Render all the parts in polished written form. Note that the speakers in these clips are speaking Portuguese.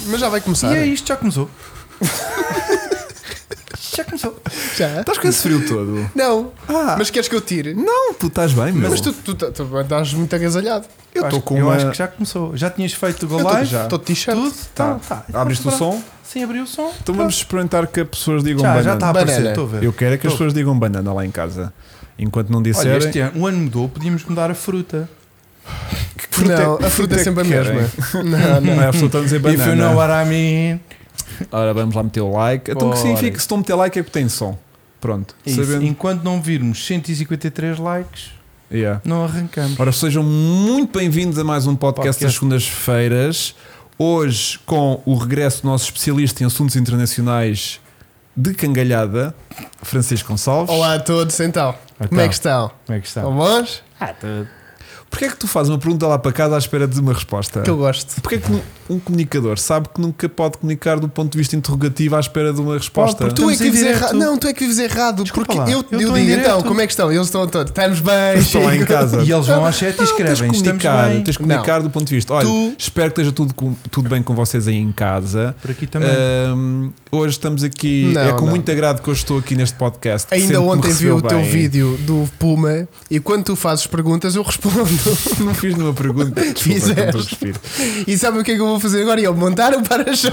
Mas já vai começar. E é isto, já começou. Já começou. Já? Estás com esse frio todo? Não. Ah, Mas queres que eu tire? não, tu estás bem, meu. Mas tu estás muito agasalhado. Eu estou com eu uma... acho que já começou. Já tinhas feito o Go Eu Live? estou de t-shirt. Tudo? Tá. Tá. Abriste o som? Sim, abriu o som. Então vamos experimentar que as pessoas digam Já banana. está a aparecer, Banana. estou a ver. Eu quero é que as Estou. pessoas digam banana lá em casa. Enquanto não Olha, disserem... este ano, o ano mudou, podíamos mudar a fruta. que Não, que a fruta é que sempre a querem? mesma. Não, Não não. é a pessoa está a dizer banana. If you know what I mean. Ora, vamos lá meter o like. Então o que Bora. significa que se estão a meter like é que tem som. Pronto. Isso. Sabendo... Enquanto não virmos 153 likes, Yeah. não arrancamos. Ora, sejam muito bem-vindos a mais um podcast das Podcast. segundas-feiras. Hoje, com o regresso do nosso especialista em assuntos internacionais de cangalhada, Francisco Gonçalves. Olá a todos, então. Como é que estão? Como é que está? Estão bons? Porquê é que tu fazes uma pergunta lá para casa à espera de uma resposta? Que eu gosto. Porquê é que um comunicador sabe que nunca pode comunicar do ponto de vista interrogativo à espera de uma resposta? porque Tu é Estamos que em vives direto. errado. Não, tu é que vives errado. Desculpa Porque lá. eu Eu digo, estou em direto. então, como é que estão? Eles estão todos. Estamos bem. Estão lá em casa. E eles vão ao chat e Tens escrevem. de Estamos comunicar, bem. tens de comunicar do ponto de vista. Olha, Tu- espero que esteja tudo bem com vocês aí em casa. Por aqui também. Hoje estamos aqui. Não, é com não. muito agrado que eu estou aqui neste podcast. Ainda Sempre me ontem vi recebeu o teu bem. vídeo do Puma e quando tu fazes perguntas eu respondo. Não fiz nenhuma pergunta. Desculpa, Fizeste. não estou a respirar. E sabe o que é que eu vou fazer agora? Eu montar o para-choques.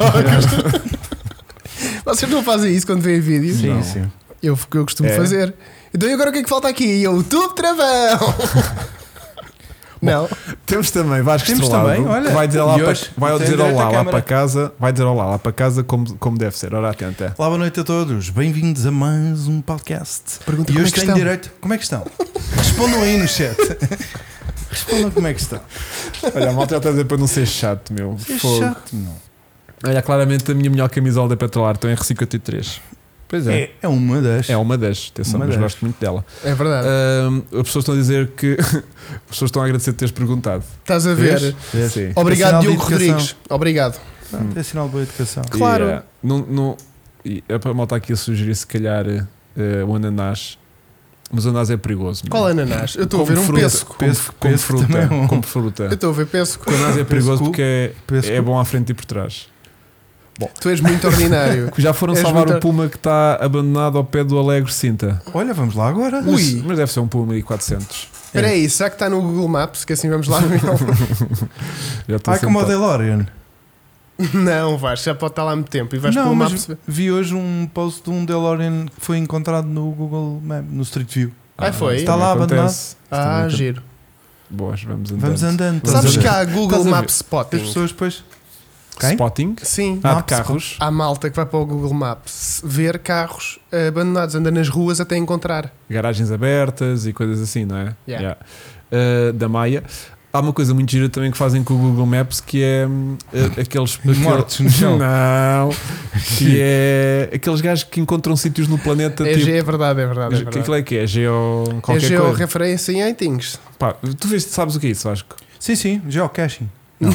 Vocês não fazem isso quando veem vídeo? Sim, não. sim. Eu costumo É? fazer. Então e agora o que é que falta aqui? YouTube travão. Não. Temos também Vasco Temos Estrelado, também, olha. que vai dizer, lá E para, hoje vai tem dizer direito olá à lá câmara. para casa. Vai dizer olá lá para casa como deve ser. Ora, atenta. Olá, boa noite a todos. Bem-vindos a mais um podcast. Pergunta E como hoje é que tem estão. direito. Como é que estão? Respondam aí no chat. Respondam como é que estão. Olha, a malta já está a dizer para não ser chato, meu. É Fogo. chato, não. Olha, claramente a minha melhor camisola da Petrolar estou em R53. Pois é. É uma das. É uma das. Atenção, Uma mas das. gosto muito dela. É verdade. As pessoas estão a dizer que. As pessoas estão a agradecer de teres perguntado. Estás a ver? Vês? Sim. Obrigado, É sinal de Diogo educação. Rodrigues. Obrigado. É sinal de boa educação. Claro. E, e é para a malta aqui a sugerir, se calhar, o ananás. Mas o ananás é perigoso. meu. Qual ananás? Eu estou a ver um fruta, pêssego. Como Pêssego fruta. também é bom. Como fruta. Eu estou a ver pêssego. O ananás é perigoso Pêssego. porque Pêssego. é bom à frente e por trás. Tu és muito ordinário. Já foram És salvar muito- o Puma que está abandonado ao pé do Alegre Cinta. Olha, vamos lá agora. Ui. Mas deve ser um Puma 1400. Espera aí, será que está no Google Maps? Que assim vamos lá. Já estou Ai, como o sentado. DeLorean. Não, vais, já pode estar lá há muito tempo. E vais Não, pelo mas Maps. vi hoje um post de um DeLorean que foi encontrado no Google Maps, no Street View. Ah, foi? Está lá acontece. Ah, giro. Boas, vamos andando. Vamos andando. Vamos Sabes a ver. que há Google Estás a ver? Maps As Spotting? pessoas depois. Quem? Spotting? Sim. Ah, de Maps, carros. Há malta que vai para o Google Maps ver carros abandonados, anda nas ruas até encontrar. Garagens abertas e coisas assim, não é? Yeah. Da Maia. Há uma coisa muito gira também que fazem com o Google Maps que é aqueles Mortos no chão. Não, que é aqueles gajos que encontram sítios no planeta É, tipo. é verdade, é verdade. É Que verdade. aquilo é que é? Geo. É Qualquer coisa. georreferência em things. Pá, tu vês, sabes o que é isso, Vasco? Sim, geocaching.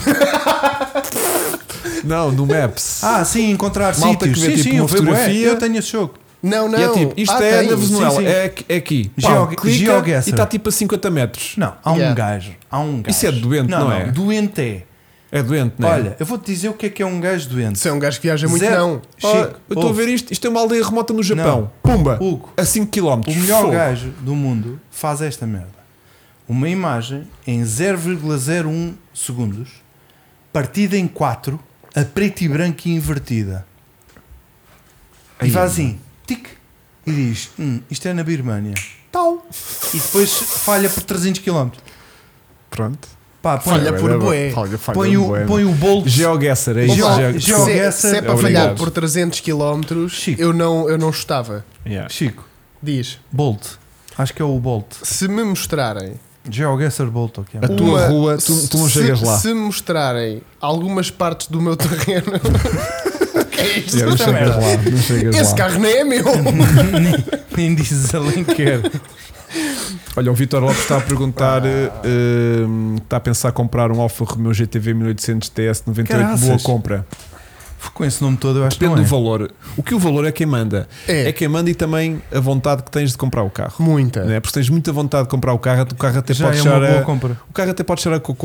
Não, no Maps. Ah, sim, encontrar Malta sítios. que vê, Sim, tipo, sim, uma eu vejo, fotografia. eu tenho esse jogo. Não, não. E é tipo, isto é tem. na Venezuela, sim, sim. é aqui. Geo- Pá, clica GeoGuessr. e está tipo a 50 metros. Não, há um Yeah. gajo. Há um gajo. Isso é doente, não é? Doente é. É doente, não é? Olha, eu vou-te dizer o que é um gajo doente. Se é um gajo que viaja muito, Zero. não. Ó, Chico, eu estou a ouve. ver isto. Isto é uma aldeia remota no Japão. Não. Pumba! Hugo, A 5 km. o melhor gajo do mundo faz esta merda. Uma imagem em 0,01 segundos, partida em 4, a preto e branco e invertida. E Ai, faz assim, tic, e diz, isto é na Birmânia. Tal. E depois falha por 300 km. Pronto. Pá, põe, Falha por bué. põe o Bolt. GeoGuessr, é isso. Geo- Geo- Geo- Se GeoGuessr, é para obrigado. falhar por 300 km, Chico. eu não estava. Yeah. Chico, Diz, Bolt. Acho que é o Bolt. se me mostrarem GeoGuessr Bolt, ok. A tua rua, tu não chegas lá. Se me mostrarem algumas partes do meu terreno, o que é isto? Yeah, não chegas lá. Não chegas Esse lá. carro nem é meu. Nem dizes Alenquer. Olha, o Vitor Lopes está a perguntar, está a pensar comprar um Alfa Romeo GTV 1800 TS 98, boa Caraças. compra. Com esse nome todo eu acho que Depende não é. do valor. O que o valor é quem manda. É. Quem manda e também a vontade que tens de comprar o carro. Muita. Não é? Porque tens muita vontade de comprar o carro até Já pode é chegar uma boa a, compra. o carro até pode cheirar a cocô.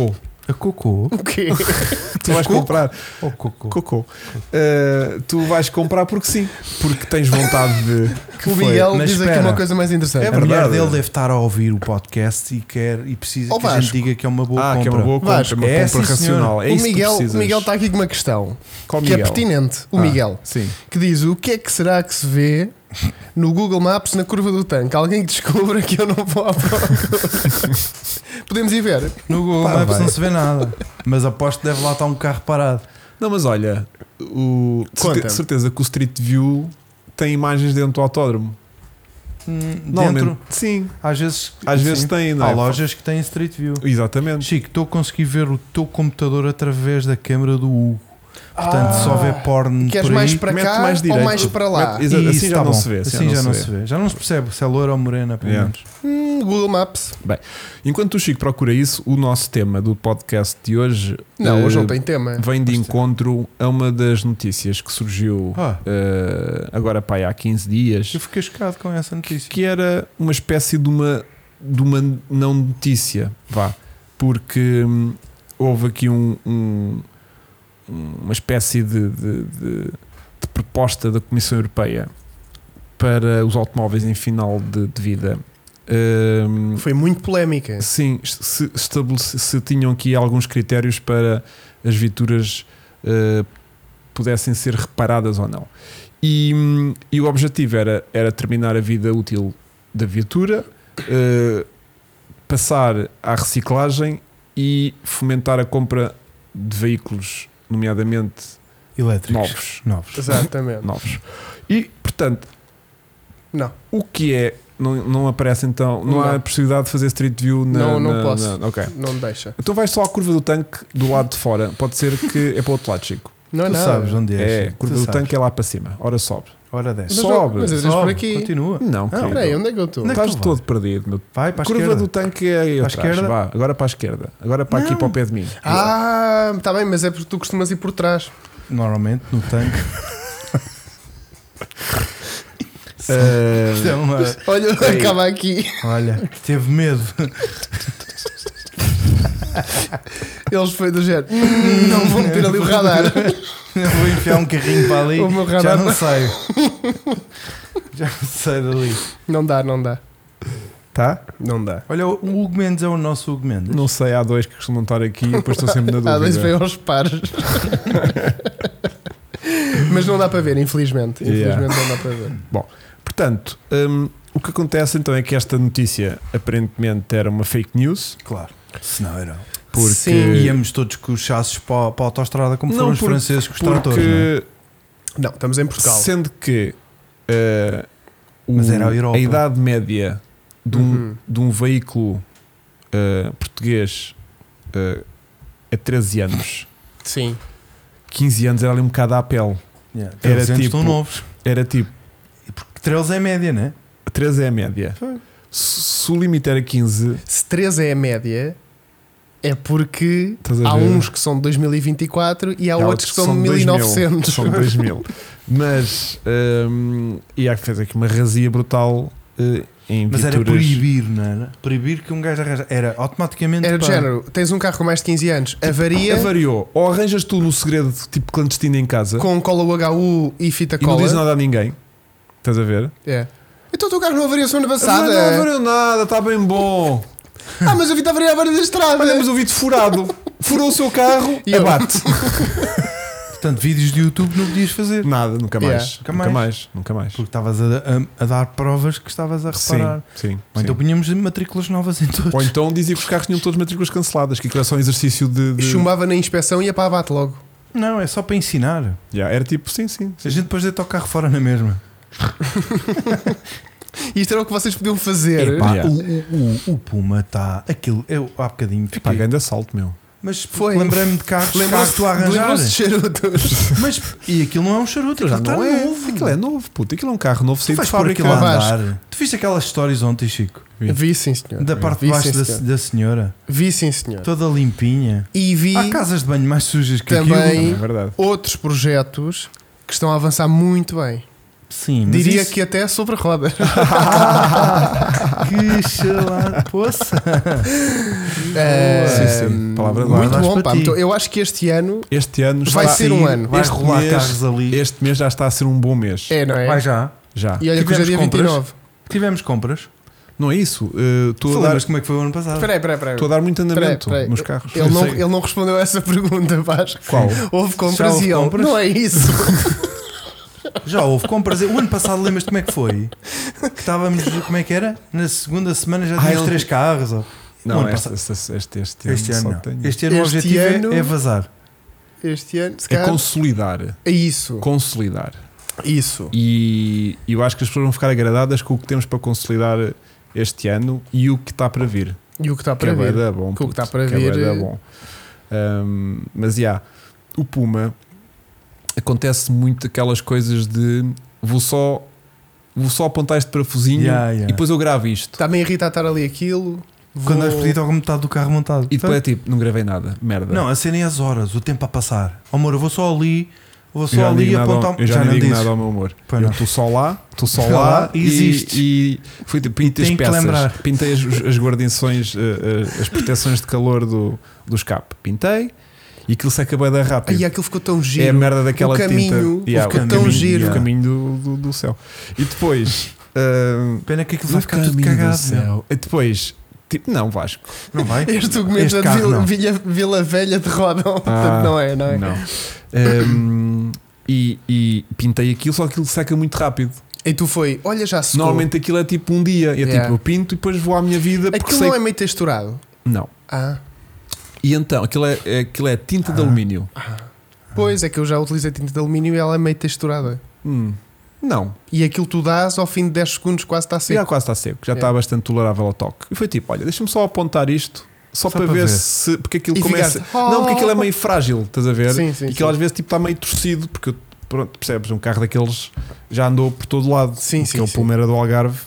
A cocô? O quê? Tu vais comprar. Ou cocô? Cocô. Tu vais comprar porque sim. Porque tens vontade de. O Miguel Mas diz aqui espera. uma coisa mais interessante. É A mulher verdade. dele deve estar a ouvir o podcast e precisa Ó, que a gente Vasco. diga que é uma boa compra. Que é uma boa compra, Vasco, uma é, compra sim, senhor. racional. É O isso que tu Miguel precisas. está aqui com uma questão Qual que é Miguel? pertinente. O Miguel, Sim. que diz: o que é que será que se vê no Google Maps na curva do tanque? Alguém que descubra que eu não vou à procura. Podemos ir ver. No Google Pá, Maps vai. não se vê nada. Mas aposto que deve lá estar um carro parado. Não, mas olha, Conta-me. certeza que o Street View tem imagens dentro do autódromo. Dentro, Sim. às vezes Sim. tem, não há é? lojas que têm Street View. Exatamente. Chico, estou a conseguir ver o teu computador através da câmera do Hugo. Portanto, se houver porno Queres por aí, mais para mete cá mais ou direito. mais para lá? Mete- e assim isso já tá não bom. se vê, Assim já não se vê. Já não se percebe se é loira ou morena, pelo Yeah. menos. Google Maps. Enquanto o Chico procura isso, o nosso tema do podcast de hoje Não, hoje não tem tema. vem de encontro a uma das notícias que surgiu Ah, agora pá, há 15 dias, eu fiquei chocado com essa notícia. que era uma espécie de uma não notícia, vá, porque houve aqui uma espécie de proposta da Comissão Europeia para os automóveis em final de vida. Foi muito polémica. Sim, se tinham aqui alguns critérios para as viaturas pudessem ser reparadas ou não. E o objetivo era terminar a vida útil da viatura, passar à reciclagem e fomentar a compra de veículos, nomeadamente Elétricos. Novos. Exatamente. novos. E, portanto, Não. o que é? Não aparece então? Não há Não. possibilidade de fazer Street View Não posso. ok. Não deixa. Então vais só à curva do tanque do lado de fora. Pode ser que é para o outro lado, Chico. Não é Tu nada. sabes onde é? É, Chico? curva Tu do sabes. tanque é lá para cima. Ora sobe. Hora 10. Mas sobe. mas eu por aqui. Continua. Não, querido. Peraí, onde é que eu estou? Onde é que Estás tu todo perdido. Meu. Vai para a Curva esquerda. do tanque é aí Para a atrás. esquerda? Vá, agora para a esquerda. Agora para aqui, Não. para o pé de mim. Ah, está bem, mas é porque tu costumas ir por trás. Normalmente no tanque. Isto é uma- Olha, Ei. acaba aqui. Olha, teve medo. Eles foi do género. Não vou meter ali o radar. Eu vou enfiar um carrinho para ali. O meu radar Já não- não saio. Já não saio dali. Não dá, não dá. Tá? Não dá. Olha, o Hugo Mendes é o nosso Hugo Mendes. Não sei, há dois que costumam estar aqui e depois estou sempre na dúvida. Há dois veio aos pares. Mas não dá para ver, infelizmente. Yeah. Infelizmente não dá para ver. Portanto, o que acontece então é que esta notícia aparentemente era uma fake news. Claro. Se não era. Porque Sim. Íamos todos com os chassos para a autostrada como foram os porque- franceses com os tratores. Não é? porque Não, estamos em Portugal. sendo que Mas era a Europa. idade média de um veículo português a 13 anos, Sim. 15 anos era ali um bocado à pele. Yeah. Era Eles tipo- estão novos. Era tipo, E porque 13 é média, não é? 13 é a média. Foi. Se o limite era 15, Se 13 é a média, é porque estás a há ver? uns que são de 2024 e há outros que são de 2000, 1900. São 2000. Mas e há que fazer aqui uma razia brutal em Mas era viaturas. proibir, não era? Proibir que um gajo arranja. Era automaticamente. Era de pá, género, tens um carro com mais de 15 anos, avaria Avariou. Ou arranjas tu no segredo, tipo clandestino em casa, com cola UHU e fita e não diz cola. nada a ninguém. Estás a ver? É. Então o teu carro não avaria a semana Não passada. avariou nada, está bem bom. Ah, mas eu vi que avaria a beira da estrada. Olha, mas o Vito furado. Furou o seu carro E e eu? abate. Portanto, vídeos de YouTube não podias fazer. Nada, nunca mais. Yeah. Nunca mais. Porque estavas a dar provas que estavas a reparar. Sim. Ou então punhamos matrículas novas em todos. Ou então dizia que os carros tinham todas matrículas canceladas, que aquilo era só um exercício de... Chumbava na inspeção e ia para abate logo. Não, é só para ensinar. Yeah, era tipo, sim. A gente depois deita o carro fora na mesma. Isto era o que vocês podiam fazer. Epá, Yeah. o Puma está. Aquilo, eu há bocadinho Pá, fiquei. grande assalto, meu. Mas Foi. lembrei-me de carros que tu a arranjar. Lembrou-se de charutos. Mas e aquilo não é um charuto, Já aquilo não está é. novo. Aquilo é novo, puto. Aquilo é um carro novo Tu saído de vais pôr fábrica. aquilo a Vasco. andar. Tu viste aquelas stories ontem, Chico? Vi, sim, senhor. Da parte de Vi, baixo sim, senhor. da senhora. Vi, sim, senhor. Toda limpinha. E vi Há casas de banho mais sujas que Também- aquilo. É verdade. outros projetos que estão a avançar muito bem. Sim, mas Diria isso... que até sobre rodas. Que chalada, poça. Sim. Palavra de Muito ordem. bom, Vais pá. para ti. Eu acho que este ano Este ano vai está ser um ano. Vai este rolar mês- carros ali. Este mês já está a ser um bom mês. É, não é? Vai já. Já. E olha que hoje é dia Tivemos compras. 29. Tivemos compras. Não é isso. Estou Tu a dar, lembras como é que foi o ano passado? Espera aí. estou a dar muito andamento Peraí. nos carros. Ele não respondeu a essa pergunta, Vasco. Qual? Houve compras Já houve e ele. compras? Não é isso. Já houve compras. O ano passado lembras-te como é que foi? Que estávamos, como é que era? Na segunda semana já tínhamos ele- 3 carros. Ou... O Não, ano este passado. ano Ano só não. tenho. Este ano o Este objetivo ano- é vazar. Este ano, se É calhar. consolidar. É isso. Consolidar. Isso. E eu acho que as pessoas vão ficar agradadas com o que temos para consolidar este ano e o que está para vir. E o que está Que para é bué vir. da bom. Que o que está para que é vir, bué da bom. Mas o Puma acontece muito aquelas coisas de vou só apontar este parafusinho e depois eu gravo isto. Está-me a irritar estar ali aquilo. Quando Vou- és pedido ao metade do carro montado. E depois é tipo, não gravei nada, merda. Não, a cena é as horas, o tempo a passar. Oh, amor, eu vou só ali. Vou Eu só já não ali digo nada apontar. ao- eu já não digo dizes. nada ao meu amor. Pois Eu não. estou só lá e existes. e fui pintei as Tem que peças, lembrar. pintei as guarnições, as proteções de calor do escape, pintei e aquilo se acabou da rápido. Ai, aquilo ficou tão giro. É a merda daquela o caminho, tinta. Yeah, ficou o tão caminho, giro. O caminho do céu. E depois. Pena que aquilo o vai ficar tudo caminho do cagado. meu. céu. E depois. Tipo, não, Vasco. Não vai? Este documento Este é de carro não. Vila Velha de Rodão. Portanto, não é, não é? Não. E pintei aquilo, só que aquilo seca muito rápido. E tu foi, olha, já secou. Normalmente aquilo é tipo um dia. É Yeah. tipo, eu pinto e depois vou à minha vida. Porque Aquilo sei não é meio texturado. Não. Ah, E então, aquilo é tinta de alumínio. pois é que eu já utilizei tinta de alumínio e ela é meio texturada. Não. E aquilo tu dás, ao fim de 10 segundos quase está seco. Já quase está seco. Já está bastante tolerável ao toque. E foi tipo, olha, deixa-me só apontar isto. Só para ver se. Porque aquilo E começa. ficaste, Não, porque aquilo é meio frágil, estás a ver? Sim, sim, E aquilo sim. às vezes tipo, está meio torcido. Porque, pronto, percebes? Um carro daqueles já andou por todo lado. Sim, porque sim, o sim. Puma era do Algarve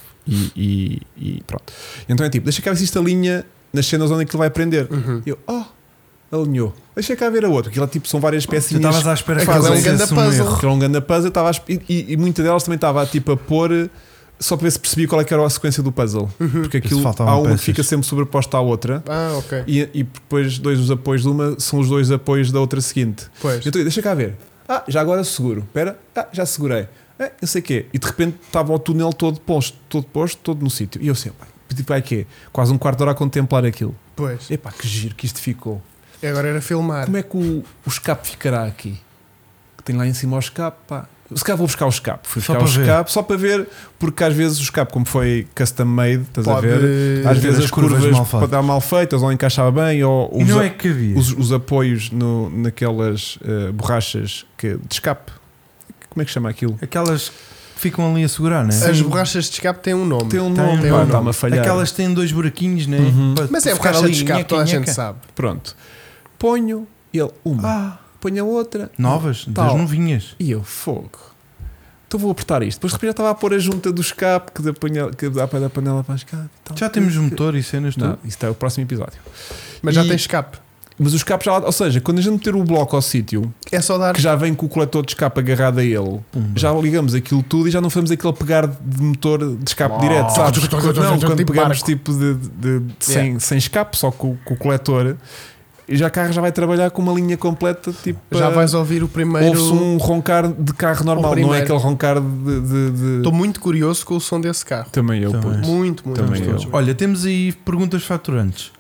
e pronto. Então é tipo, deixa cá ver se isto alinha nas cenas onde aquilo vai prender. Uhum. E eu, alinhou. Deixa cá ver a outra. Aquilo é tipo, são várias Tu pecinhas. estavas à espera que Aquilo é um fizesse ganda puzzle. erro. Que era um grande puzzle, eu estava e muita delas também estava tipo a pôr só para ver se percebia qual é que era a sequência do puzzle. Porque aquilo faltavam há uma que peças. fica sempre sobreposta à outra Ah, ok. e depois os apoios de uma são os dois apoios da outra seguinte. Pois. Então deixa cá ver. Já agora seguro. Espera, já segurei. Não sei o quê. E de repente estava o túnel todo posto, todo no sítio. E eu assim, tipo, é quê? Quase um quarto de hora a contemplar aquilo. Pois. Epá, que giro que isto ficou. E agora era filmar. Como é que o escape ficará aqui? Que tem lá em cima o escape, pá. Se calhar vou buscar o escape. Fui Só buscar o para ver. escape só para ver, porque às vezes o escape, como foi custom made, estás a Pode- ver? Às ter vezes as as curvas curvas mal feitas. podem dar mal feitas ou encaixava bem, ou E não é que havia. os apoios naquelas borrachas de escape. Como é que chama aquilo? Aquelas que ficam ali a segurar, né? As borrachas de escape têm um nome. Tem um Tem nome, um pá, nome. está-me a falhar. Aquelas têm 2 buraquinhos, né? Uhum. Para Mas é ficar borracha ali, de escape, nheca, toda a gente nheca. sabe. Pronto. Ponho ele uma, ponho a outra. Novas, Tal. das novinhas. E eu, fogo. Então vou apertar isto. Depois de repente já estava a pôr a junta do escape que dá para da panela para o escape e tal. Já temos motor e cenas Não, tudo. isso é o próximo episódio. Mas já E- tem escape. Mas o escape já lá, ou seja, quando a gente meter o bloco ao sítio, É só dar. que já vem com o coletor de escape agarrado a ele, Pumba. já ligamos aquilo tudo e já não fazemos aquele pegar de motor de escape Oh. direto, sabes? Tipo Não, quando pegamos barco. tipo sem escape, só com o coletor, e já o carro já vai trabalhar com uma linha completa, tipo. Já vais ouvir o primeiro. Ouve-se um roncar de carro normal, não é primeiro. aquele roncar de. Estou muito curioso com o som desse carro. Também eu, Também. puto. Muito, muito. Também muito. eu. Olha, temos aí perguntas faturantes.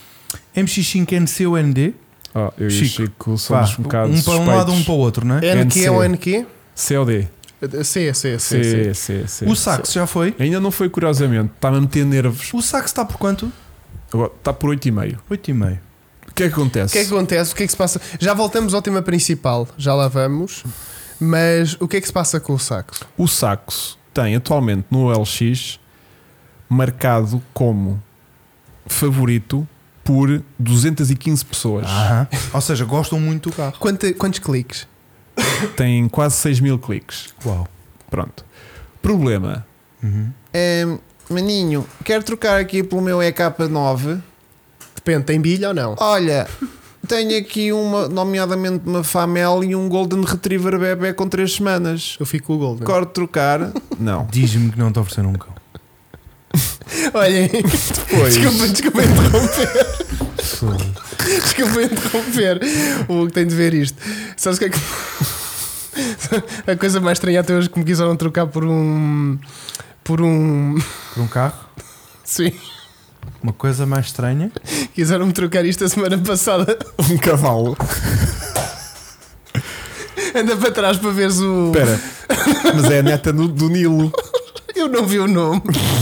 MX5 ou ND? Eu e o Chico. Chico somos um bocado um para um lado, um suspeitos. para o outro, não é? NQ ou NQ? COD. C. C. O saxo já foi? Ainda não foi, curiosamente. Está-me a meter nervos. O saxo está por quanto? Agora, está por 8,5. 8,5. O que é que acontece? O que é que acontece? O que é que se passa? Já voltamos ao tema principal, já lá vamos. Mas o que é que se passa com o saxo? O saxo tem atualmente no LX marcado como favorito por 215 pessoas. Ou seja, gostam muito do carro. Quantos cliques? Tem quase 6 mil cliques. Uau. Pronto. Problema. Maninho, quero trocar aqui pelo meu EK9. Depende, tem bilha ou não? Olha, tenho aqui nomeadamente uma Famel e um Golden Retriever bebê com 3 semanas. Eu fico com o Golden. Quero trocar. Não. Diz-me que não te ofereceram um cão. Olhem, Depois. desculpa interromper. Desculpa interromper. O Hugo tem de ver isto. Sabes o que é que. A coisa mais estranha até hoje que me quiseram trocar por um. Por um carro? Sim. Uma coisa mais estranha? Quiseram-me trocar isto a semana passada. Um cavalo. Anda para trás para veres o. Espera. Mas é a neta do Nilo. Eu não vi o nome.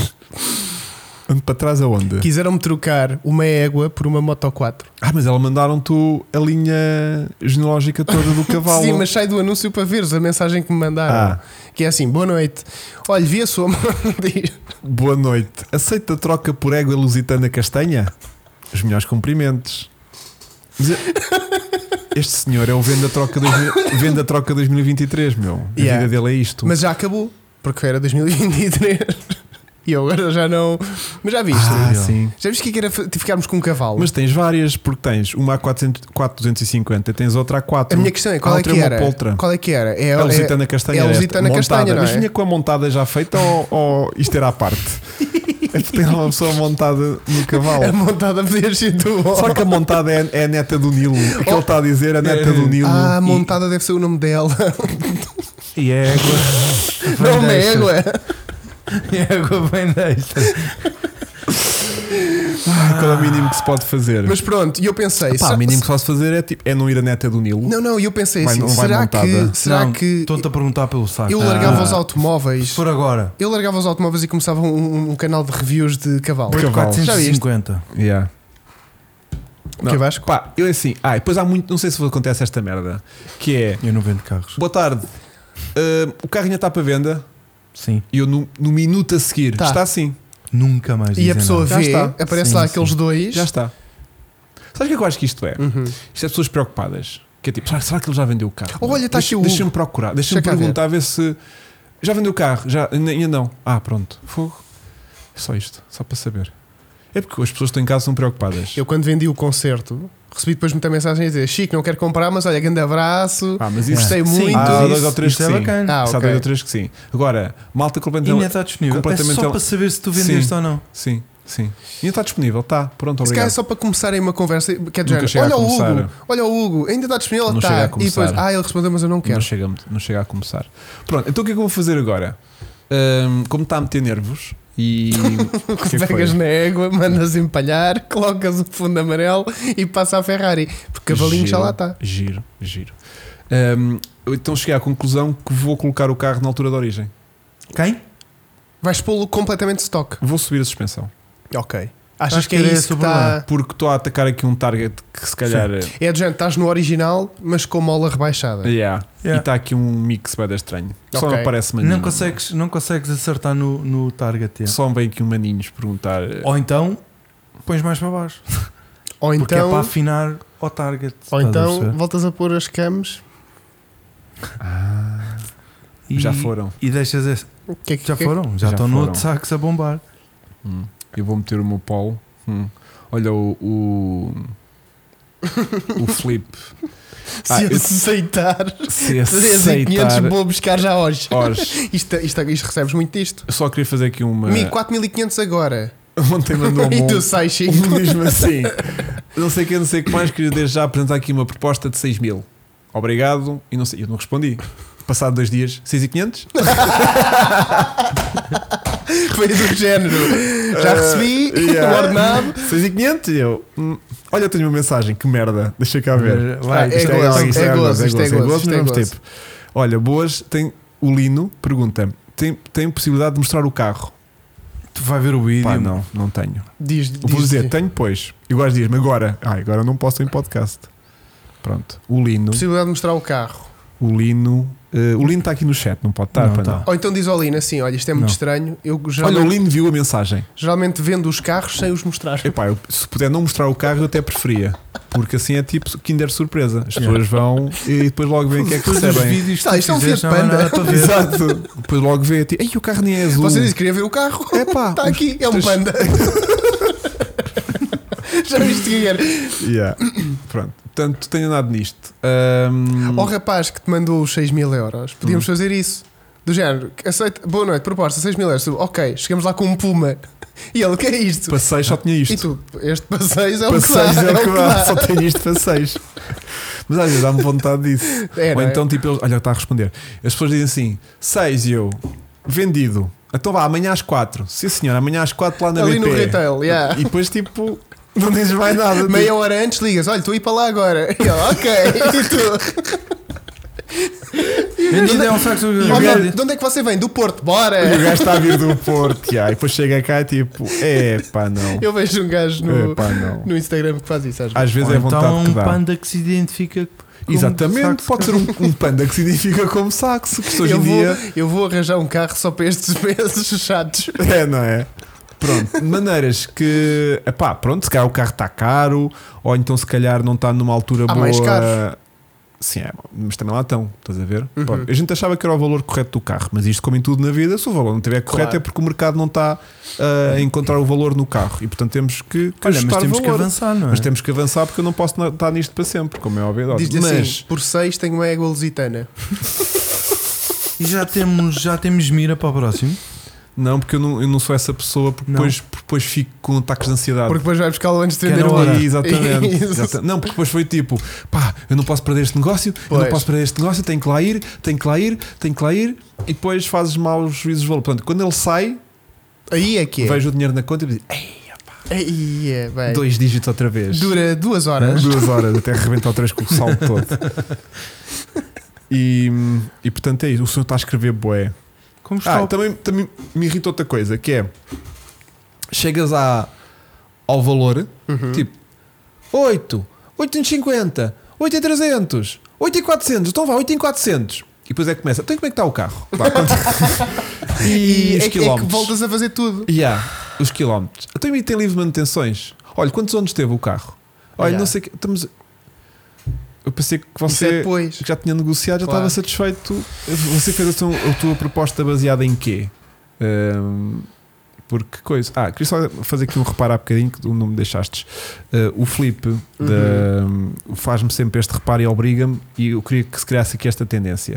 Ando para trás aonde? Quiseram-me trocar uma égua por uma Moto 4. Mas ela mandaram-te a linha genealógica toda do cavalo. Sim, mas sai do anúncio para veres a mensagem que me mandaram. Que é assim: boa noite. Olha, vi a sua mão. Boa noite. Aceita a troca por égua lusitana castanha? Os melhores cumprimentos. Mas este senhor é o Venda Troca 2023, meu. A vida dele é isto. Mas já acabou, porque era 2023. E eu agora já não. Mas já viste? Sim. Já viste que era ficarmos com um cavalo? Mas tens várias, porque tens uma A400-250 e tens outra A4. A minha questão é qual é que era? Qual é que era? É a lusitana castanha. É a lusitana castanha, não é? Mas vinha com a montada já feita ou isto era à parte? É porque tem uma pessoa montada no cavalo. A montada podia ser tu. Só que a montada é a neta do Nilo. O que ele está a dizer, a neta do Nilo. A montada deve ser o nome dela. E a égua. Não é égua. E a égua bem desta. Qual é o mínimo que se pode fazer? Mas pronto, e eu pensei. O mínimo que se pode fazer é não ir a neta do Nilo. Não, eu pensei assim. Não vai Será Não, que. Estou-te a perguntar pelo saco. Eu largava os automóveis. Se for agora. Eu largava os automóveis e começava um canal de reviews de cavalo. De cavalo. Já viste? 450. Yeah. O que Vasco? Pá, eu assim. Depois há muito. Não sei se acontece esta merda. Que é. Eu não vendo carros. Boa tarde. O carro ainda está para venda. Sim. E eu no minuto a seguir. Tá. Está assim. Nunca mais E a dizem pessoa nada. vê, Já está. aparece Sim, lá sim. aqueles dois. Já está. Sabes o que é que eu acho que isto é? Uhum. Isto é pessoas preocupadas. Que é tipo, será que ele já vendeu o carro? Olha, está aqui o Deixa-me Hugo. procurar. Deixa-me Deixa cá perguntar a ver se. Já vendeu o carro? Já, ainda não. Pronto. Fogo. É só isto. Só para saber. É porque as pessoas que estão em casa são preocupadas. Eu quando vendi o concerto recebi depois muita mensagem a dizer: Chico, não quero comprar, mas olha, grande abraço, mas isso gostei Sim, muito. há isso- dois ou três isto que é sim. bacana. Há ok. dois ou três que sim. Agora, malta E ainda completamente. está disponível. É completamente só para saber se tu vendeste Sim. ou não. Sim. Ainda está disponível. Está. Pronto, Se calhar é obrigado. só para começarem uma conversa, quer Nunca dizer, chega olha a o começar. Hugo, olha o Hugo, ainda está disponível, Não chega está. a E começar. depois, ele respondeu, mas eu não quero. Não chega a começar. Pronto, então o que é que eu vou fazer agora? Como está a meter nervos e. o que é que foi? Pegas na égua, mandas empalhar, colocas o fundo amarelo e passa a Ferrari, porque o cavalinho já lá está. Giro. Então cheguei à conclusão que vou colocar o carro na altura de origem. Quem? Vais pô-lo completamente de stock. Vou subir a suspensão. Ok. Achas Acho que é que era isso que esse o problema. está. Porque estou a atacar aqui um target que se calhar. É do género, estás no original, mas com mola rebaixada. Yeah. Yeah. E está aqui um mix bem estranho. Só Ok. não aparece maninho. Não consegues acertar no target. Só vem aqui um maninhos perguntar. Ou então pões mais para baixo. Ou Porque é então, para afinar ao target. ou Estás a então perceber? voltas a pôr as cams. E- Já foram. E deixas esse. O que é que Já foram. Já Já estão no foram. outro saco a bombar. Eu vou meter o meu polo. Olha o flip. Se eu- aceitar, Se 3.500 aceitar. vou buscar já hoje. Hoje. Isto recebes muito disto. Eu só queria fazer aqui uma. 4.500 agora. Ontem mandou-me E tu um. sais 5. Diz-me assim: não sei o que mais, queria desde já apresentar aqui uma proposta de 6.000. Obrigado. E não sei, eu não respondi. Passado 2 dias, 6.500? Foi do género. Já recebi o ordenado. 6.500? E eu, olha, eu tenho uma mensagem, que merda. Deixa cá ver. Vai, é Isto gozo, algo, isto é gozo, isto é gozo, mas isto é vamos gozo. tipo. Olha, boas, tem o Lino, pergunta: tem possibilidade de mostrar o carro? Tu vai ver o vídeo. Pá, não tenho. Diz, Eu vou dizer, tenho, pois. E agora diz-me, agora. Agora não posso em podcast. Pronto. O Lino. possibilidade de mostrar o carro. O Lino está aqui no chat, não pode estar, Não para tá. não. Ou então diz ao Lino assim: olha, isto é muito Não. estranho. Eu Olha, o geralmente, Lino viu a mensagem. geralmente vendo os carros sem os mostrar. Epá, se puder não mostrar o carro, eu até preferia. Porque assim é tipo Kinder surpresa. As pessoas vão e depois logo veem o que é que Depois dos recebem. vídeos que Tá, tu isto é um fizeres, Fiat não há Panda. nada para ver. Exato. Depois logo vê, tipo, ei, o carro nem é azul. Você disse que queria ver o carro? Epá, Está aqui, é um panda. Já viste que era? Yeah. Pronto. Portanto, tenho andado nisto. Ao rapaz que te mandou os 6.000 euros, podíamos fazer isso. Do género, aceita, boa noite, proposta 6.000 euros. Tu, ok, chegamos lá com um puma. E ele, o que é isto? Para 6 só tinha isto. E tu, este para 6 é Para o que dá. 6 é o que dá. dá. Só tenho isto para 6. Mas às vezes dá-me vontade disso. É, Ou não é? então, tipo, olha, está a responder. As pessoas dizem assim: 6 e eu, vendido. Então vá, amanhã às 4. Sim, senhor, amanhã às 4 lá na Ali BP. no retail, yeah. E depois, tipo, não dizes mais nada. Meia hora antes ligas, olha, estou a ir para lá agora. E ele, ok. E tu, Vendido é um facto. "Oh, não, de onde é que você vem? Do Porto, bora. E o gajo está a vir do Porto. E depois chega cá e tipo, pá, não. Eu vejo um gajo Epá, não. no Instagram que faz isso às vezes. Às vezes Ou é vontade então que um dá. panda que se identifica como Exatamente, saxo. pode ser um panda que se identifica como saxo, que hoje em dia Eu vou arranjar um carro só para estes meses chatos. é, não é? Pronto, de maneiras que, epá, pronto, se calhar o carro está caro, ou então se calhar não está numa altura Há boa. mais caros. Sim, mas também lá estão, estás a ver? Uhum. Pronto, a gente achava que era o valor correto do carro, mas isto, como em tudo na vida, se o valor não estiver correto Claro. é porque o mercado não está a encontrar o valor no carro e portanto temos que Olha, mas ajustar temos o que valor. avançar, não é? Mas temos que avançar porque eu não posso estar nisto para sempre, como é óbvio. Diz-lhe Mas assim, por 6 tenho uma égua lusitana. E já temos mira para o próximo? não, porque eu não sou essa pessoa, porque Não. depois fico com ataques de ansiedade. Porque depois vai buscá-lo antes de Que vender era o hora. outro. Exatamente, Isso. exatamente. Não, porque depois foi tipo, pá, eu não posso perder este negócio, eu Pois. não posso perder este negócio, tenho que lá ir, e depois fazes maus juízos de valor. Portanto, quando ele sai, Aí é que é. vejo o dinheiro na conta e digo, ei, Aí é, bem. 2 dígitos outra vez. Dura 2 horas. 2 horas, até arrebentar outra vez com o saldo todo. E portanto é isso, o senhor está a escrever bué. Como está? Também me irrita outra coisa, que é, chegas ao valor, Uhum. tipo 8, 850, 8 em 300, 8 em 400, então vá, 8 em 400. E depois é que começa, então como é que está o carro? Vá, e os é que quilómetros. voltas a fazer tudo. Os quilómetros. Então e tem livre de manutenções? Olha, quantos anos teve o carro? Olha, Yeah. não sei o que. Eu pensei que Isso é você depois. que já tinha negociado, já Claro. estava satisfeito. Você fez a tua proposta baseada em quê? Porque coisa. Queria só fazer aqui um reparo há bocadinho que tu não me deixastes. O Filipe faz-me sempre este reparo e obriga-me, e eu queria que se criasse aqui esta tendência.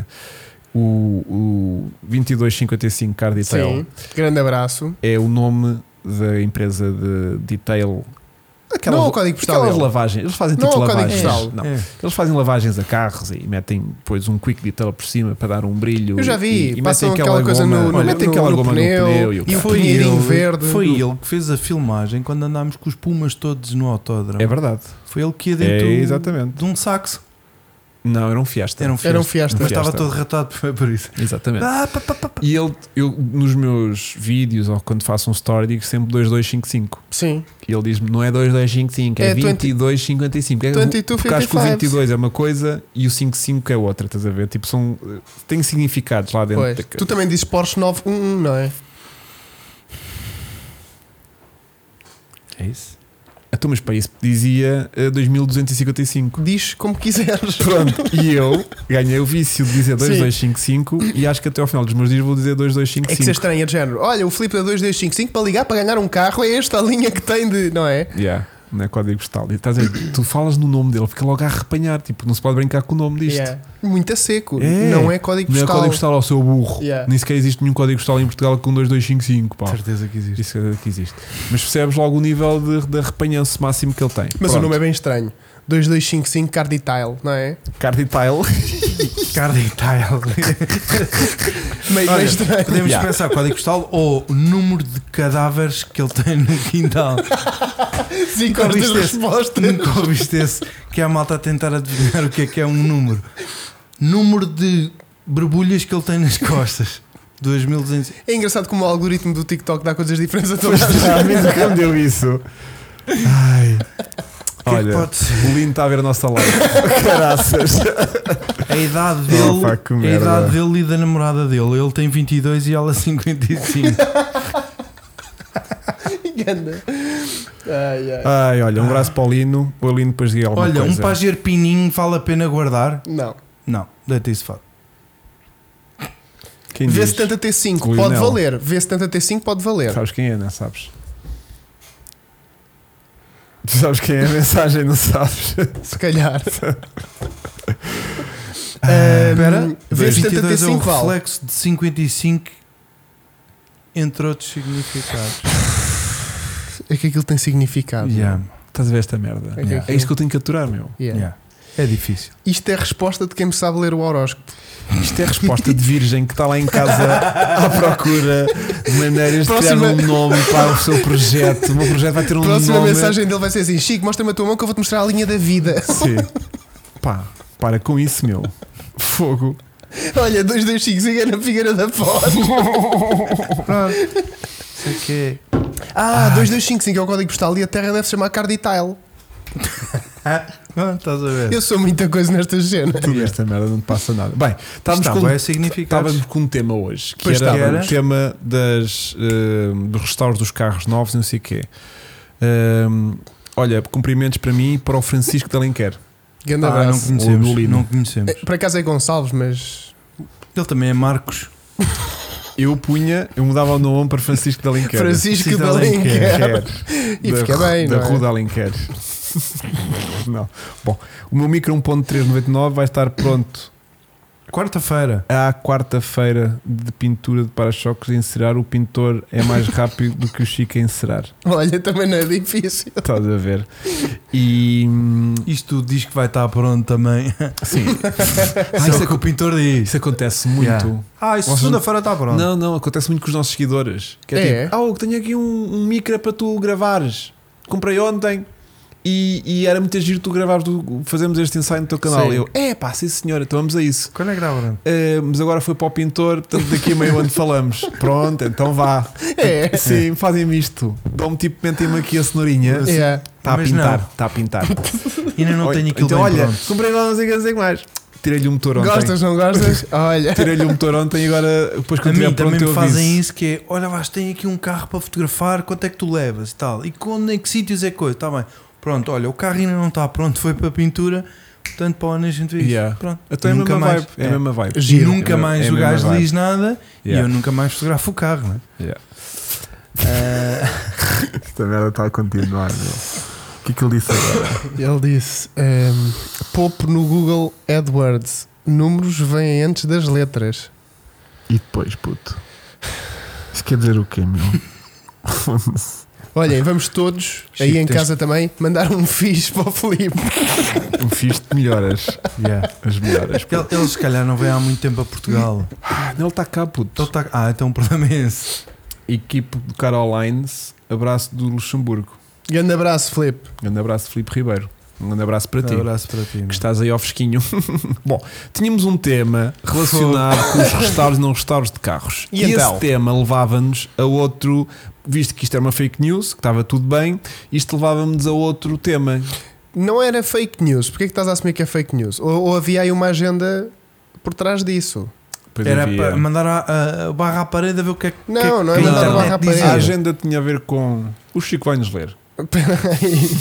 O 2255 Car Detail Sim. Grande abraço. é o nome da empresa de detail. Não é o código postal Aquelas dele. lavagens. Eles fazem Não tipo é o código lavagens. postal. Não. É. Eles fazem lavagens a carros e metem depois um quick detail por cima para dar um brilho. Eu já vi. E Passam metem aquela coisa goma, no, metem aquela goma no pneu e o e o caralho. pinheirinho verde. Foi ele que fez a filmagem quando andámos com os pumas todos no autódromo. É verdade. Foi ele que ia dentro exatamente. de um saxo. Não, era um Fiesta. Era um Era um Fiesta. Fiesta. Mas estava Fiesta. todo ratado por isso. Exatamente. Ah, pá, pá, pá, pá. E eu nos meus vídeos ou quando faço um story digo sempre 2255. Sim. E ele diz-me não é 2255, é É 2255. 22, Porque acho que o 55. 22 é uma coisa e o 55 é outra, estás a ver? Tipo, tem significados lá dentro. Pois. Tu também dizes Porsche 911, não é? É isso? Então, mas para isso dizia 2255. Diz como quiseres. Pronto, e eu ganhei o vício de dizer 2255 e acho que até ao final dos meus dias vou dizer É que se 2255. estranha de género. Olha, o Filipe da 2255 para ligar para ganhar um carro é esta a linha que tem de. Não é? Yeah, não é código postal. E estás a dizer, tu falas no nome dele, fica logo a arrepanhar. Tipo, não se pode brincar com o nome disto. Yeah. Muito a seco. É. Não é código Não é postal. código postal ao seu burro. Yeah. Nem sequer existe nenhum código postal em Portugal com 2255. Pá. Certeza que existe. Isso é que existe. Mas percebes logo o nível de arrepanhanço máximo que ele tem. Mas Pronto. o nome é bem estranho. 2255 Car Detail, não é? Car Detail. Car Detail. Meio Olha, estranho. podemos Yeah. pensar código postal ou o número de cadáveres que ele tem no quintal. 5 horas de Nunca ouviste esse? resposta. Nunca ouviste esse? Que é a malta a tentar adivinhar o que é um número. Número de borbulhas que ele tem nas costas. 2200. É engraçado como o algoritmo do TikTok dá coisas diferentes a toda Pois a gente. já, mesmo que me deu isso. Ai. que Olha, pode ser? o Lino está a ver a nossa live. Caraças. A idade dele, pá, que a merda. idade dele e da namorada dele. Ele tem 22 e ela 55. Ganda. Ai, ai. Ai, olha, um abraço para o Lino. O Lino depois diga alguma Olha, coisa. um Pajero Pininho vale a pena guardar? Não. Não, deita isso fora. Quem diz? V70T5 O pode Lionel. valer. V70T5 pode valer. Sabes quem é, não sabes? Tu sabes quem é a mensagem, não sabes? Se calhar. Espera, Vezes 22 é um 75 vale. reflexo de 55, entre outros significados. É que aquilo tem significado. Yeah. Estás a ver esta merda? É que É aquilo- isto que eu tenho que aturar, meu. Yeah. Yeah. É difícil. Isto é a resposta de quem me sabe ler o horóscopo. Isto é a resposta de virgem que está lá em casa à procura de maneiras de Próxima- criar um nome para o seu projeto. O meu projeto vai ter um A próxima nome. mensagem dele vai ser assim: Chico, mostra-me a tua mão que eu vou-te mostrar a linha da vida. Sim. Pá, para com isso, meu. Fogo. Olha, 225 siga na Figueira da Foz. Pronto. Sei que Ah, 2255 é o código postal e a terra deve se chamar Carditile. não, estás a ver? Eu sou muita coisa nestas cenas. Tudo esta merda não te passa nada. Bem, estávamos com um tema hoje que Pois era estávamos. o tema dos restauros dos carros novos e não sei o quê. Olha, cumprimentos para mim e para o Francisco de Alenquer. Grande Não abraço. conhecemos. Ou do Lino. Não conhecemos. Por acaso é Gonçalves, mas. Ele também é Marcos. Eu mudava o nome para Francisco de Alenquer. Francisco de Alenquer. Alenquer. E Da fica bem, da não é? Rua de Alenquer. Não. Bom, o meu micro 1.399 vai estar pronto Quarta-feira. à quarta-feira de pintura de para-choques. Encerar o pintor é mais rápido do que o Chico a encerar. Olha, também não é difícil. Estás a ver? E Isto diz que vai estar pronto também. sim, Isso é que o pintor diz. isso acontece muito. Yeah. Isso Vocês- segunda-feira está pronto. Não, acontece muito com os nossos seguidores. Que É? tipo, eu tenho aqui um micro para tu gravares. Comprei ontem e era muito giro tu gravares, fazemos este ensaio no teu canal. Sim. Eu, pá, sim senhora, então vamos a isso. Quando é que dá pronto? Mas agora foi para o pintor, portanto daqui a meio ano falamos. Pronto, então vá. É. Sim, fazem-me isto. Dão-me tipo, mentem-me aqui a cenourinha. Yeah. Está a Mas pintar, não. está a pintar. Ainda não Olha, tenho aquilo então, bem olha, pronto. comprei agora não sei o que mais. Tirei-lhe o motor ontem. Gostas, não gostas? Olha. Tirei-lhe o motor ontem e agora, depois A quando mim tiver pronto, também me eu fazem aviso. isso, que é, olha, vais, tem aqui um carro para fotografar, quanto é que tu levas e tal, e em que sítios é coisa, está bem, pronto, olha, o carro ainda não está pronto, foi para a pintura, portanto para o ano a gente vê isso, Yeah. pronto. Então é a Nunca mesma mais, vibe. É a mesma vibe. E Giro. nunca É mais a o mesma gajo vibe. diz nada e Yeah. eu nunca mais fotografo o carro, não é? Yeah. Ah, Esta merda está a continuar, meu. O que é que ele disse agora? Ele disse: poupe no Google AdWords. Números vêm antes das letras. E depois, puto? Isso quer dizer o quê, meu? Olhem, vamos todos, Chico, aí em tens- casa também, mandar um fixe para o Filipe. Um fixe de melhoras. yeah. As melhoras. Porque ele se calhar não vem há muito tempo a Portugal. Ele está cá, puto. Então então o problema é esse. Equipe do Carolines, abraço do Luxemburgo. Grande abraço, Filipe. Grande abraço, Filipe Ribeiro. Um grande abraço para ti. Um abraço para ti. Que estás aí ao fresquinho. Bom, tínhamos um tema relacionado com os restauros e não restauros de carros. E E então? esse tema levava-nos a outro, visto que isto era uma fake news, que estava tudo bem, isto levava-nos a outro tema. Não era fake news. Porquê é que estás a assumir que é fake news? Ou havia aí uma agenda por trás disso? Pois Era havia- para mandar a barra à parede a ver o que é que Não, que não é que a mandar a internet barra à parede. dizia. A agenda tinha a ver com. O Chico vai-nos ler. Espera aí.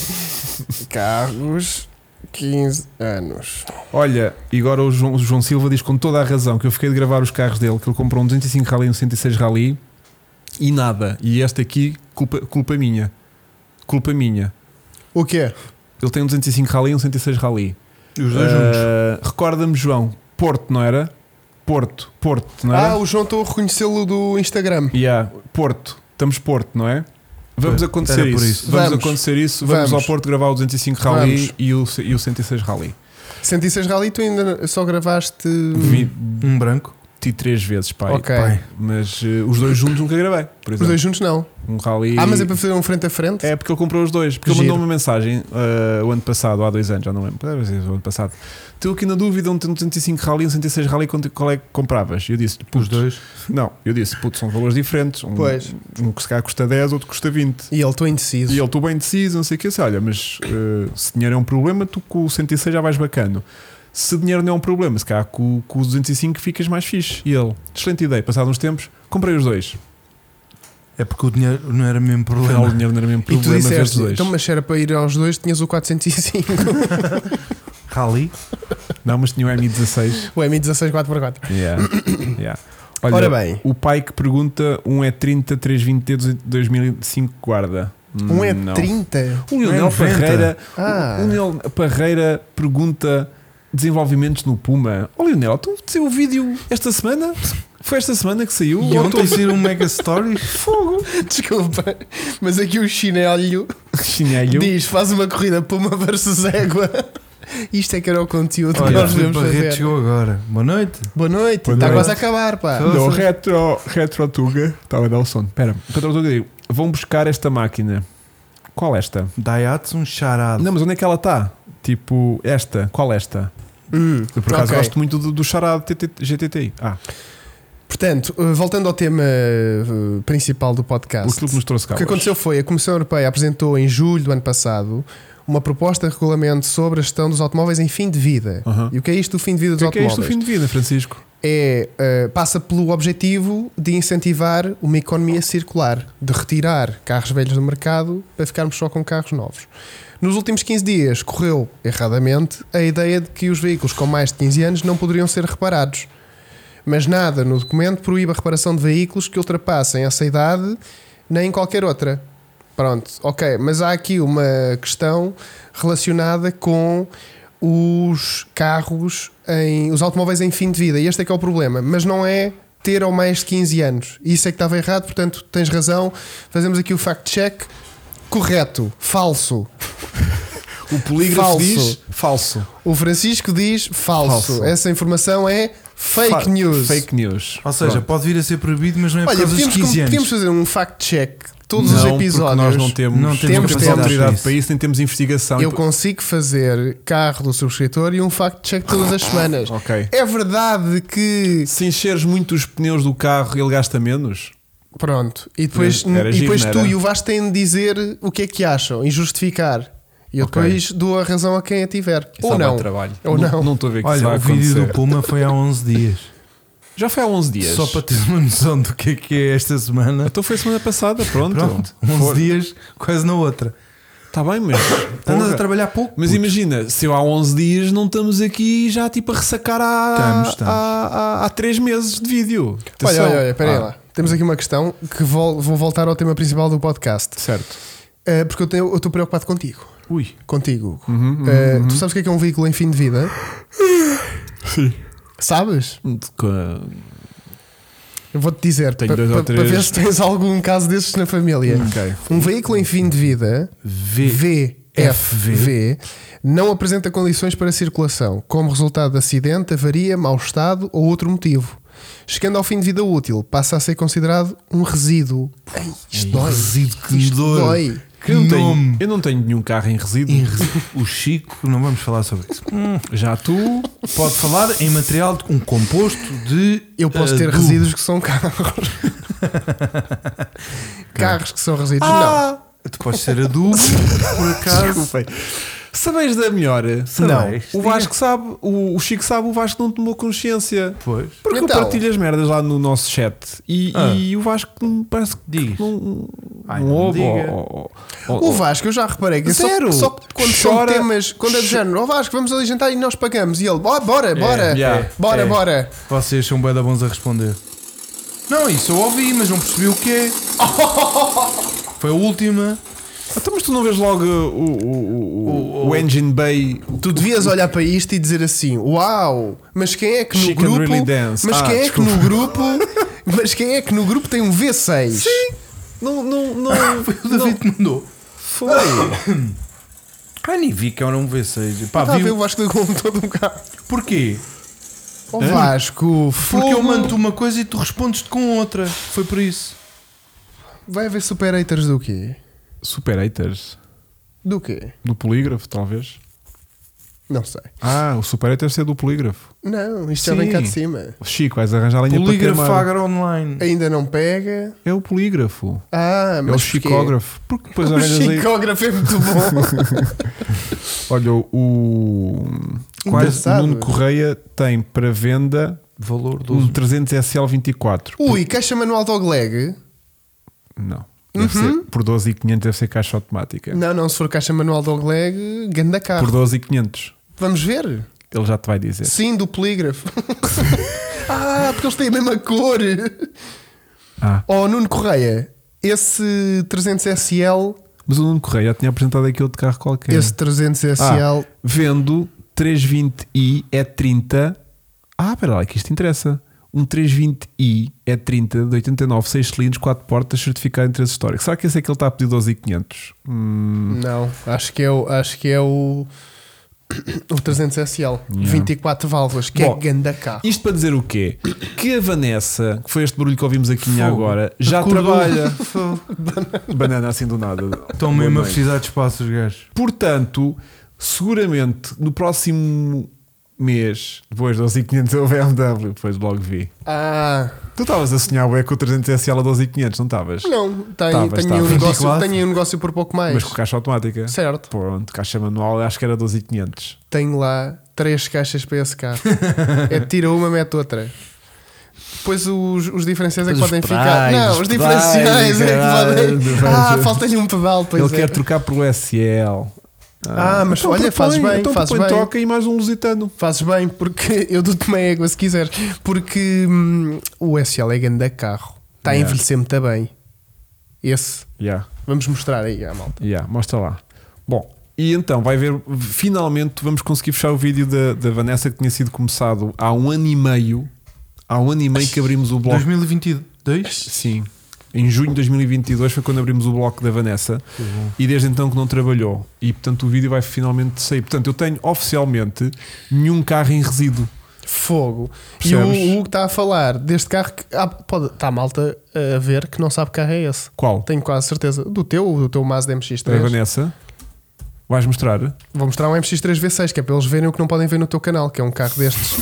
Carros, 15 anos. Olha, e agora o João Silva diz com toda a razão que eu fiquei de gravar os carros dele, que ele comprou um 205 Rally e um 106 Rally e nada. E este aqui, culpa minha. Culpa minha. O quê? Ele tem um 205 Rally e um 106 Rally. Os dois juntos. Recorda-me, João, Porto, não era? Porto, não era? Ah, o João, estou a reconhecê-lo do Instagram. Yeah, Porto, estamos Porto, não é? Vamos Foi, acontecer era por isso. isso. Vamos Vamos. acontecer isso. Vamos ao Vamos. Porto gravar o 205 Rally Vamos. e o 106 Rally. 106 Rally, tu ainda só gravaste. Vi Um branco. 3 vezes, pai. Ok. Pai. Mas os dois juntos nunca gravei, por Os exemplo. dois juntos não. Um Rally. Ah, mas é para fazer um frente a frente? É porque ele comprou os dois. Porque ele Giro. mandou uma mensagem o ano passado, há 2 anos, já não lembro. Deve ser o ano passado. Estou aqui na dúvida, um 205 Rally e um 106 Rally, qual é que compravas? Eu disse, Os dois. Não, eu disse, puto, são valores diferentes. Pois. Um que se calhar custa 10, outro custa 20. E ele, estou indeciso. E ele, estou bem deciso, não sei o que. Olha, mas se dinheiro é um problema, tu com o 106 já vais bacano. Se dinheiro não é um problema, se calhar com o 205 ficas mais fixe. E ele, excelente ideia, passados uns tempos, comprei os dois. É porque o dinheiro não era mesmo Afinal, o problema. dinheiro não era mesmo E tu problema, vezes disseste, dois. então, mas se era para ir aos dois, tinhas o 405. Rally. Não, mas tinha o M16. O M16 4x4. Yeah. Olha, Ora bem. o pai que pergunta, um E30 320T 2005 guarda. Um é Não. 30. O Lionel 90. Parreira, Ah. o Lionel Parreira pergunta desenvolvimentos no Puma. Ó Lionel, tu saiu o vídeo esta semana? Foi esta semana que saiu? E Ou ontem saíram um Mega Stories. fogo? Desculpa, mas aqui o chinelo Chinelho. diz: faz uma corrida Puma versus Égua. Isto é que era o conteúdo que Olha, nós o devemos Barreto fazer. chegou agora. Boa noite. Boa noite, Boa está noite. quase a acabar, pá. Não, retro Tuga. Estava a dar o som. Espera, retro Tuga digo, vão buscar esta máquina. Qual esta? Daihatsu, um charado. Não, mas onde é que ela está? Tipo, esta. Qual esta? Eu por acaso ok. gosto muito do charado GTTI. Portanto, voltando ao tema principal do podcast, Aquilo que nos trouxe cá. o que aconteceu foi a Comissão Europeia apresentou em julho do ano passado uma proposta de regulamento sobre a gestão dos automóveis em fim de vida. Aham. E o que é isto do fim de vida dos O que é isto do automóveis? fim de vida, Francisco? Passa pelo objetivo de incentivar uma economia circular, de retirar carros velhos do mercado para ficarmos só com carros novos. Nos últimos 15 dias correu, erradamente, a ideia de que os veículos com mais de 15 anos não poderiam ser reparados. Mas nada no documento proíbe a reparação de veículos que ultrapassem essa idade, nem qualquer outra. Pronto, ok, mas há aqui uma questão relacionada com os carros, os automóveis em fim de vida, e este é que é o problema, mas não é ter ou mais de 15 anos. Isso é que estava errado, portanto tens razão, fazemos aqui o fact-check. Correto, falso. O polígrafo Falso. diz falso. O Francisco diz falso. Falso. Essa informação é fake news. Fake news. Ou seja, Pronto. pode vir a ser proibido, mas não é por Olha, causa dos 15 anos. podíamos fazer um fact-check todos os Não, porque episódios. nós não temos, Não temos capacidade autoridade para isso. para isso, nem temos investigação. Eu consigo fazer carro do subscritor e um fact-check todas as semanas. Ok. É verdade que. Se encheres muito os pneus do carro, ele gasta menos? Pronto. E depois, Era giro, depois não tu era? e o Vasco têm de dizer o que é que acham e justificar. E eu Ok. depois dou a razão a quem a tiver. Isso Ou dá não. muito trabalho. Ou não. Não estou a ver que isso Olha, vai o vídeo acontecer. do Puma foi há 11 dias. Já foi há 11 dias. Só para teres uma noção do que é esta semana. Então foi semana passada, pronto. Pronto, 11 dias, quase na outra. Está bem, mas. Andas porra. a trabalhar pouco. Mas puto. imagina, se eu há 11 dias não estamos aqui já tipo a ressacar Estamos. há 3 meses de vídeo. Olha, Atenção. espera aí lá. Temos aqui uma questão que vou voltar ao tema principal do podcast. Certo. Porque eu estou preocupado contigo. Ui, Contigo. Tu sabes o que é um veículo em fim de vida? Sim. Sabes? Eu vou-te dizer Tenho para dois ou três. ver se tens algum caso desses na família. Ok. Um veículo em fim de vida, VFV, não apresenta condições para circulação, como resultado de acidente, avaria, mau estado ou outro motivo. Chegando ao fim de vida útil, passa a ser considerado um resíduo. Ei, isto dói. resíduo, que Isto dor. dói. Eu não tenho nenhum carro em resíduo. O Chico, não vamos falar sobre isso. Já tu. Pode falar em material de um composto de. Eu posso ter adubo. resíduos que são carros. Carros que são resíduos, não. Tu podes ser adubo, por acaso. Desculpem. Sabeis da melhor? Não. O Vasco sabe, o Chico sabe, o Vasco não tomou consciência. Pois. Porque Então. eu partilho as merdas lá no nosso chat e o Vasco parece que Diz. não Ai, não não ouve. diga. O Vasco, eu já reparei que Sério? só que quando Chora. são temas, quando é do género, ó Vasco, vamos ali jantar e nós pagamos. E ele, bora, yeah. bora. Vocês são bué da bons a responder. Não, isso eu ouvi, mas não percebi o que é. Foi a última. Então, mas tu não vês logo o Engine Bay? Tu devias olhar para isto e dizer assim: uau, mas quem é que no She can grupo. really dance. Mas Ah, quem é desculpa. que no grupo. Mas quem é que no grupo tem um V6? Sim. Não. Foi o David que mandou. Foi. Ah, nem vi que era um V6. Pá, Está a vi. ver o Vasco ligou todo um carro. Porquê? Ó Vasco, Porque eu fogo. mando uma coisa e tu respondes-te com outra. Foi por isso. Vai haver super haters do quê? Super haters. Do quê? Do polígrafo, talvez. Não sei. O Super haters é do polígrafo. Não, isto já vem Sim. cá de cima. Chico, vais arranjar lenha para Polígrafo queimar. Agra Online. Ainda não pega. É o polígrafo. Ah, É o mas porquê? chicógrafo. Porque depois O arranjas aí. chicógrafo é muito bom. Olha, o Engraçado. Nuno Correia tem para venda Valor um 12. 300 SL24. Ui, caixa manual dogleg? Não. Deve ser, por 12.500 deve ser caixa automática. Não, se for caixa manual dogleg, ganda carro. Por 12.500. Vamos ver? Ele já te vai dizer. Sim, do polígrafo. Porque eles têm a mesma cor. Ah. Oh, Nuno Correia, esse 300 SL Mas o Nuno Correia tinha apresentado aquele de carro qualquer. Esse 300 SL. Vendo 320i E30. Espera lá, que isto interessa. Um 320i E30 de 89, 6 cilindros, 4 portas, certificado em interesse histórico. Será que esse é que ele está a pedir 12.500? Não, acho que é o 300 SL. 24 válvulas, que Bom, é ganda carro. Isto para dizer o quê? Que a Vanessa, que foi este barulho que ouvimos aqui Fogo. agora, já Acordou. trabalha. Banana assim do nada. Estão Boa mesmo a noite. precisar de espaço, os gajos. Portanto, seguramente no próximo mês, depois do 12.500 é o BMW, depois logo vi. Tu estavas a sonhar com o 300 SL a 12.500, não estavas? Não, Tavas. tenho um negócio por pouco mais. Mas com caixa automática. Certo. Pronto, caixa manual acho que era 12.500. Tenho lá 3 caixas para esse carro. Tira uma, mete outra. Depois os diferenciais é que Os podem pedais, ficar. Não, os os pedais, diferenciais é que caralho, podem. Falta-lhe um pedal. Pois Ele é. quer trocar por SL. Mas olha, propõe, fazes bem, então fazes propõe bem. troca e mais um lusitano. Fazes bem, porque eu dou-te uma égua se quiseres. Porque o SL é grande carro. Está a Yeah. envelhecer muito bem. Esse. Yeah. Vamos mostrar aí à malta. Mostra lá. Bom, e então vai ver, finalmente vamos conseguir fechar o vídeo da Vanessa que tinha sido começado há 1 ano e meio. Há 1 ano e meio que abrimos o bloco. 2022? Sim. Em junho de 2022 foi quando abrimos o bloco da Vanessa e desde então que não trabalhou. E portanto o vídeo vai finalmente sair. Portanto eu tenho oficialmente nenhum carro em resíduo. Fogo. Percebes? E o Hugo está a falar deste carro que está a malta a ver que não sabe que carro é esse. Qual? Tenho quase certeza. Do teu Mazda Da MX-3. Vanessa. Vais mostrar? Vou mostrar um MX-3 V6, que é para eles verem o que não podem ver no teu canal, que é um carro destes.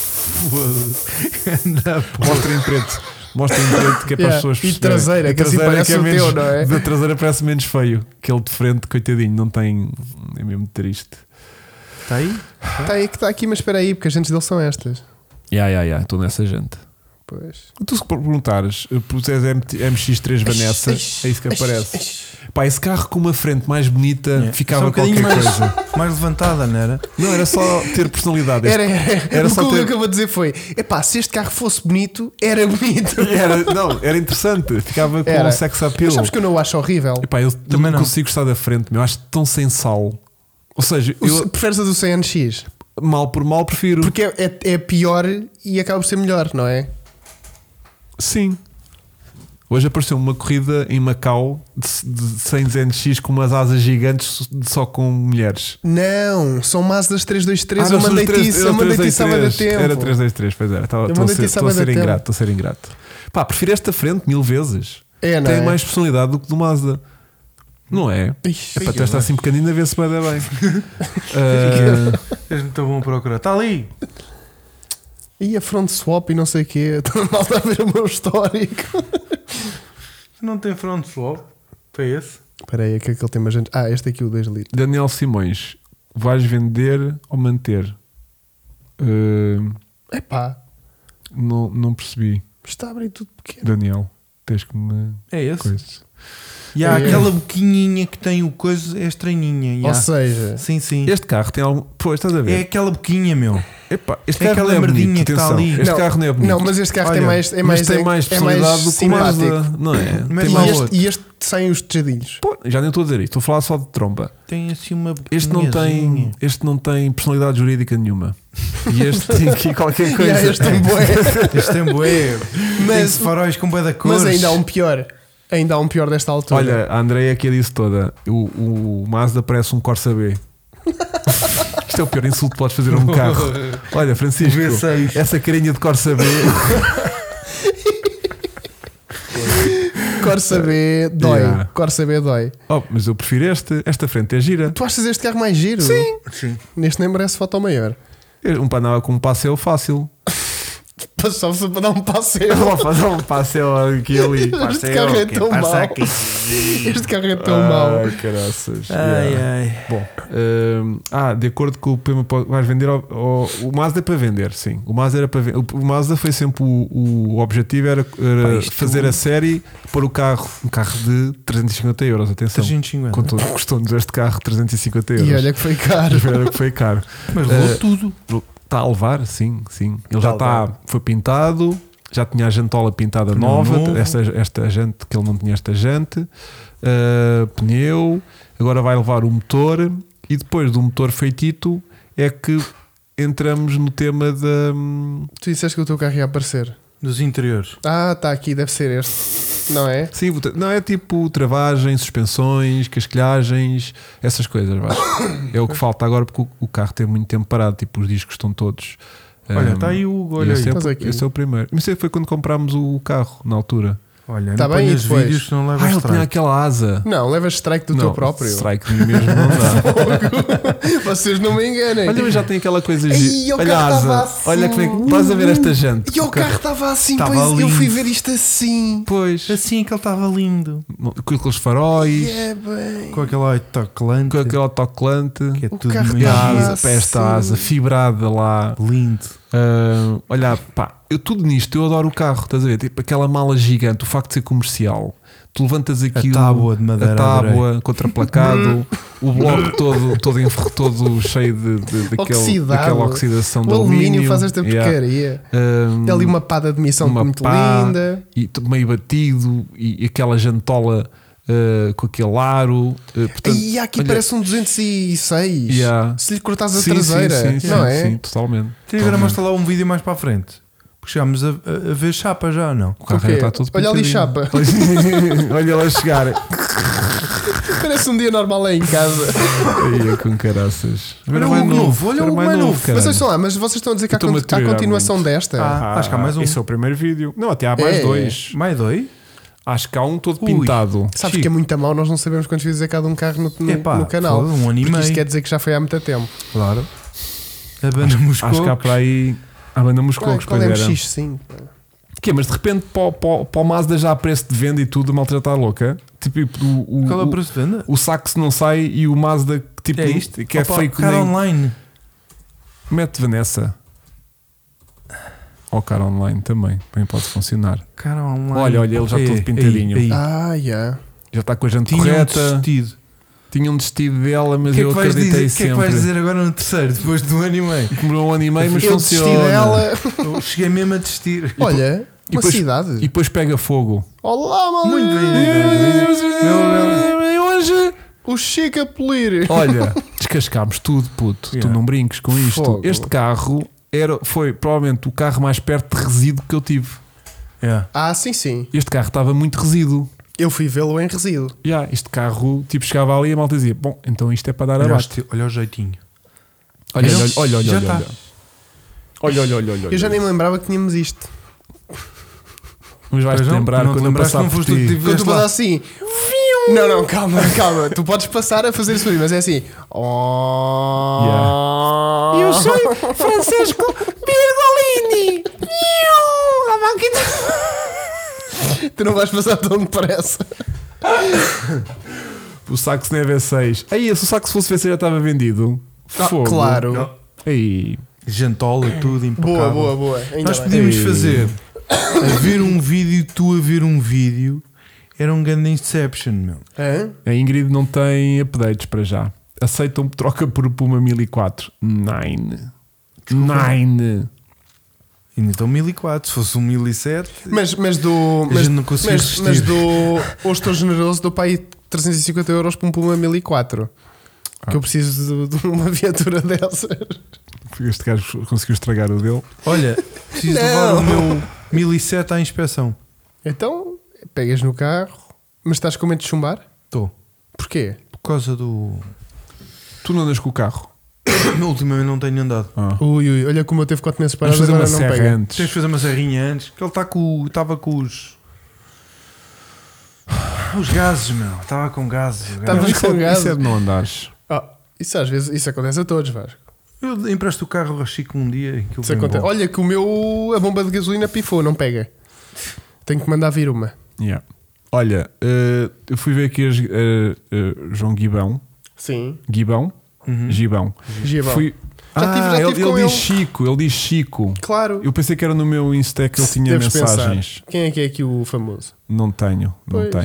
Mostra em preto. Mostra em preto que é para as pessoas E perceberem. traseira, A que assim parece o menos, teu, não é? Da traseira parece menos feio. Aquele de frente, coitadinho, não tem. É mesmo triste. Está aí? Está aqui, mas espera aí, porque as gentes dele são estas. Estou nessa gente. Pois. Tu se perguntares, puseres MX3 Vanessa, é isso que aparece. Pá, esse carro com uma frente mais bonita ficava Só um bocadinho qualquer mais, coisa. mais levantada, não era? Não, era só ter personalidade. Era só o que ter- eu acabou de dizer foi: epá, se este carro fosse bonito, era bonito. Era interessante, ficava com Era. um sex appeal. Mas sabes que eu não o acho horrível. Epá, eu Também não não. consigo gostar da frente, meu. Acho tão sem sal. Ou seja, eu Preferes a do CNX? mal por mal prefiro. Porque é pior e acaba por ser melhor, não é? Sim. Hoje apareceu uma corrida em Macau de 100 NX com umas asas gigantes só com mulheres. Não, são Mazdas 323. não, eu são os mandei-te isso. Eu mandei-te isso há muito tempo. Era 323, pois era. Eu Estou mandei-te isso há a bué ser de tempo. ingrato, estou a ser ingrato. Pá, prefiro esta frente 1000 vezes. É, não Tem é? mais personalidade do que do Mazda. Não é? Ixi, É para tu estar assim pequenino a ver se vai dar bem. Eles não estão bom procurar. Está ali. E a front swap e não sei o quê. Estou mal a ver o meu histórico. Não tem front swap. Foi esse? Espera aí, é que aquele tem mais gente. Este aqui, o 2 litros. Daniel Simões, vais vender ou manter? Epá, Não percebi, está a abrir tudo pequeno. Daniel. Tens que me. É esse? Coisas. E há É. aquela boquinhinha que tem o coisa, é estranhinha. Ou seja, Sim, sim. Este carro tem algum. Pois, estás a ver? É aquela boquinha, meu. Epá, este É carro aquela não é bonito. merdinha que está Atenção, ali. este Não, carro não é bonito. não, mas este carro Olha, tem mais, é mas mais, tem mais é personalidade do que o simpático. Mazda, não é? Mas Tem lá mais... outro. E este sem os tejadilhos. Pô, já nem estou a dizer isto, estou a falar só de tromba. Tem assim uma Este não tem personalidade jurídica nenhuma. E este tem aqui qualquer coisa. Yeah, este tem bué. Este tem bué. Mas- Tem faróis com bué da cores. Mas ainda há um pior. Ainda há um pior desta altura. Olha, a Andreia aqui a disse toda: o Mazda parece um Corsa B. Isto é o pior insulto que podes fazer a um carro. Olha, Francisco, O V6. essa carinha de Corsa B. Corsa B dói. Yeah. Corsa B dói. Oh, mas eu prefiro esta frente é gira. Tu achas este carro mais giro? Sim. Sim. Neste nem merece foto maior. Um panela com um passeio fácil. Só para dar um passeio. Vou fazer um passeio aqui e ali. Este carro é tão mau. Este carro é tão mau. Ai, caraças. Ai, Yeah. ai. Bom, de acordo com o Pema, vais vender o Mazda é para vender, sim. O Mazda era para vender. O Mazda foi sempre o objetivo era isto- fazer a série para o carro, um carro de 350 euros. Atenção, 350. custou-nos este carro 350 euros. E olha que foi caro. Olha que foi caro. Mas levou tudo. Está a levar, sim. Ele já a levar. foi pintado, já tinha a jantola pintada Pneu nova, novo. esta jante, que ele não tinha esta jante, pneu, agora vai levar o motor e depois do motor feitito é que entramos no tema da... Tu disseste que o teu carro ia aparecer. Dos interiores. Ah, está aqui, deve ser este. Não é? Sim, não é tipo travagem, suspensões, casquilhagens, essas coisas, Vasco. É o que falta agora porque o carro tem muito tempo parado, tipo os discos estão todos. Olha, está aí o Hugo, olha aí. Esse é o primeiro. Mas isso foi quando comprámos o carro, na altura. Olha, Tá não bem, ponhas e depois? vídeos que não leva Ele tinha strike. aquela asa. Não, levas strike do teu próprio. Strike mesmo não dá. Vocês não me enganem. Olha, mas já tem aquela coisa Ai, o olha a carro asa. estava assim. Olha como é que estás a ver esta jante. E o carro estava assim, Estava pois eu lindo. fui ver isto assim. Pois, Assim que ele estava lindo. com aqueles faróis, É bem. Com aquele autocolante. com aquele autocolante. Que é O tudo carro E a estava meio asa, para esta assim. asa fibrada lá. lindo. Olha, pá, eu tudo nisto, eu adoro o carro, estás a ver? Tipo aquela mala gigante, o facto de ser comercial. Tu levantas aquilo, A tábua de madeira, a tábua contraplacado, o bloco todo cheio daquela oxidação de O alumínio alumínio. faz esta porcaria. E ali uma pá de admissão uma muito pá. linda. E meio batido, e aquela jantola com aquele aro. Portanto, E aqui olha, parece um 206. Yeah. Se lhe cortares a sim, traseira, sim, não sim, é? Sim, totalmente. E agora mostra lá um vídeo mais para a frente. Porque chegámos a ver chapa já, não? O carro O quê? já está todo Olha ali, pintadinho. chapa. Olha lá chegar. Parece um dia normal lá em casa. Aí, com caraças. Olha o novo, olha o mais novo. Mas olha lá, mas vocês estão a dizer que há, Estou-me a há deteriorar continuação muito. desta? Acho que há mais um. Esse é o primeiro vídeo. Não, até há mais É. dois. Mais dois? Acho que há um todo Ui. pintado. Sabes Chico. que é muito mau, nós não sabemos quantos vídeos é cada um carro no Epá, no canal. foi um ano e Porque isto meio. quer dizer que já foi há muito tempo. Claro. A banda Moscou. Acho que há para aí. A banda Qual Moscou, qual é era. o MX5? Que é, mas de repente para o Mazda já há preço de venda e tudo, a malta já está louca. Tipo, Qual é o preço de venda? o saxo não sai e o Mazda que, tipo, É isto? que é Opa, fake cara nem... online. Mete Vanessa. Ou cara online também pode funcionar. Cara online. Olha, ele já Aí, todo pintadinho. aí. Ah, já. Já está com a jante Tinha um correta. desistido. Tinha um destino dela, mas O que é eu que vais acreditei dizer? O que é que sempre. vais dizer agora no terceiro, depois de um ano e meio? Demorou um ano e meio, mas Eu desisti funciona. dela. Eu cheguei mesmo a desistir. Olha, E uma depois- cidade. E depois pega fogo. Olá, maluco. Muito bem. E hoje, O Chico a polir. olha, descascámos tudo, puto. Tu Yeah. não brinques com isto. Fogo. Este carro foi provavelmente o carro mais perto de resíduo que eu tive. Yeah. Ah, sim, sim. Este carro estava muito resíduo. Eu fui vê-lo em resíduo. Este carro, tipo, chegava ali e a malta dizia: bom, então isto é para dar Olha, o abaixo. estilo, olha o jeitinho. Olha, Já olha. está. Olha. Eu já nem me lembrava que tínhamos isto. Mas vais-te Pois não, lembrar não te quando eu lembraste passar que não por foste tu que ti. tive- Quando tu Vês lá. fazes assim. Não, calma. Tu podes passar a fazer isso por mim, mas é assim. Oh. Eu sou Francesco Virgolini. A máquina. Tu não vais passar tão depressa. O saxo não é V6. Aí, se o saxo fosse V6 já estava vendido. Fogo. Claro. Não. Aí. Jantola, tudo impecável. Boa. Ainda Nós bem. podíamos Ei. fazer a ver um vídeo, tu a ver um vídeo. Era um grande Inception, meu. Hã? A Ingrid não tem updates para já. Aceitam troca por Puma 1004. Nine. E então 1004, se fosse um 1007, Mas do. a gente não conseguia resistir. Mas do. Hoje estou generoso, dou para aí 350 euros para um Puma 1004. Que eu preciso de uma viatura dessas. Este gajo conseguiu estragar o dele. Olha, preciso Não. levar o meu 1007 à inspeção. Então, pegas no carro, mas estás com medo de chumbar? Estou. Porquê? Por causa do. Tu não andas com o carro. Ultimamente não tenho andado. Ui, olha como eu teve 4 meses Vamos parados, fazer uma agora não serra pega. antes. Tens de fazer uma serrinha antes. Que ele estava com os gases, meu. Estava com gases. Estavas Não, isso, com é, gás. isso é de não andares. Isso às vezes isso acontece a todos, Vasco. Eu empresto o carro ao Chico um dia. Que Isso acontece. Olha que a bomba de gasolina pifou, não pega. Tenho que mandar vir uma. Yeah. Olha, eu fui ver aqui João Guibão. Sim. Gibão? Gibão. Gibão. Fui... Já tive com ele diz ele. Chico, ele diz Chico. Claro. Eu pensei que era no meu Insta que ele tinha Deves mensagens. pensar. Quem é que é aqui o famoso? Não tenho. Pois.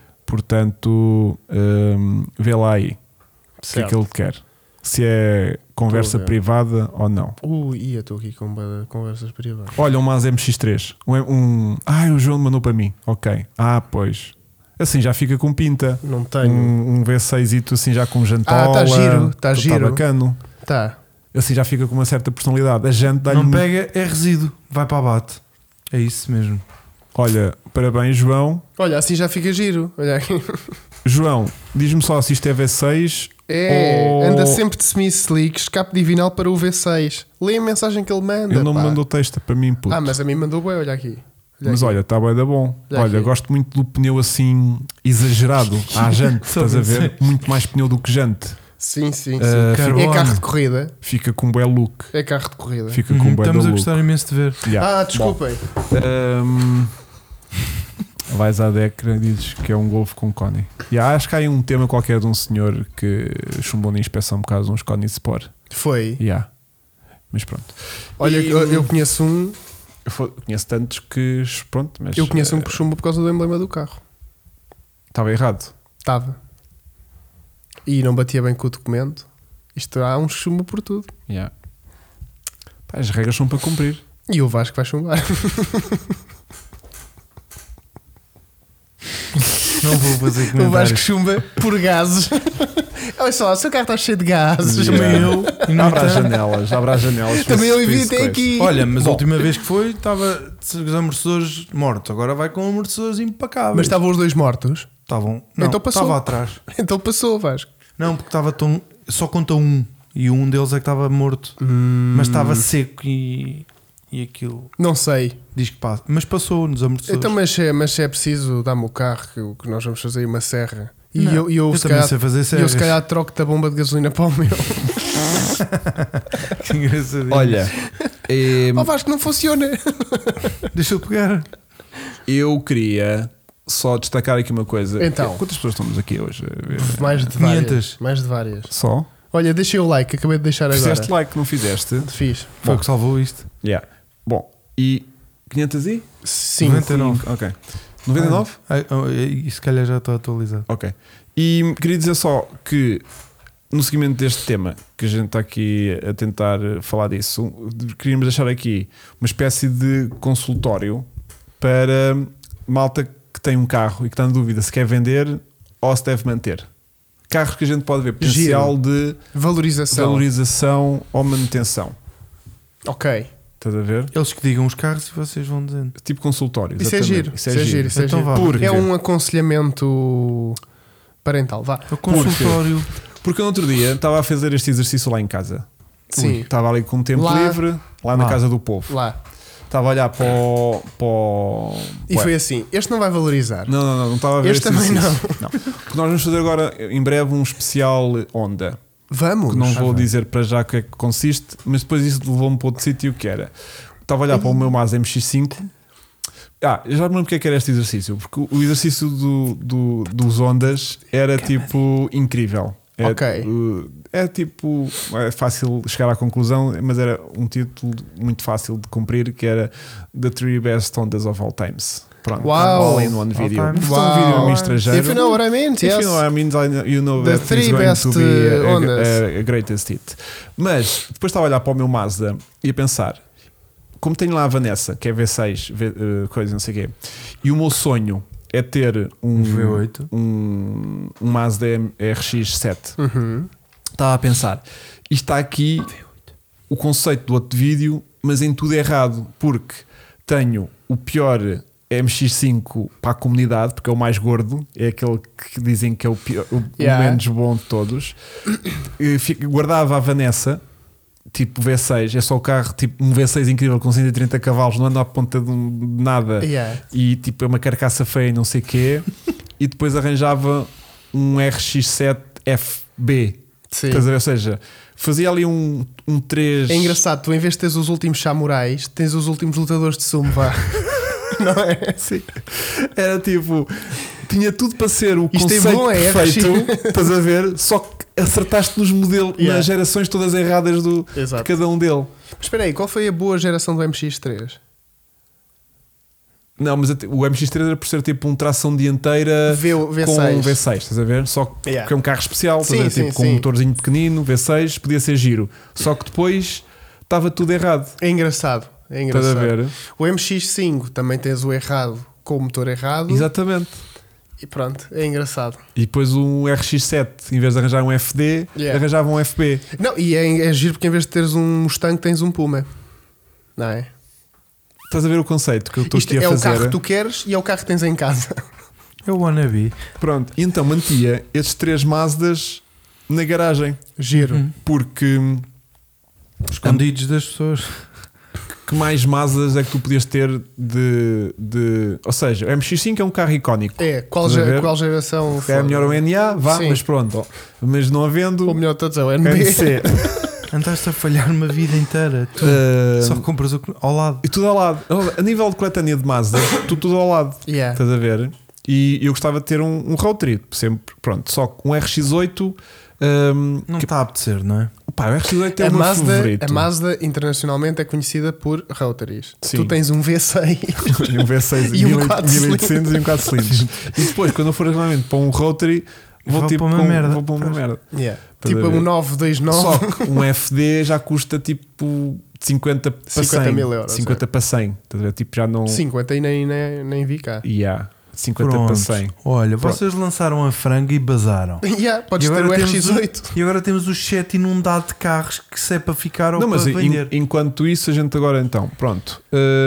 Portanto, vê lá aí o que é Certo. que ele quer. Se é conversa Estou a ver. privada ou não. Eu estou aqui com conversas privadas. Olha, um Mas MX3. O João mandou para mim. Ok. Pois. Assim já fica com pinta. Não tenho. Um V6 assim já com jantola. tá giro, tá Tá giro. bacano. Tá. Assim já fica com uma certa personalidade. A gente dá-lhe. Não pega, é resíduo. Vai para abate. É isso mesmo. Olha, parabéns, João. Olha, assim já fica giro. Olha aqui. João, diz-me só se isto é V6. Anda sempre de semi-slick, escape divinal para o V6. Lê a mensagem que ele manda. Ele não me pá. mandou texto para mim, puto. Mas a mim mandou bem, olha aqui. Mas olha, está bem da bom. Olha Olha, aqui. gosto muito do pneu assim exagerado à jante, estás a ver? Muito mais pneu do que jante. Sim, sim, sim. Ah, É carbono. carro de corrida. Fica com um bom look. É carro de corrida. Fica com um bom Estamos a look. gostar imenso de ver. Yeah. Desculpem. Vais à Decra e dizes que é um Golf com Connie. Acho que há aí um tema qualquer de um senhor que chumbou na inspeção por causa de uns Connie Sport. Foi. Mas pronto. Olha, E- eu conheço um. Conheço tantos que pronto, mas Eu conheço um que chumba por causa do emblema do carro. estava errado. Estava. E não batia bem com o documento. Isto há um chumbo por tudo. Pá, as regras são para cumprir. E o Vasco vai chumbar. Não vou fazer O Vasco comentários. chumba por gases. Olha só, o seu carro está cheio de gases. Yeah. Também eu. E no Abre as entanto- janelas, abre as janelas. Também eu vê se vi isso até coisa. aqui. Olha, mas a Bom. última vez que foi estava os amortecedores mortos. Agora vai com amortecedores impecáveis. Mas estavam os dois mortos. Estavam. Não, Então passou. estava atrás. Então passou, Vasco. Não, porque estava tão. Só conta um. E um deles é que estava morto. Mas estava seco e aquilo Não sei. diz que passa. Mas passou nos amortecedores. Então, mas se é preciso, dá-me o carro que nós vamos fazer aí uma serra. E Não, eu, eu se também calhar, sei fazer eu serras. se calhar troco-te a bomba de gasolina para o meu. Que engraçadinho. Olha, Oh Vasco, não funciona. Deixa eu pegar. eu queria só destacar aqui uma coisa. Então. Quantas pessoas estamos aqui hoje? Mais de 500. várias. Mais de várias. Só? Olha, deixei o like, acabei de deixar agora. Fizeste like, não fizeste? Fiz. Foi o que salvou isto. Bom, e 500 e? Sim. 99. Ok. 99? E se calhar já estou atualizado. Ok. E queria dizer só que no seguimento deste tema, que a gente está aqui a tentar falar disso, queríamos deixar aqui uma espécie de consultório para malta que tem um carro e que está na dúvida se quer vender ou se deve manter. Carros que a gente pode ver potencial de Valorização. valorização ou manutenção. Ok. Estás a ver? Eles que digam os carros e vocês vão dizendo. Tipo consultório. Isso é exatamente. giro. Isso é giro. Isso é Então giro. vá. Porque- É um aconselhamento parental. Vá. O consultório. Porque no outro dia estava a fazer este exercício lá em casa. Sim. Estava ali com um tempo Lá. livre, lá na Lá. casa do povo. Lá. Estava a olhar para o. E foi assim. Este não vai valorizar. Não estava a ver Este também exercício. Não. Porque nós vamos fazer agora em breve um especial Honda. Vamos. Que não vou vai. dizer para já o que é que consiste, mas depois isso levou-me para outro sítio que era. Estava a olhar para o meu Mazda MX-5. Eu já me lembro porque é que era este exercício. Porque o exercício dos Hondas era tipo incrível. Ok. É tipo, é fácil chegar à conclusão, mas era um título muito fácil de cumprir, que era The 3 Best Hondas of All Times. Pronto, Uau. all in one video. All time. Isto é um vídeo em estrangeiro. If you know what I mean, If you yes. know what I mean, you know The that three it's going best, to be Hondas. a greatest hit. Mas depois estava a olhar para o meu Mazda e a pensar, como tenho lá a Vanessa, que é V6, coisa não sei o quê, e o meu sonho é ter um V8. um Mazda RX-7. Uhum. Estava a pensar, isto está aqui o conceito do outro vídeo, mas em tudo errado, porque tenho o pior MX-5 para a comunidade, porque é o mais gordo, é aquele que dizem que é o, pior, o Yeah. menos bom de todos. Guardava a Vanessa, tipo V6, é só o carro, tipo um V6 incrível com 130 cavalos, não anda à ponta de nada, Yeah. e tipo é uma carcaça feia, não sei o quê, e depois arranjava um RX-7 FB. Sim. Estás a ver? Ou seja, fazia ali um 3. É engraçado, tu em vez de teres os últimos samurais, tens os últimos lutadores de sumo, vá. Não é? Sim. Era tipo, tinha tudo para ser o Isto é conceito bom, é perfeito, estás a ver? Só que acertaste nos modelos, Yeah. nas gerações todas erradas de Exato. cada um dele. Mas espera aí, qual foi a boa geração do MX3? Não, mas o MX-3 era por ser tipo um tração dianteira V6. com um V6, estás a ver? Só que Yeah. é um carro especial, estás a ver? Sim, Tipo, sim, com um sim. motorzinho pequenino, V6, podia ser giro. Só que depois estava tudo errado. É engraçado. É Estás a engraçado. ver? O MX5 também tens o errado com o motor errado. Exatamente. E pronto, é engraçado. E depois o RX-7, em vez de arranjar um FD, Yeah. arranjava um FB. Não, e é giro porque em vez de teres um Mustang tens um Puma. Não é? Estás a ver o conceito que eu estou Isto aqui a é o fazer? carro que tu queres e é o carro que tens em casa. É o wannabe. Pronto, e então mantia estes 3 Mazdas na garagem. Giro. Porque Escondidos das pessoas. que mais Mazdas é que tu podias ter ou seja, o MX-5 é um carro icónico. É, qual, Estás a ver? qual geração É melhor o NA, vá, Sim. mas pronto. Mas não havendo O melhor de todos é o NB. NC. Andaste a falhar uma vida inteira. Tu só compras ao lado. E tudo ao lado. A nível de coletânea de Mazda, tudo ao lado. Yeah. Estás a ver? E eu gostava de ter um road trip, sempre, pronto, só com um RX-8. Não está a apetecer, não é? Pá, o RX-8 é A o meu Mazda, favorito. a Mazda internacionalmente é conhecida por rotaries. Sim. Tu tens um V6 E um V6 E um 1800 e um 4 cilindros. E depois, quando eu for realmente para um rotary, vou Vou tipo para uma merda. Vou para uma merda. yeah. Estás tipo a ver? um 929. Só que um FD já custa tipo 50 para 50 100. mil euros, 50 para 100. Estás a ver? Tipo, já não. 50 e nem vi cá. Yeah, 50 Pronto. para 100. Olha, Pronto. vocês lançaram a franga e bazaram. Yeah, podes E ter agora o temos RX8. E agora temos o chat inundado de carros que se é para ficar ou Não, mas para vender. enquanto isso, a gente agora então, pronto.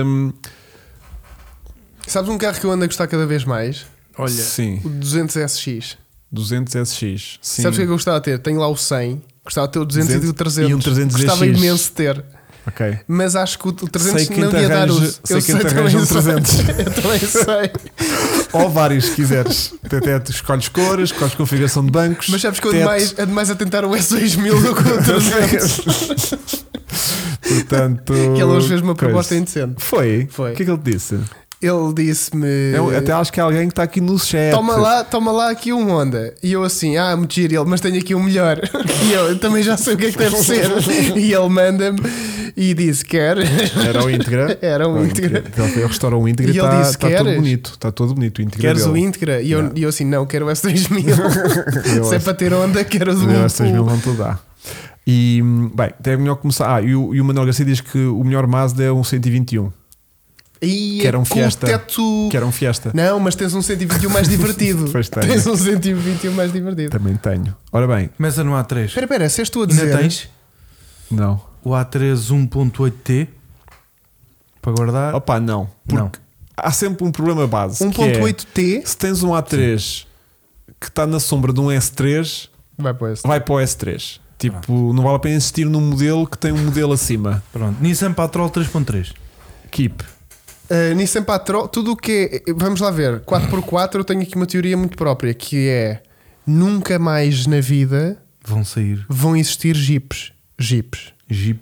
Sabes um carro que eu ando a gostar cada vez mais? Olha, Sim, o 200SX. 200 SX. Sim. Sabes o que é que eu gostava de ter? Tenho lá o 100. Gostava de ter o 200 e o 300. E um 300 Gostava SX. imenso de ter. Ok. Mas acho que o 300 Sei quem não te ia dar arranja- uso. sei Eu quem te também arranja um sei. 300. Eu também sei. Ou vários, se quiseres. Até tu escolhes cores, escolhes configuração de bancos. Mas sabes que eu teto. ando mais a tentar o S2000 do que o 300. Portanto, Que ele hoje fez uma coisa. proposta indecente. Foi? Foi. O que é que ele te disse? Ele disse-me: Até acho que é alguém que está aqui no chat. toma lá aqui um Honda. E eu assim, muito giro, ele, mas tenho aqui um melhor. E eu também já sei o que é que deve ser. E ele manda-me e disse: quer? Era o Íntegra. Era um Íntegra. Ele foi ao restaurante o Íntegra E e ele está disse, todo "Queres?" bonito. Está todo bonito o Íntegra Queres dele. o Íntegra? E eu assim, não, quero o S2000. Eu Se é para ter Honda, quero o do Melhor 6 mil não te dá. E bem, é melhor começar. E o Manuel Garcia diz que o melhor Mazda é um 121. E Que era um com Fiesta. o teto... Que era um Fiesta. Não, mas tens um 121 mais divertido. Pois tenho. Tens um 121 mais divertido. Também tenho. Ora bem, Começa no A3. Espera, se és tu a Ainda dizer. tens não. o A3 1.8T para guardar. Opa, não. Porque Não. há sempre um problema base. que é, 1.8T se tens um A3 que está na sombra de um S3, vai para esse. vai para o S3. Tipo, não vale a pena insistir num modelo que tem um modelo acima. Pronto. Nissan Patrol 3.3. Keep. Nissan Patrol, tudo o que é. Vamos lá ver. 4x4, eu tenho aqui uma teoria muito própria que é: nunca mais na vida Vão sair. vão existir Jeeps. Jeeps.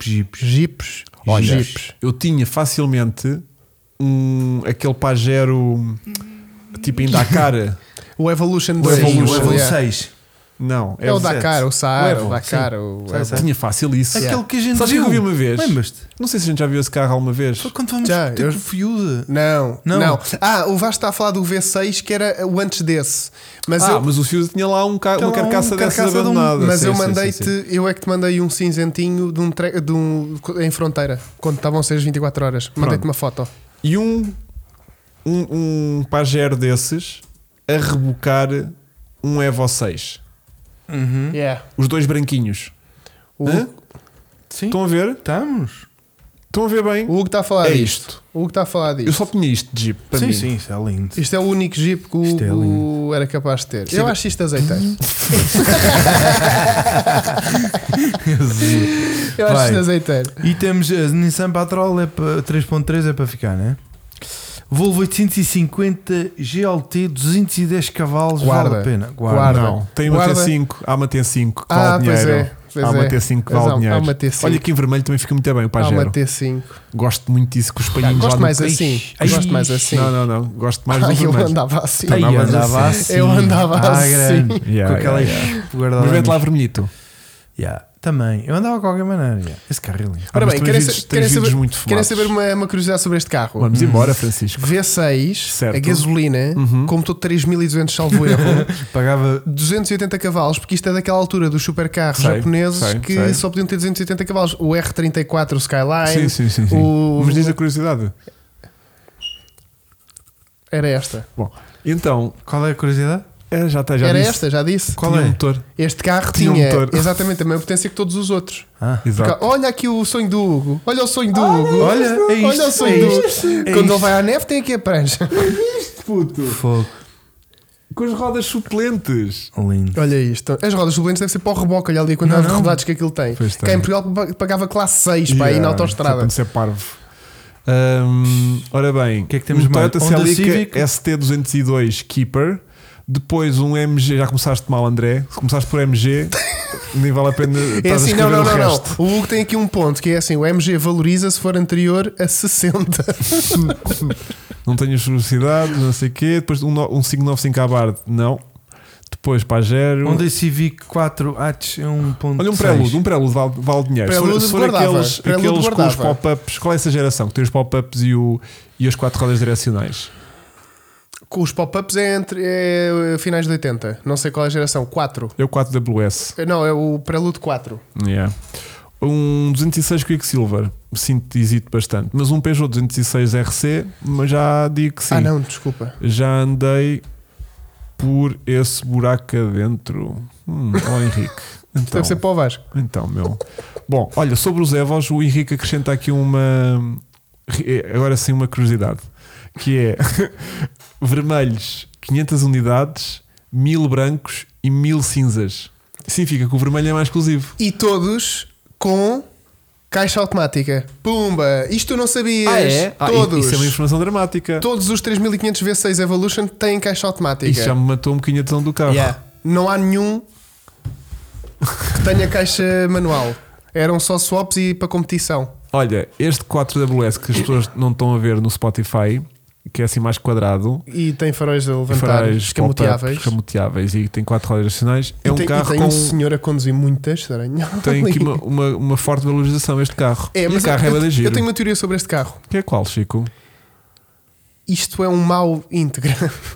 Olha, Jeeps. eu tinha facilmente aquele Pajero tipo em Dakar. O Evolution O 2. Evolution. O Evo 6. Não, É o o Dakar, o Saara, O Evo, o Dakar. O Sei, Evo. sei. Tinha fácil isso. Aquele que a gente Sabes que viu. eu vi uma vez? Lembras-te? Não sei se a gente já viu esse carro alguma vez. Foi quando vamos Já, ter eu- o Fiuda. Não, Não. não. O Vasco está a falar do V6 que era o antes desse. Mas eu, Mas o Fuse tinha lá uma Tem lá carcaça um dessas carcaça de um- abandonada. mas Sim, eu sim, mandei-te, sim, sim. eu é que te mandei um cinzentinho em fronteira, quando estavam a ser as 24 horas. Mandei-te uma foto. E um Pajero desses a rebocar um Evo 6. Uhum. Yeah. Os dois branquinhos. O, Hã? Sim. Estão a ver? Estamos. Estão a ver bem? o Hugo está a falar É disto. isto. O Hugo está a falar disto. Eu só tinha isto de Jeep para Sim, mim. sim, isso é lindo. Isto é o único Jeep que o Isto é Hugo era capaz de ter. Sim. Eu acho isto azeiteiro. Eu acho Vai. isto azeiteiro. E temos a Nissan Patrol é para 3.3 é para ficar, né? Volvo 850 GLT 210 cavalos, Guarda. vale a pena. Guarda. Não, tem uma Guarda. T5. Há uma T5 que vale Pois dinheiro. é. Pois Há uma é. T5 que Mas vale há dinheiro. uma T5. Olha que em vermelho também fica muito bem o Há uma Pajero. T5. Gosto muito disso com os palhinhos lá Gosto no mais peito. assim. Ai, Gosto mais assim. Não. Gosto mais do Eu vermelho. andava assim. Ai, Andavas andava assim. assim. Eu andava assim. Grande. Yeah, Com aquela yeah. guardada. Mas vete lá vermelhito. Yeah. Também. Eu andava de qualquer maneira. Esse carro é lindo. Ora mas bem, tens vídeos muito querem fumados. saber uma curiosidade sobre este carro? Vamos embora, Francisco. V6, Certo. a gasolina, Uhum. com motor de 3.200, salvo erro, Pagava 280 cavalos, porque isto é daquela altura dos supercarros Sei, japoneses sei, que sei. só podiam ter 280 cavalos. O R34 Skyline, Sim. o... Mas diz a curiosidade. Era esta. Bom, então, Qual é a curiosidade? já Era disse. esta, já disse. Qual Tinha é? um motor. Este carro Tinha um tinha motor. exatamente a mesma potência que todos os outros. Exato. Porque, olha aqui o sonho do Hugo. Olha o sonho do Hugo. Olha, é isto, Olha o sonho é do Hugo. isto, é Quando isto. ele vai à neve, tem aqui a prancha. Puto. Fogo. Com as rodas suplentes. Lindo. Olha isto. As rodas suplentes devem ser para o reboque. Olha ali a quantidade de Não. rodados que aquilo tem. Pois tem. Cá em Portugal pagava classe 6 para ir na autostrada. Para não ser parvo. Ora bem, o que é que temos Toyota mais? Honda Celica Civic. ST202 Keeper. Depois um MG. Já começaste mal, André. Se começaste por MG, nem vale a pena. É estás a assim, escrever não. o resto. O Hugo tem aqui um ponto que é assim: o MG valoriza se for anterior a 60. Não tenho as velocidades, não sei o quê. Depois um 595 Abarth, não. Depois Pajero. Honda Civic 4 Hatch é 1.6. Olha, um prelude vale dinheiro. Prelude Se for guardava. aqueles Prelude com os guardava. pop-ups, qual é essa geração? Que tem os pop-ups e as 4 rodas direcionais? Com os pop-ups é finais de 80. Não sei qual é a geração. 4. É o 4WS. Não, é o Prelude 4. Yeah. Um 206 Quicksilver, sinto hesito bastante. Mas um Peugeot 206 RC, mas já digo que sim. Ah, não, desculpa. Já andei por esse buraco adentro. Ó Henrique. Então, Deve ser para o Vasco. então, meu. Bom, olha, sobre os Evos, o Henrique acrescenta aqui agora sim uma curiosidade, que é vermelhos 500 unidades, 1000 brancos e 1000 cinzas. Significa que o vermelho é mais exclusivo. E todos com caixa automática. Pumba! Isto tu não sabias. Todos. Isso é uma informação dramática. Todos os 3500 V6 Evolution têm caixa automática. Isso já me matou um bocadinho a tesão do carro. Yeah. Não há nenhum que tenha caixa manual. Eram só swaps e para competição. Olha, este 4WS que as pessoas não estão a ver no Spotify, que é assim mais quadrado, E tem faróis a e levantar, faróis escamoteáveis. escamoteáveis e tem 4 rodas direcionais, é E um tem, carro e tem com um senhor a conduzir muito estranho. tem aqui uma forte valorização este carro. E o carro é bem eu giro. tenho uma teoria sobre este carro. Que é qual, Chico? Isto é um mau íntegra.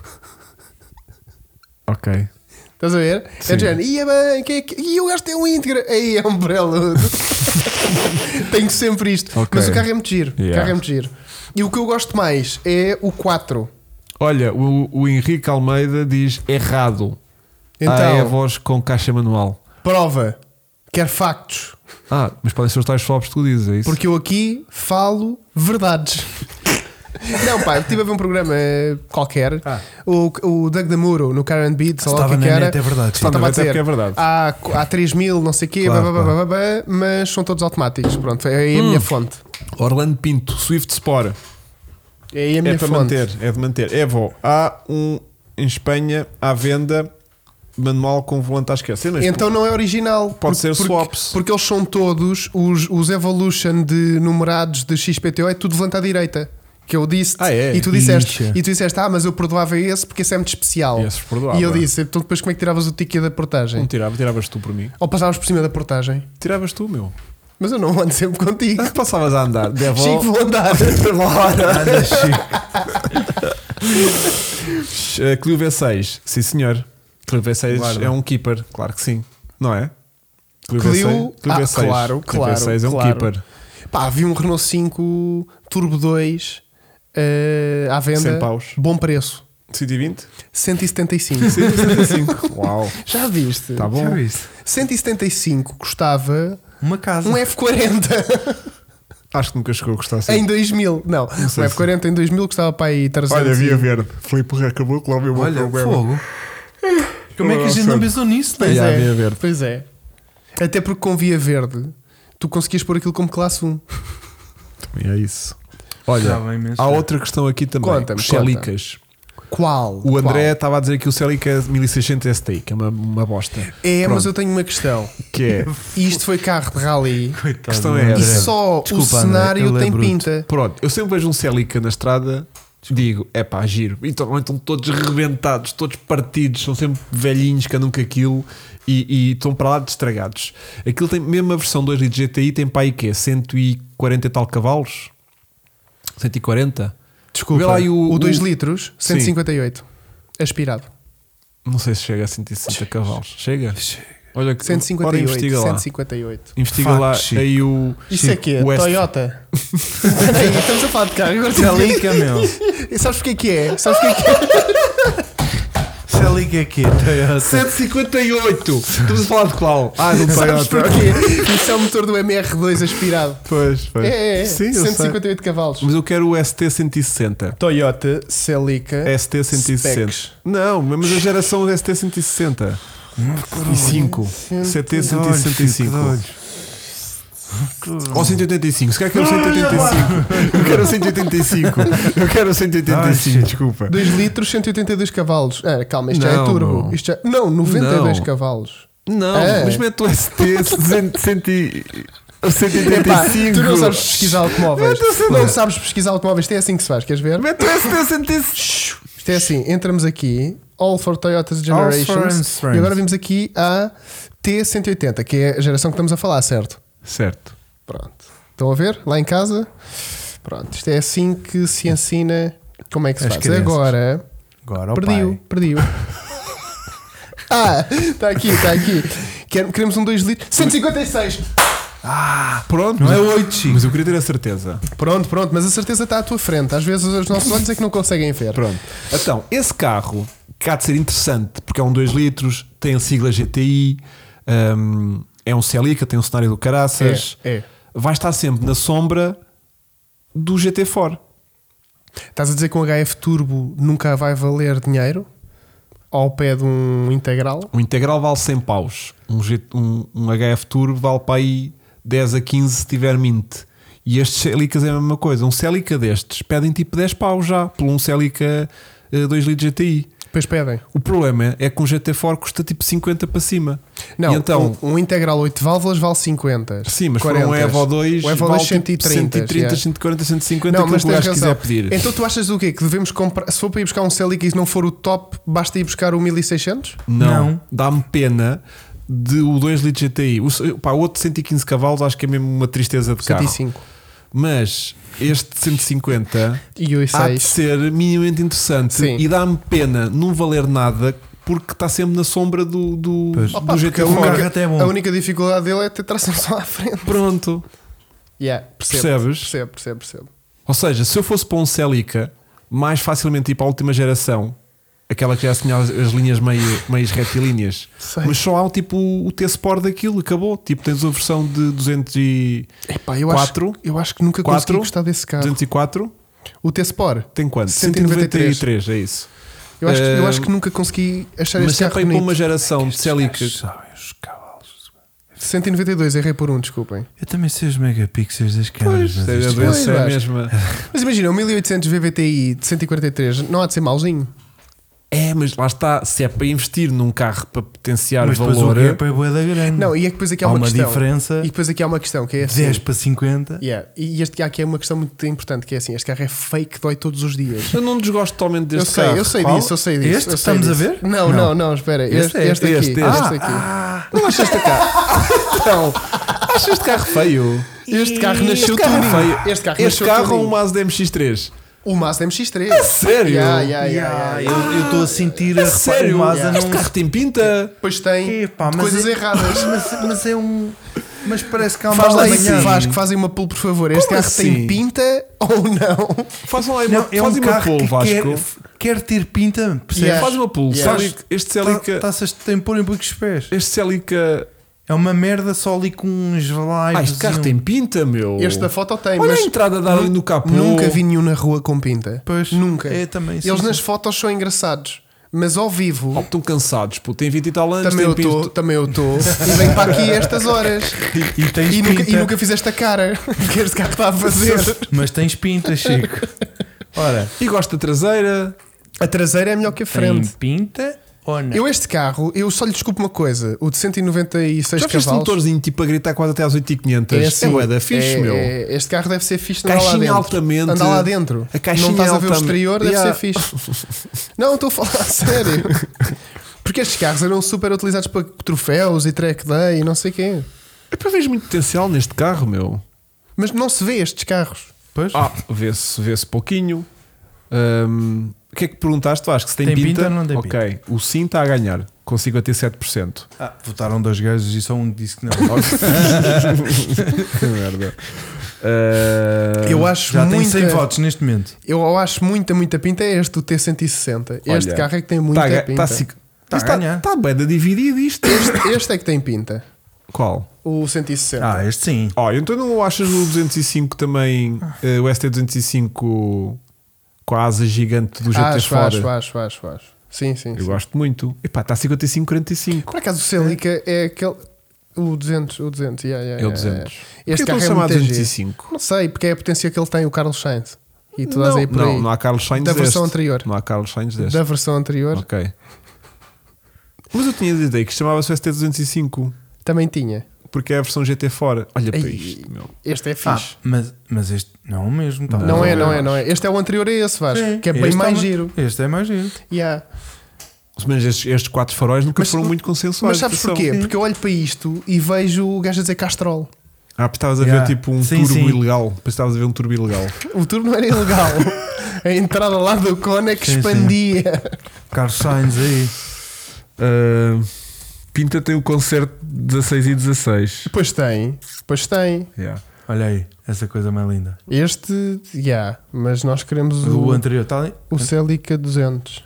Ok. Estás a ver? Sim. É de género, ia bem, e o gajo tem um íntegra. Aí é um prelude. Tenho sempre isto. Ok. Mas o carro é muito giro. O Yeah. carro é muito giro. E o que eu gosto mais é o 4. Olha, o Henrique Almeida diz errado. Então, Há Evos com caixa manual. prova. Quer factos. Mas podem ser os tais flops que tu dizes, é isso? Porque eu aqui falo verdades. Não, pá, estive a ver um programa qualquer. O Doug Damuro no Car and Beat, sei lá o Estava que na era. net, é verdade. Está Estava a na net, é dizer, porque é verdade. há 3000, não sei o quê, Claro, mas são todos automáticos. Pronto, é aí a minha fonte. Orlando Pinto, Swift Sport. É aí a minha É para fonte. manter, é de manter. Evo, há um em Espanha à venda manual com volante à esquerda. Sim, mas Então não é original. Pode ser swaps. Porque eles são todos os Evolution de numerados de XPTO, é tudo volante à direita. Que eu disse É? e tu disseste, Ixa. mas eu perdoava esse porque esse é muito especial. Esses perdoava. E eu disse, então depois como é que tiravas o ticket da portagem? Não tiravas tu por mim. Ou passavas por cima da portagem? Tiravas tu, meu. Mas eu não ando sempre contigo. Ah, passavas a andar. Devo... Chico, vou andar. Anda, Chico. Clio V6, sim senhor. Clio V6 Guarda. é um keeper, claro que sim. Não é? Clio? V6. Claro, Clio claro, V6 é um claro. keeper. Pá, vi um Renault 5 Turbo 2 à venda. 100 paus. Bom preço. 120? 175. 175. Uau. Já viste? Tá bom. Já viste? 175 custava Uma casa. um F40 Acho que nunca chegou a gostar assim. em 2000. Não, um sei F40 em 2000 custava para aí 300. Olha, via verde. Filipe acabou com o meu Olha, problema. fogo. Como é que a gente não pensou nisso? Pois Já, é, via verde. pois é. Até porque com via verde tu conseguias pôr aquilo como classe 1. Também é isso. Olha, Já vem imenso. há outra questão aqui também. Conta-me, Os Celicas. Qual? O André Qual? estava a dizer que o Celica é 1600 STI, que é uma bosta. É, Pronto. mas eu tenho uma questão. Que é, E isto foi carro de rally Coitado. questão é do essa. e André. só Desculpa, o cenário André, ele é tem bruto. pinta. pronto, eu sempre vejo um Celica na estrada, digo, é pá, giro. Então estão todos rebentados, todos partidos, são sempre velhinhos que andam com aquilo e estão para lá de estragados. Aquilo tem, mesmo a versão 2 litros GTI, tem para aí quê? 140 e tal cavalos? 140? Desculpa, Vê lá aí o 2 o- litros, 158. Aspirado. Não sei se chega a 160 cavalos. Chega? Olha que ora 158. investiga lá. 158. Investiga Facto, lá Chico. aí o. Isso é que é? o S- Toyota? Peraí, estamos a falar de carro. Agora Celica, meu. E sabes porque é que é? Sabes porque é que é? Celica é que é? Toyota. 158! Estamos a falar de qual? Ah, do Sabes Toyota. porquê? Isso é o motor do MR2 aspirado. Pois, pois. É. Sim, eu sei. 158 cavalos. Mas eu quero o ST160. Toyota Celica. ST160. Specs. Não, mas a geração ST160. E 5. CT165. Ou 185. Se calhar quero 185. Eu quero 185. Eu quero 185, desculpa. 2 litros, 182 cavalos. Ah, calma, isto já é Não, turbo. não. Isto já... Não, 92 Não. cavalos. Não, É. mas mete o ST185. Epá, tu não sabes pesquisar automóveis. Eu sei Não lá. sabes pesquisar automóveis. Isto é assim que se faz, queres ver? Mete o ST185. Isto é assim, entramos aqui, All for Toyota All Generations, for e agora vimos aqui a T180, que é a geração que estamos a falar, certo? Certo. Pronto. Estão a ver? Lá em casa? Pronto. Isto é assim que se ensina como é que se As faz. crianças. Agora, Agora, ó perdiu. Está aqui. Queremos um 2 litros. 156! Pronto. Não é 8, Chico. Mas eu queria ter a certeza. Pronto, mas a certeza está à tua frente. Às vezes os nossos olhos é que não conseguem ver. Pronto. Então, esse carro que há de ser interessante porque é um 2 litros, tem a sigla GTI, é um Celica, tem um cenário do caraças, É. vai estar sempre na sombra do GT4. Estás a dizer que um HF Turbo nunca vai valer dinheiro? Ao pé de um integral? O integral vale 100 paus. Um HF Turbo vale para aí 10 a 15 se tiver mint. E estes Celicas é a mesma coisa. Um Celica destes pedem tipo 10 paus já por um Celica 2 litros GTI. Depois pedem. O problema é que um GT4 custa tipo 50 para cima. Não, E então, um integral 8 válvulas vale 50. sim, mas 40. para um Evo 2 o Evo vale 2 tipo 130, 130, 140, 150 Não, aquilo mas que o tens gajo razão. quiser pedir. Então tu achas o quê? Que devemos comprar? Se for para ir buscar um Celica e não for o top, basta ir buscar o 1600? Não. Dá-me pena de o 2 litros GTI. O outro 115 cavalos acho que é mesmo uma tristeza de carro. 105. Mas este 150 E o há de i6. ser minimamente interessante. Sim. E dá-me pena não valer nada porque está sempre na sombra do Pois. Opa, do porque GT4. carro até é bom. a única dificuldade dele é ter tração só à frente. Pronto. Percebes? Percebo. Ou seja, se eu fosse para um Celica, mais facilmente ir para a última geração, aquela que já tinha as linhas meias retilíneas, Sei. mas só há tipo o T-Sport daquilo, acabou. Tipo, tens a versão de 204, Epá, eu acho que nunca consegui 4, gostar desse carro. 204, O T-Sport. tem quanto? 193. 193, é isso. Eu acho que nunca consegui achar Mas este se é carro para ir para bonito. uma geração de Celica, Sabem os cavalos. 192, errei por um, desculpem. Eu também sei os megapixels das câmeras. mas a isto- doença é a Pois, mesma. Mas imagina, o 1800 VVTi de 143 não há de ser mauzinho. É, mas lá está, se é para investir num carro para potenciar Mas depois valor, o gap é bué da grande. Não, e é que depois aqui há Há uma uma questão. diferença E depois aqui há uma questão que é assim. 10 para 50. Yeah. E este aqui é uma questão muito importante, que é assim, este carro é fake, dói todos os dias. eu não desgosto totalmente deste Eu sei, carro. eu sei Qual? disso, eu sei disso. Este eu sei estamos a disso. ver? Não, espera. Este é Este aqui. este. Este aqui. Não achas este carro? Não. Achas este carro feio? Este carro nasceu Este carro é tudo. feio. Este carro Este nasceu carro ou tudinho. um Mazda MX-3? O Mazda MX-3. sério? Yeah. Eu estou a sentir É sério? o Mazda Este carro tem pinta? Depois tem Epá, mas coisas é- erradas. Mas é um. Mas parece que há uma Faz lá Fala isso, assim. Vasco, fazem uma pull, por favor. Este Como carro tem assim? pinta ou não? Façam lá Não, uma, é um fazem uma carro pull, que Vasco. quer ter pinta. Percebes? Yeah. Faz uma pull. Yeah. Sabe, este Celica, Está-se a pôr em poucos pés. este Celica, É uma merda só ali com uns lives. este carro tem pinta, meu. Este da foto tem, Olha mas a entrada a dar ali no capô. nunca vi nenhum na rua com pinta. Pois, Nunca. É também. Eles nas fotos são engraçados, mas ao vivo Oh, estão cansados, pô. Tem 20 e tal anos. também tem eu estou. E venho para aqui a estas horas. E tens E pinta. nunca fizeste a cara que este carro está a fazer. Mas tens pinta, Chico. Ora, E gosta da traseira. A traseira é melhor que a tem frente. pinta ou não? Eu este carro, eu só lhe desculpo uma coisa: o de 196 Já viste um cavalos. motorzinho tipo a gritar quase até às 8500? É assim, bué da fixe, meu. este carro deve ser fixe de andar lá Caixinha dentro. altamente. Andar lá dentro. A caixinha não estás a ver o altamente. exterior, deve Yeah. ser fixe. Não, estou a falar a sério. Porque estes carros eram super utilizados para troféus e track day e não sei o quê. É para vejo muito potencial neste carro, meu. Mas não se vê estes carros. Pois? Vê-se pouquinho. O que é que perguntaste, Vasco? Se tem, Tem pinta? pinta ou não tem ok, pinta? o sim está a ganhar com 57%. Votaram 2 gajos e só um disse que não. Que merda. Eu acho Já tem muita, 100 votos neste momento. Eu acho muita pinta é este, o T160. Este Olha, carro é que tem muita pinta. Tá a ganhar. Está bem dividido isto. Este é que tem pinta. Qual? O 160. Este sim. Então não achas o 205 também, o ST205 com a asa gigante do GT fora? Acho. Sim. Eu gosto muito. Epá, está 55-45. Por acaso o Celica é aquele. O 200, É o 200. Este Porquê carro é chamado muito 205? Não sei, porque é a potência que ele tem, o Carlos Sainz. E tu dás aí por aí. Não há Carlos Sainz Da versão deste. anterior. Não há Carlos Sainz deste. Da versão anterior Ok. Mas eu tinha a ideia que chamava-se o ST205 também tinha. porque é a versão GT fora. Olha para Ei, isto, meu. Este é fixe. Mas este não é o mesmo. Tá? não é. Este é o anterior a esse, Vasco, Sim, que é bem este mais tá- giro. Este é mais giro. Yeah. Mas estes 4 faróis nunca Mas- foram muito consensuais. Mas sabes atenção. porquê? Porque eu olho para isto e vejo o gajo a dizer Castrol. Porque estavas a ver Yeah. tipo um Sim, turbo sim. ilegal. Depois estavas a ver um turbo ilegal. O turbo não era ilegal. A entrada lá do cone é que Sim, expandia. Carlos Sainz aí. Pinta tem o concerto 16 e 16. Pois tem. Yeah. Olha aí, essa coisa mais linda. Este, mas nós queremos O anterior está ali. o Celica 200.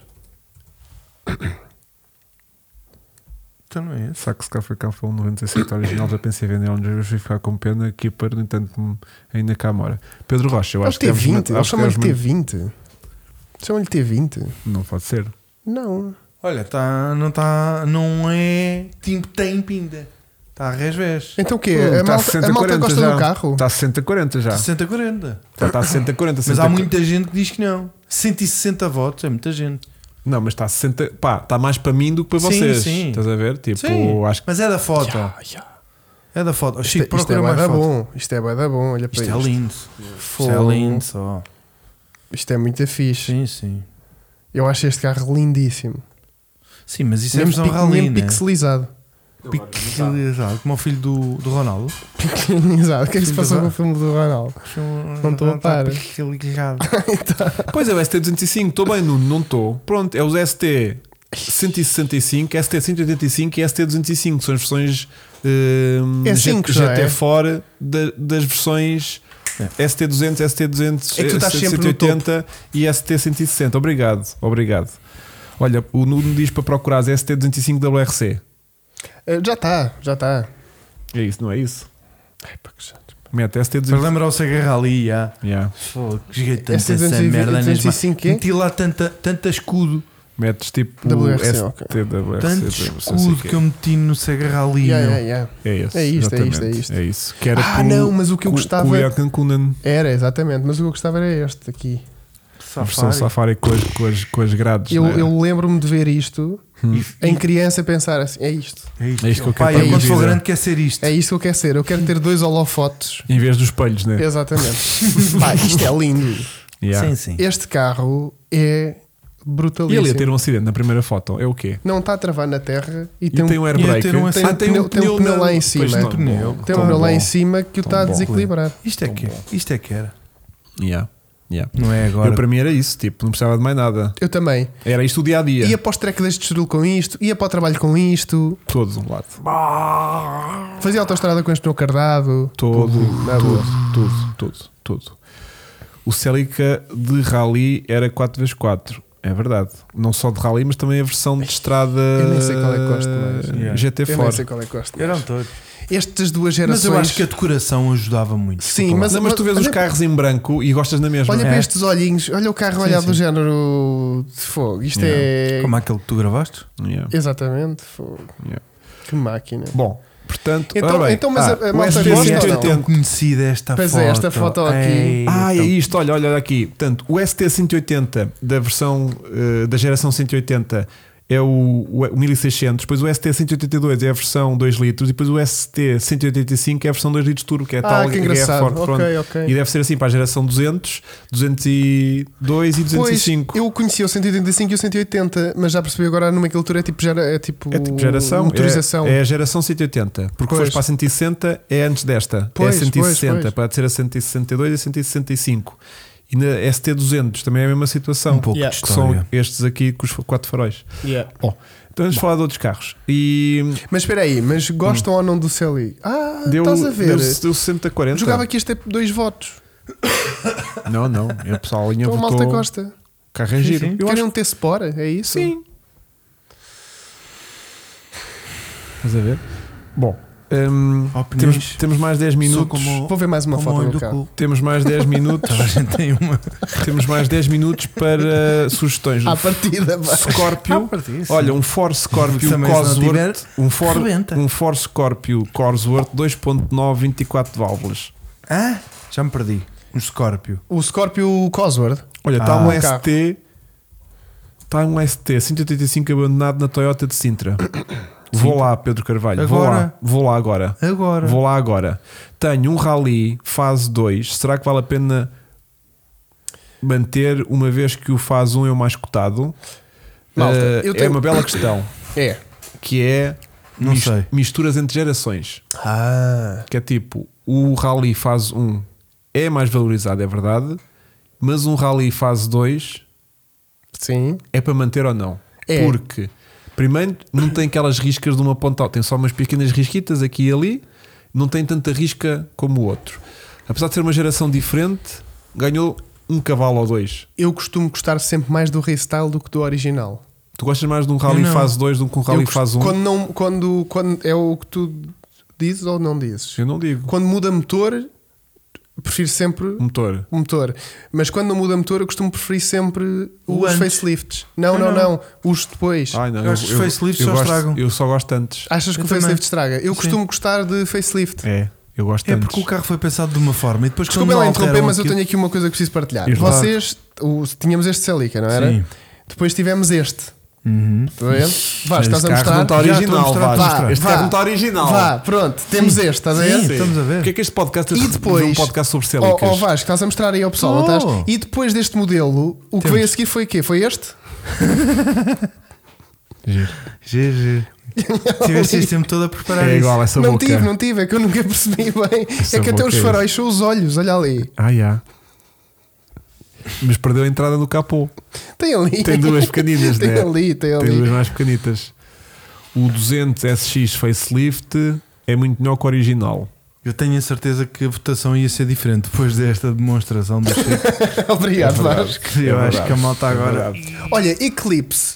Então não é esse. Sax Café Café 97 original. Já pensei em vender onde eu vou ficar com pena. Keeper, no entanto, ainda cá mora. Pedro Rocha, eu É o acho que deves- T20. acho Eles que chamam-lhe deves- T20. Chamam-lhe T20. Não pode ser. Não. Olha, não é tem pinta. Está a resvés. Então o quê? Está A malta gosta do carro? Está a 60-40 já. 60-40. Está a 60-40. Mas há muita gente que diz que não. 160 votos é muita gente. Não, mas está a 60. Pá, está mais para mim do que para Sim, vocês. sim. Estás a ver? Tipo, Sim, acho que. mas é da foto. É da foto. Chico, Isto é procura bué mais da foto. bom. Isto é bué da bom. Olha para Isto isto. é lindo. Isto Fogo. é lindo só. Isto é muito fixe. Sim. Eu acho este carro lindíssimo. Sim, mas isso é Mesmo, versão rally, mesmo né? pixelizado. Pixelizado, como o filho do Ronaldo. Pixelizado. O que é que se passou com o filme do Ronaldo? Não estou a par. Pixelizado. Pois é, o ST205. Estou bem, Nuno, não estou. Pronto, é os ST 165, ST 185 e ST 205. São as versões É 5, já GT é? fora das versões ST 200, ST 200, É que tu estás ST sempre no 180 e ST 160. Obrigado. Olha, o Nuno diz para procurar ST 205 WRC. Já está. É isso, não é isso? Ai, pá, que chato. Mete ST Para 205. lembrar o Saga Rally, já. Yeah. Fogo, joguei tanto Essa essa 220, merda nas 205 quê? Meti lá tanta escudo. Metes tipo WRC, ST ok. WRC. Tanto não sei escudo o quê. que eu meti no Saga Rally. meu. Yeah. É esse. É isto, exatamente. É isso. Que era com Não, mas o que eu gostava. Com o Jochen Kuhnen. Era, exatamente. Mas o que eu gostava era este aqui. A versão Safari com as grades. Eu, não é? eu lembro-me de ver isto E- em criança pensar assim: é isto. É isto, É isto que eu Pai, quero para a quando minha for vida. grande quer ser isto. É isto que eu quero ser. Eu quero ter 2 holofotes. Em vez dos espelhos, né? Exatamente. Pá, isto é lindo. Yeah. Sim. Este carro é E brutalíssimo. ele ia ter um acidente na primeira foto. É o quê? Não está a travar na terra e E tem, tem um ia airbreak. ter um- tem um pneu lá em cima. Pois não, Pneu. bom, tem tão um pneu lá bom. em cima que o Tão está a bom. desequilibrar. Isto é que era. Yeah. Não é agora. Eu, para mim era isso, tipo, não precisava de mais nada. Eu também. Era isto o dia a dia. Ia para os track days de Estoril com isto, ia para o trabalho com isto, Todo um lado. fazia autoestrada com este pneu cardado. Todo, Na boa. tudo. O Celica de Rally era 4x4. É verdade. Não só de Rally, mas também a versão de estrada Eu nem sei qual é que gosto mais. Yeah. GT Eu nem Ford. sei qual é que gosto. Eram todos. Estas duas Mas gerações. eu acho que a decoração ajudava muito. Sim, Desculpa lá. Não, mas tu vês os olha- carros em branco e gostas na mesma. Olha É. para estes olhinhos, olha o carro Sim, olhar sim. do género de fogo. Isto é. Como aquele que tu gravaste? Yeah. Exatamente, fogo. Yeah. Que máquina. Bom, portanto, Então- ora bem. então, mas a o malta ST gosta ou não? 180. Conhecida esta Pois foto. é, esta foto aqui. Ei, É então- isto, olha aqui. Portanto, o ST180 da versão da geração 180 é o 1600, depois o ST182 é a versão 2 litros e depois o ST185 é a versão 2 litros turbo, que é tal que engraçado. pronto. Ok. E deve ser assim para a geração 200, 202 e 205. Pois, eu conhecia o 185 e o 180, mas já percebi agora a nomenclatura é tipo geração, motorização. é a geração 180, porque Pois. foste para a 160 é antes desta, Pois, é a 160, pois. pode ser a 162 e a 165. E na ST200 também é a mesma situação. Um pouco Yeah. de Que são história. estes aqui com os 4 faróis. Yeah. Então vamos falar de outros carros. E Mas espera aí, mas gostam ou não do CLI? Estás a ver? deu 60-40. Jogava que este é 2 votos. Não, a pessoal a linha Então a malta votou. gosta. O carro é giro. sim. Eu Querem acho um T-Sport? É isso? sim. Estás a ver? Bom, Opiniões. temos mais 10 Sou minutos. como- Vou ver mais uma como foto olho do do carro. cu. Temos mais 10 minutos. Toda a gente tem uma. Temos mais 10 minutos para sugestões. À partida, vá. Scorpio. Isso. Olha, um Ford Scorpio Também, se não tiver, Cosworth, rebenta. um Ford Scorpio Cosworth 2.9 24 válvulas. Já me perdi. Um Scorpio. O Scorpio Cosworth. Olha, está um carro. ST, está um ST 185 abandonado na Toyota de Sintra. Vou lá, Pedro Carvalho. Agora? Vou lá agora. Agora. Vou lá agora. Tenho um Rally fase 2. Será que vale a pena manter, uma vez que o fase 1 é o mais cotado? Malta, eu É tenho- uma bela questão, É. que é Não sei. misturas entre gerações. Que é tipo, o Rally fase 1 é mais valorizado, é verdade, mas um Rally fase 2 Sim. é para manter ou não? É. Porque primeiro não tem aquelas riscas de uma ponta, tem só umas pequenas risquitas aqui e ali, não tem tanta risca como o outro. Apesar de ser uma geração diferente, ganhou um cavalo ou dois. Eu costumo gostar sempre mais do Restyle do que do original. Tu gostas mais de um Rally Eu não. fase 2 do que um Rally Eu fase 1? Quando é o que tu dizes ou não dizes? Eu não digo. Quando muda motor, prefiro sempre Motor. o motor. Mas quando não muda motor, eu costumo preferir sempre O os antes. facelifts. Não, os depois. Ai, não, Eu acho que os facelifts só gosto- estragam. Eu só gosto antes. Achas que Eu o facelift também. estraga? Eu Sim. costumo gostar de facelift. É, eu gosto É antes. porque o carro foi pensado de uma forma e depois Desculpem quando lá alteram interromper, mas eu aquilo- tenho aqui uma coisa que preciso partilhar. Exato. Vocês, tínhamos este Celica, não era? Sim. Depois tivemos este. Uhum. Está a ver? Vá, estás a Este carro não mostrar? está Já estou a original, mostrar, vá. estou a mostrar. Este Vá. carro não está original. Vá, pronto, temos este, estás a ver? Sim, estamos a ver. Porque é que este podcast E depois, um podcast sobre Ó Celicas? Vasco, estás a mostrar aí ao pessoal, não estás? Oh. E depois deste modelo, o que Temos. veio a seguir foi o quê? Foi este? GG. Tiveste este tempo todo a preparar É isso. igual essa Não boca. tive, é que eu nunca percebi bem. Essa é que até boca os é- faróis são os olhos, olha ali. Ah, já. Mas perdeu a entrada no capô. Tem ali. Tem duas pequeninas, Tem né? ali, tem Tem duas ali. mais pequenitas. O 200 SX facelift é muito melhor que o original. Eu tenho a certeza que a votação ia ser diferente depois desta demonstração do Chico. Obrigado, Vasco. Eu É acho verdade. que a malta É agora verdade. Olha, Eclipse.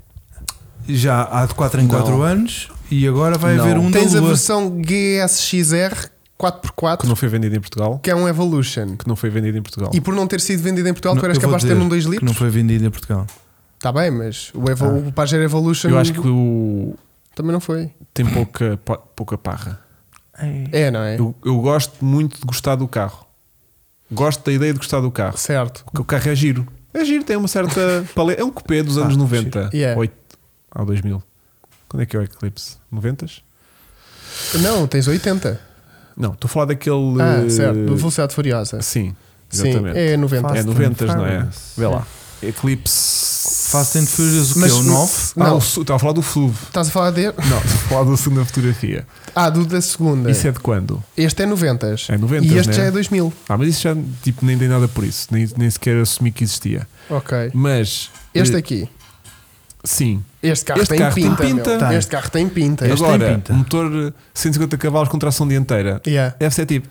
já há de 4 em 4 Não. anos e agora vai Não. haver um da Tens a Lua. versão GSXR 4x4, Que não foi vendido em Portugal. que é um Evolution. Que não foi vendido em Portugal. E por não ter sido vendido em Portugal, tu Não, eras eu vou capaz de ter dizer um 2 que litros? não foi vendido em Portugal. Está bem, mas o Pajero Evolution Eu acho que o também não foi. tem pouca parra. É, não é? Eu gosto muito de gostar do carro. Gosto da ideia de gostar do carro. Certo. Porque o carro é giro. É giro, tem uma certa paleta. É um coupé dos anos 90. Yeah. 2000. Quando é que é o Eclipse? 90s? Não, tens 80. Não, estou a falar daquele. Certo. Do Velocidade Furiosa. Sim, Sim, exatamente. é 90. É Fast 90s, não é? Furious. Vê lá. Eclipse. Fast and Furious, o Mas- que? O 9? Não. Estava a falar do FUV. Estás a falar dele? Não, estava a falar da segunda fotografia. Do da segunda. Isso é de quando? Este é 90. É 90s, E este né? já é 2000. Mas isso já tipo, nem dei nada por isso. Nem sequer assumi que existia. Ok. Mas. Este aqui. Sim. Este carro Este tem carro tem pinta. pinta. meu. Tem. Este carro tem pinta. Este tem Agora, pinta. motor 150 cavalos com tração dianteira. Yeah. Deve ser tipo.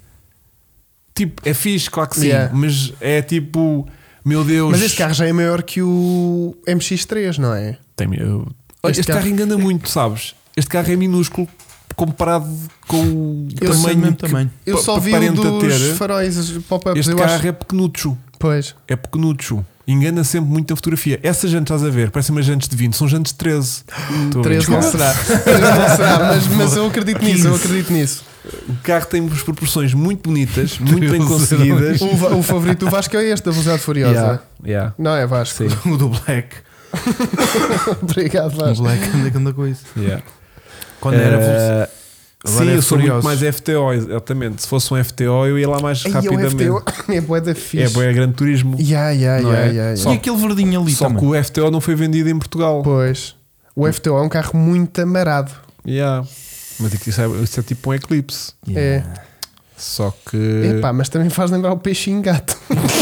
Tipo, é fixe, claro que sim. Yeah. Mas é tipo. Meu Deus. Mas este carro já é maior que o MX3, não é? Este carro engana muito, sabes? Este carro é minúsculo comparado com o Eu sei tamanho mesmo que tamanho. Eu só vi o aparenta dos ter. faróis os pop-ups. Este eu carro acho. é pequenucho. Pois. É pequenucho. Engana sempre muito a fotografia. Essas jantes, estás a ver, parecem umas jantes de 20, são jantes de 13. Estou a 13 não brincar. será. 13 não será, mas eu acredito nisso. Eu acredito nisso. O carro tem umas proporções muito bonitas, muito bem 13 conseguidas. O favorito do Vasco é este, da Velocidade Furiosa. Yeah. Não é Vasco? Sim. O do Black. Obrigado, Um Vasco. moleque que anda com isso. Yeah. Quando era. Sim, é eu sou muito Furiosos. mais FTO, exatamente. Se fosse um FTO, eu ia lá mais Aí o rapidamente. FTO é bué da fixe. É bué Gran Turismo. Não é? E aquele verdinho ali Só também. que o FTO não foi vendido em Portugal. Pois. O FTO é um carro muito amarado. Yeah. Mas isso é tipo um Eclipse. É. Só que. Epá, mas também faz lembrar o peixinho gato.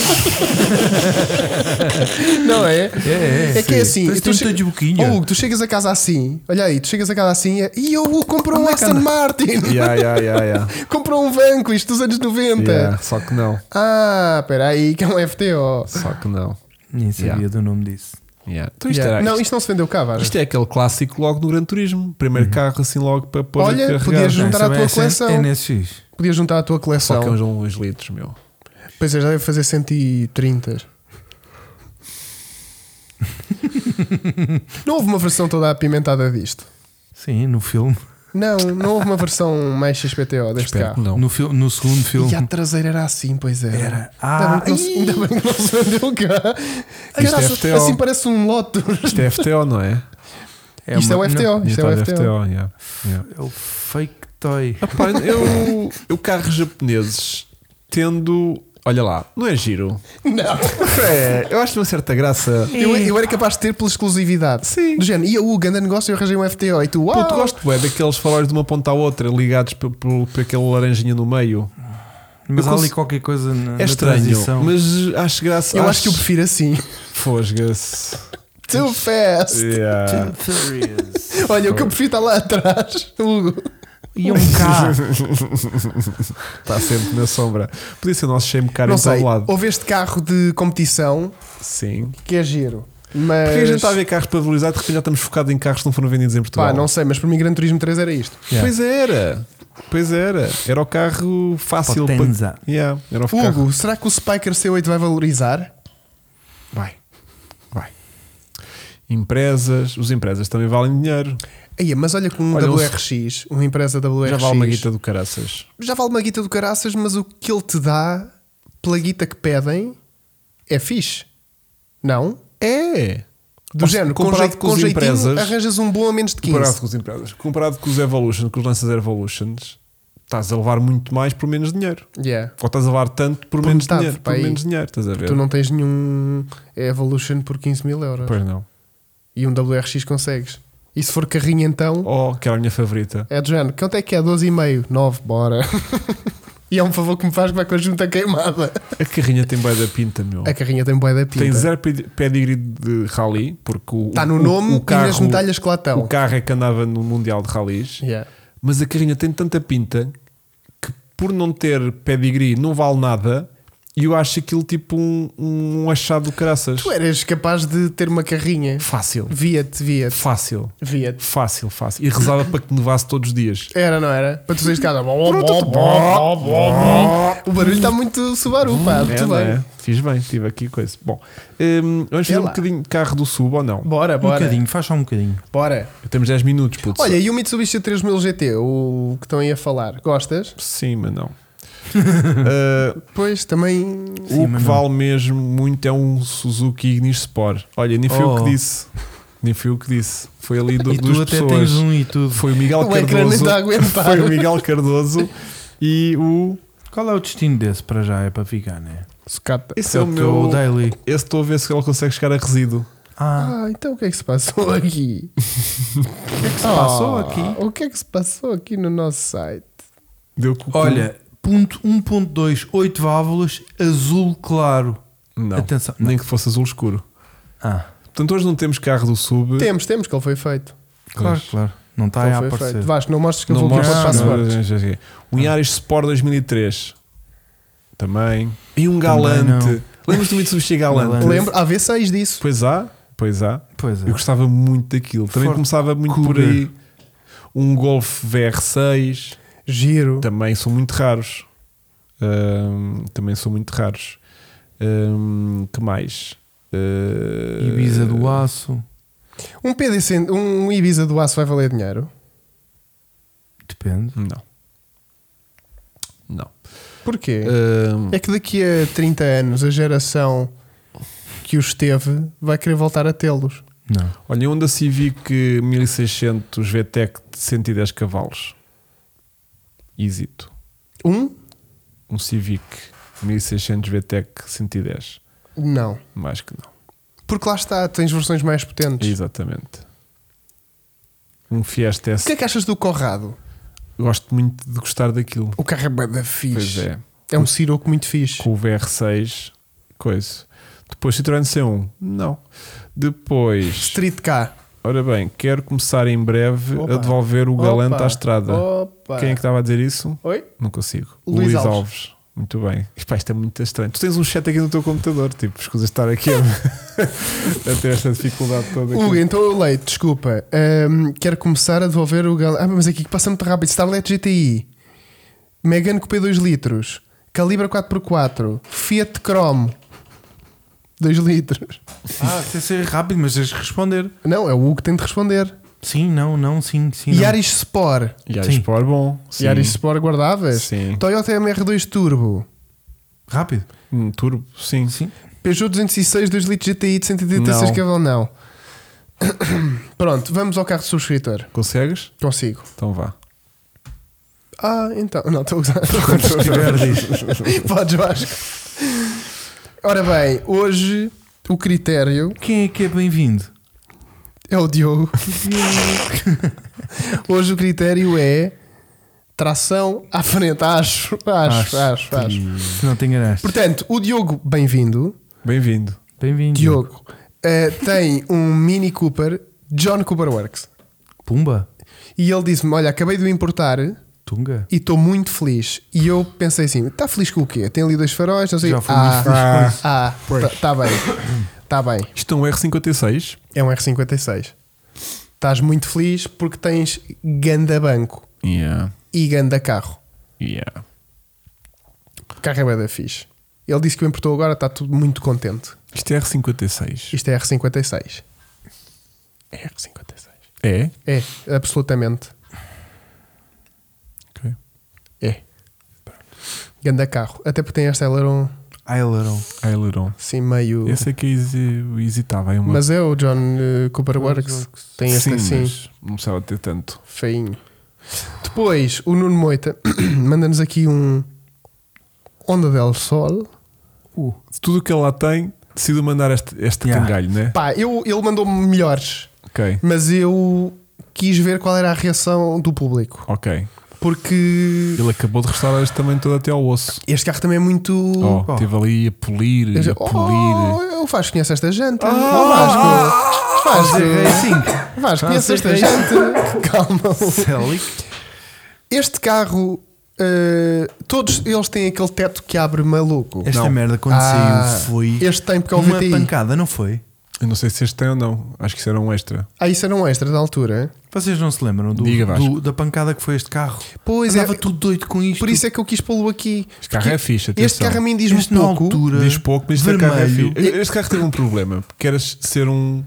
Não é? É que é assim. Parece que tem de boquinha. Oh, Hugo, tu chegas a casa assim. Olha aí, tu chegas a casa assim. E o Hugo comprou um Onde é que Aston anda? Martin. Yeah. Comprou um Vanquish dos anos 90. Yeah, só que não. Ah, espera aí, que é um FTO. Só que não. Nem sabia Yeah. do nome disso. Yeah. Então isto, Yeah. era, Não, isto, isto não se vendeu cá, Vasco. isto é aquele clássico logo no Gran Turismo. Primeiro carro assim logo para pôr Olha, a carregar. podias juntar a Não, tua isso é coleção. NSX. Podias juntar a tua Só coleção. que é uns litros, meu. Pois é, já deve fazer 130. Não houve uma versão toda apimentada disto. Sim, no filme. Não houve uma versão mais XPTO deste Espero que carro. não. No segundo filme. E a traseira era assim, pois era. Era. Ainda bem que não se vendeu cá. Isto é Caraca, FTO. assim parece um Lotus. Isto é FTO, não é? Isto é o FTO. Isto é o FTO. Yeah. É o fake toy. Epá, eu carros japoneses tendo. Olha lá, não é giro? Não. É, eu acho uma certa graça. Eu era capaz de ter pela exclusividade. Sim. Do género, ia o grande negócio e eu arranjei um FTO. E tu, uau. Puto, gosto daqueles faróis de uma ponta à outra ligados por aquele laranjinha no meio. Mas Eu há ali cons- qualquer coisa na É estranho, transição. mas acho graça. Eu acho que eu prefiro assim. Fosga-se. Too fast. Yeah. Olha, o que eu prefiro está lá atrás, Hugo. E um carro. Está sempre na sombra. Podia ser o nosso shame car Não em sei, todo lado. houve este carro de competição Sim. que é giro. Mas. Porque a gente está a ver carros para valorizar, de repente já estamos focados em carros que não foram vendidos em Portugal. Pá, não sei, mas para mim Gran Turismo 3 era isto. Yeah. Pois era. Pois era. Era o carro fácil Potenza. para. Yeah, era o carro. Hugo, será que o Spyker C8 vai valorizar? Vai. Empresas. Os empresas também valem dinheiro. Aí, mas olha com um Olha, WRX, uma empresa WRX. Já vale uma guita do caraças. Já vale uma guita do caraças, mas o que ele te dá pela guita que pedem é fixe. Não? É. Do género, comparado com com os jeitinho, empresas, arranjas um bom a menos de 15. comparado com os empresas, comparado com os Evolution, com os Lancer Evolutions, estás a levar muito mais por menos dinheiro. Yeah. Ou estás a levar tanto por Por menos metade, dinheiro. pá, Por aí. menos dinheiro, estás a ver? Tu não tens nenhum Evolution por 15 mil euros. Pois não. E um WRX consegues. E se for carrinho então, Oh, que era a minha favorita. é do género. Quanto é que é? 12,5? 9, bora. E é um favor que me faz que vai com a junta queimada. A carrinha tem bué da pinta, meu. A carrinha tem bué da pinta. Tem zero pedigree de rally, porque Está no nome o carro, e nas medalhas que lá estão. o carro é que andava no Mundial de Rallys, Yeah. mas a carrinha tem tanta pinta que por não ter pedigree não vale nada. E eu acho aquilo tipo um achado do caraças. Tu eras capaz de ter uma carrinha. Fácil. Via-te. Fácil. Via-te. Fácil. E rezava para que nevasse todos os dias. Era, não era? Para tu saís de casa. O barulho está muito Subaru, pá. Muito não bem. é? Fiz bem, tive aqui coisa. Bom, vamos fazer É um lá. bocadinho de carro do sub ou não? Bora, Um bora. bocadinho, faz só um bocadinho. Bora. Temos 10 minutos, putz. Olha, e o Mitsubishi 3000 GT, o que estão aí a falar? Gostas? Sim, mas não. Pois, também. Sim, O mas que não. vale mesmo muito é um Suzuki Ignis Sport. Olha, nem foi o que disse. Nem foi o que disse. Foi ali E duas tu até pessoas. tens um e tudo. Foi o Miguel O ecrã nem Cardoso. está a aguentar. Foi o Miguel Cardoso e o. Qual é o destino desse para já? É para ficar, né? Sucata. Esse é o meu. teu daily. Esse estou a ver se ele consegue chegar a resíduo. Ah, Então o que é que se passou aqui? o que é que se passou aqui? O que é que se passou aqui no nosso site? Deu com o cu. Olha, ponto 1.2, 8 válvulas, azul claro. Não, Atenção. nem que fosse azul escuro. Ah, Portanto, hoje não temos carro do sub. Temos, que ele foi feito. claro, Pois. claro. Não está Ele aí a foi aparecer. feito. Vasco, não mostres que eu Não vou pôr mostra. password. Um Yaris Sport 2003 também. E um Também Galante. não. Lembras do Mitsubishi Galante? Galante. Lembro, há V6 disso. Pois há. Pois é. Eu gostava muito daquilo. Também Ford começava muito por Cougar. aí. Um Golf VR6. Giro. Também são muito raros. Também são muito raros. Que mais? Ibiza do aço. Um PDC, um Ibiza do aço vai valer dinheiro? Depende. Não. Porquê? É que daqui a 30 anos a geração que os teve vai querer voltar a tê-los. Não. Olha, um Honda Civic 1600 VTEC de 110 cavalos. Ísito. Um Civic 1600 VTEC 110. Não. Mais que não. Porque lá está, tens versões mais potentes. Exatamente. Um Fiesta O S. que é que achas do Corrado? Gosto muito de gostar daquilo. O carro é bué da fixe. Pois é. É um Siroco muito fixe. Com o VR6, coisa. Depois Citroën C1. Não. Depois, Street K. ora bem, quero começar em breve Opa. a devolver o Galante Opa. à estrada. Opa. Quem é que estava a dizer isso? Oi? Não consigo. Luís Alves. Alves. Muito bem. Epá, isto é muito estranho. Tu tens um chat aqui no teu computador, tipo, escusa estar aqui a ter esta dificuldade toda. Hugo, Aqui. então eu leio, desculpa. Quero começar a devolver o Galante. Mas aqui que passa muito rápido. Starlet GTI, Megane Coupé 2 litros, Calibra 4x4, Fiat Cromo 2 litros. Tem de ser rápido, mas tens de responder. Não, é o Hugo que tem de responder. Sim, não, sim. Yaris Sport. Yaris Sim. Sport bom. Sim. Yaris Sport guardáveis. Sim. Toyota MR2 Turbo, Rápido. Turbo, sim. Sim. Peugeot 206 2 litros GTI de 186 Não. cavalos. Não. Pronto, vamos ao carro do subscritor. Consegues? Consigo. Então vá. Então. Não, estou a usar. Quando tiver, diz. Podes, Vasco. Ora bem, hoje o critério Quem é que é bem-vindo? é o Diogo. Hoje o critério é tração à frente. Acho. Se não te enganaste. Portanto, o Diogo, bem-vindo. Bem-vindo. Bem-vindo. Diogo tem um Mini Cooper John Cooper Works. Pumba. E ele disse-me: olha, acabei de o importar Tunga. e estou muito feliz. E eu pensei assim: está feliz com o quê? Tem ali 2 faróis, não sei. Já fui muito feliz com isso. Está bem. Está bem. Isto é um R56? É um R56. Estás muito feliz porque tens ganda banco Yeah. e ganda carro. Yeah. O carro é bué da fixe. Ele disse que o importou agora, está tudo muito contente. Isto é R56. Isto é R56. É R56. É? É, absolutamente. Ok. É. Ganda carro. Até porque tem este aileron Aileron. assim meio. Esse é que eu hesitava. É uma... Mas é o John Cooper Works. Tem este Sim, assim, mas não precisava ter tanto. feinho. Depois, o Nuno Moita manda-nos aqui um Honda del Sol. De tudo o que ele lá tem, decido mandar este Yeah. cangalho, né? Pá, ele mandou-me melhores, Ok. mas eu quis ver qual era a reação do público. Ok. Porque Ele acabou de restaurar este também todo até ao osso. este carro também é muito. Oh, esteve ali a polir, a polir. Eu Vasco conhece esta janta. Ah! Vasco conhece esta janta. Calma. Celic. Este carro, todos eles têm aquele teto que abre maluco. Esta Não. merda quando saiu foi Este tem porque é o uma VTI. pancada, não foi? Eu não sei se este tem ou não. Acho que isso era um extra. Isso era um extra da altura. Vocês não se lembram Diga, Vasco. da pancada que foi este carro? Pois Andava é, tudo doido com isto. por isso é que eu quis pô-lo aqui. Este carro Porque é fixe, Este atenção. carro a mim diz-me Este na pouco. altura, Diz pouco, mas este carro é vermelho. fixe. Este carro teve um problema, porque era ser um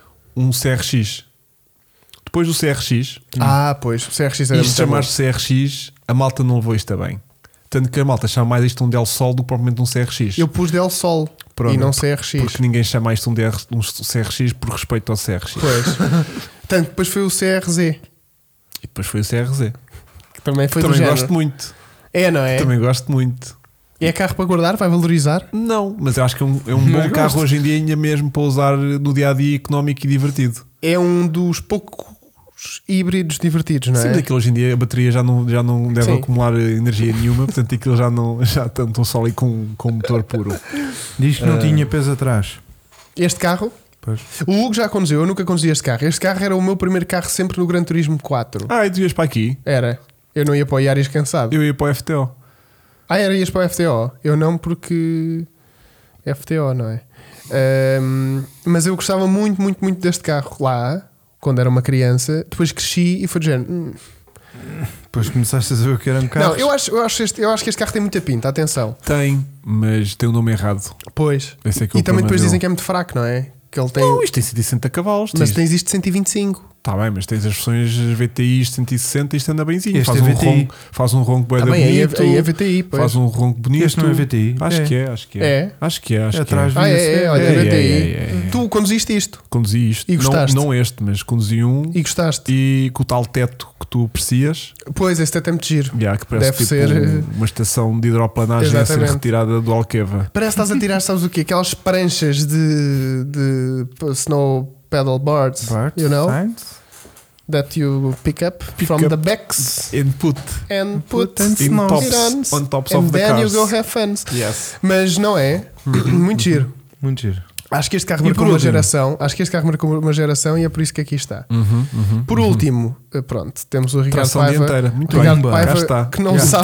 CRX. Depois do CRX, Pois, o CRX era isto muito chamar-se CRX, a malta não levou isto a bem. Tanto que a malta chama mais isto um Del Sol do que propriamente um CRX. bom. Eu pus Del Sol Pronto, e não CRX. Porque ninguém chama isto um CRX por respeito ao CRX. Pois. Tanto depois foi o CRZ, E depois foi o CRZ. que também foi do Também género. gosto muito. É, não é? Também gosto muito. É carro para guardar, vai valorizar. Não, mas eu acho que é um Mas bom gosto. carro hoje em dia, ainda mesmo para usar no dia a dia económico e divertido. É um dos poucos híbridos divertidos, não Sim, é? daquilo hoje em dia a bateria já não deve Sim. acumular energia nenhuma, portanto aquilo já tanto só ali com motor puro. Diz que não tinha peso atrás. Este carro, Pois. o Hugo já conduziu, eu nunca conduzi este carro. Este carro era o meu primeiro carro sempre no Gran Turismo 4. E tu ias para aqui, Era. Eu não ia para o Yaris cansado. eu ia para o FTO. Ias para o FTO? Eu não, porque FTO, não é? Mas eu gostava muito, muito, muito deste carro lá, quando era uma criança. Depois cresci e foi de género. Depois começaste a saber o que eram carros. Não, eu acho que este carro tem muita pinta, atenção. Tem, mas tem o nome errado. Pois. Esse é que é o E também problema depois dele. dizem que é muito fraco, não é? Que ele tem. Não, isto tem 160 cavalos. Mas isto. tens isto de 125. Está bem, mas tens as versões VTI 160 e isto anda benzinho. Este Faz, é VTI. Faz um ronco bué da Também bonito. aí é VTI, pois. Faz um ronco bonito. Este não é VTI? Acho que é. É? Acho que é. Atrás Olha, É, VTI. é. Tu conduziste isto Conduzi isto. E gostaste? Não este, mas conduzi um e gostaste. e com o tal teto que tu aprecias, Pois, esse até é muito giro. que parece Deve tipo ser- uma estação de hidroplanagem a ser Exatamente. retirada do Alqueva. Parece que estás a tirar, sabes o quê? Aquelas pranchas de snow pedal boards, you know, that you pick up from up. the backs Input and put and it in snows. tops, on tops and of the then you cars. go have fun. Yes. Mas não é? Muito giro. Muito giro. Acho que este carro E marcou por uma último? geração. Acho que este carro marcou uma geração e é por isso que aqui está. Por último, pronto, temos o Ricardo Tração Paiva. dianteira. Muito Ricardo bem. Paiva Cá está. que não Yeah. sabe.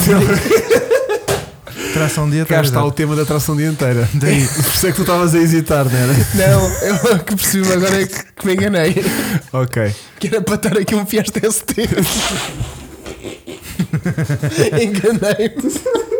Tração de Cá está o tema da tração dianteira. Daí. Por isso é que tu estavas a hesitar, não era? Não, eu que percebi agora é que me enganei. Ok. Que era para estar aqui um Fiesta ST. Enganei-me.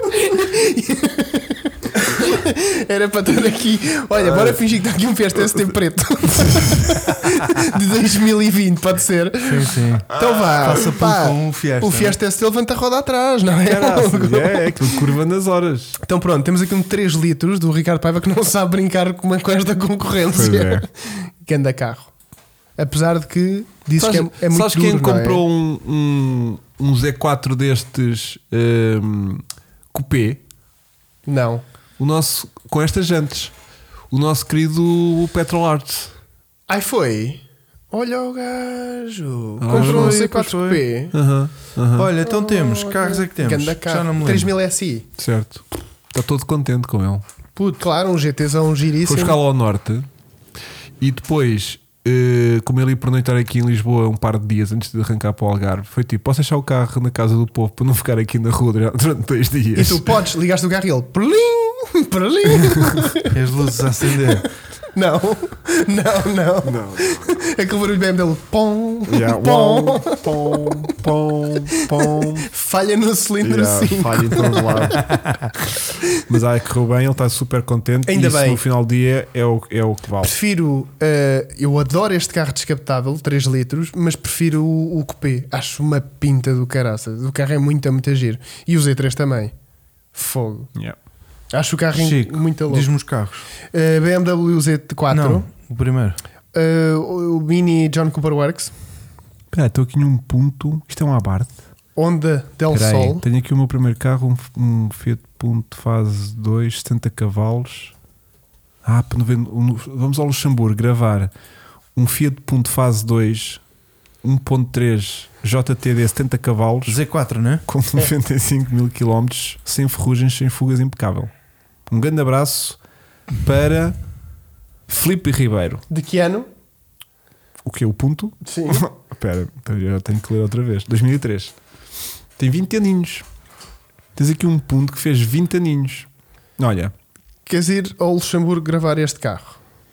Era para estar aqui. Olha, bora fingir que está aqui um Fiesta ST preto de 2020, pode ser? Sim. Então vá. Faça pá, com o Fiesta. o Fiesta ST levanta a roda atrás, não é? Caraças, é aquilo curva nas horas. Então pronto, temos aqui um 3 litros do Ricardo Paiva que não sabe brincar com esta Pois concorrência. é. Que anda carro. Apesar de que dizes que é muito sabes duro, quem não é? comprou um Z4 destes coupé? Não. O nosso, com estas jantes. O nosso querido Petrol Arts. Ai foi. Olha o gajo. Ah, Comprou um foi, C4P. Olha, então temos. Carros é que temos. Ganda Já carro. não me lembro. 3000 SI. Certo. Está todo contente com ele. Puto, claro, um GTzão Foi giríssimo. buscá-lo ao norte e depois, como ele ia pernoitar aqui em Lisboa um par de dias antes de arrancar para o Algarve, foi tipo: posso deixar o carro na casa do povo para não ficar aqui na rua durante 2 E dias? tu podes, ligaste o carro e ele perlim, perlim. E as luzes a acender. Não. Não. Aquele barulho BMW. Pom, Yeah, pom. pom. Falha no cilindro Yeah, 5. falha em todo lado. Mas correu bem, ele está super contente. Ainda e isso bem. no final do dia é o que vale. Prefiro, eu adoro este carro descapotável, 3 litros, mas prefiro o coupé. Acho uma pinta do caraças. O carro é muito giro. E o Z3 também. Fogo. Yeah. Acho o carro Chico, muito louco. diz-me os carros. BMW Z4. Não, o primeiro. O Mini John Cooper Works. Espera, estou aqui num ponto. Isto é um Abarth. Honda Del Espera aí, Sol. tenho aqui o meu primeiro carro, um Fiat Punto fase 2, 70 cavalos. Vamos ao Luxemburgo gravar um Fiat Punto fase 2, 1.3 JTD 70 cavalos Z4, né? com 95 mil km, sem ferrugens, sem fugas, impecável. Um grande abraço para Filipe Ribeiro. De que ano? O que é o ponto? Sim. Espera, eu já tenho que ler outra vez. 2003. Tem 20 aninhos. Tens aqui um ponto que fez 20 aninhos. Olha, Queres ir ao Luxemburgo gravar este carro?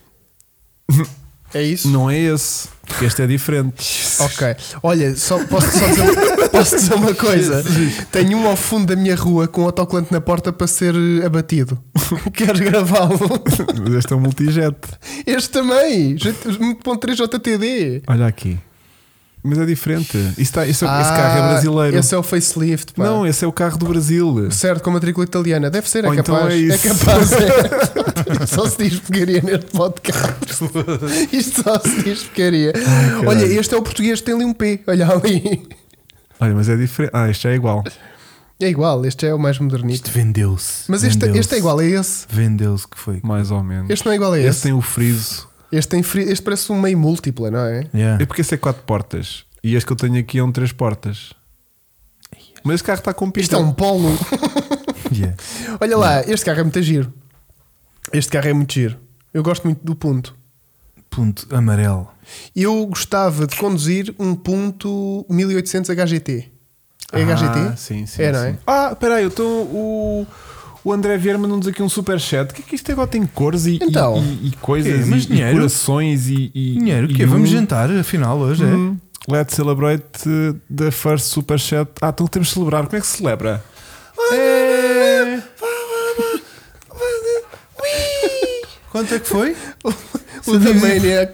É isso? não é esse, porque este é diferente. Ok. Olha, posso dizer uma coisa. Tenho um ao fundo da minha rua com um autocolante na porta para ser abatido. Queres gravá-lo? Mas este é um multijet. Este também. 1.3 JTD. Olha aqui. Mas é diferente. Esse carro é brasileiro. Esse é o facelift. Pá. Não, esse é o carro do Brasil. Certo, com matrícula italiana. Deve ser, é Ou então capaz. é isso. É capaz. É. Só se diz porcaria neste podcast. Isto só se diz porcaria. caralho. Olha, este é o português que tem ali um P. Olha ali. Olha, mas é diferente. Este é igual. É igual, este é o mais modernito. Isto vendeu-se. Mas este é igual a esse. Vendeu-se que foi. Mais ou menos. Este não é igual a Este esse. tem o friso. Este parece um meio múltipla, não é? Yeah. É porque esse é 4 portas. E este que eu tenho aqui é um 3 portas. Mas esse carro está com Isto é um polo. Yeah. Olha lá, este carro é muito giro. Este carro é muito giro. Eu gosto muito do Punto. Ponto amarelo. Eu gostava de conduzir um Punto 1800 HGT. É HGT? Sim, sim. É, não é? sim. Espera aí, então o André Vieira mandou-nos aqui um superchat. O que é que isto agora tem cores e, Então. e coisas Mas e dinheiro? corações e Dinheiro, o e quê? Vamos jantar, afinal, hoje Let's celebrate the first superchat. Então temos de celebrar. Como é que se celebra? é? Quanto é que foi? O The Maniac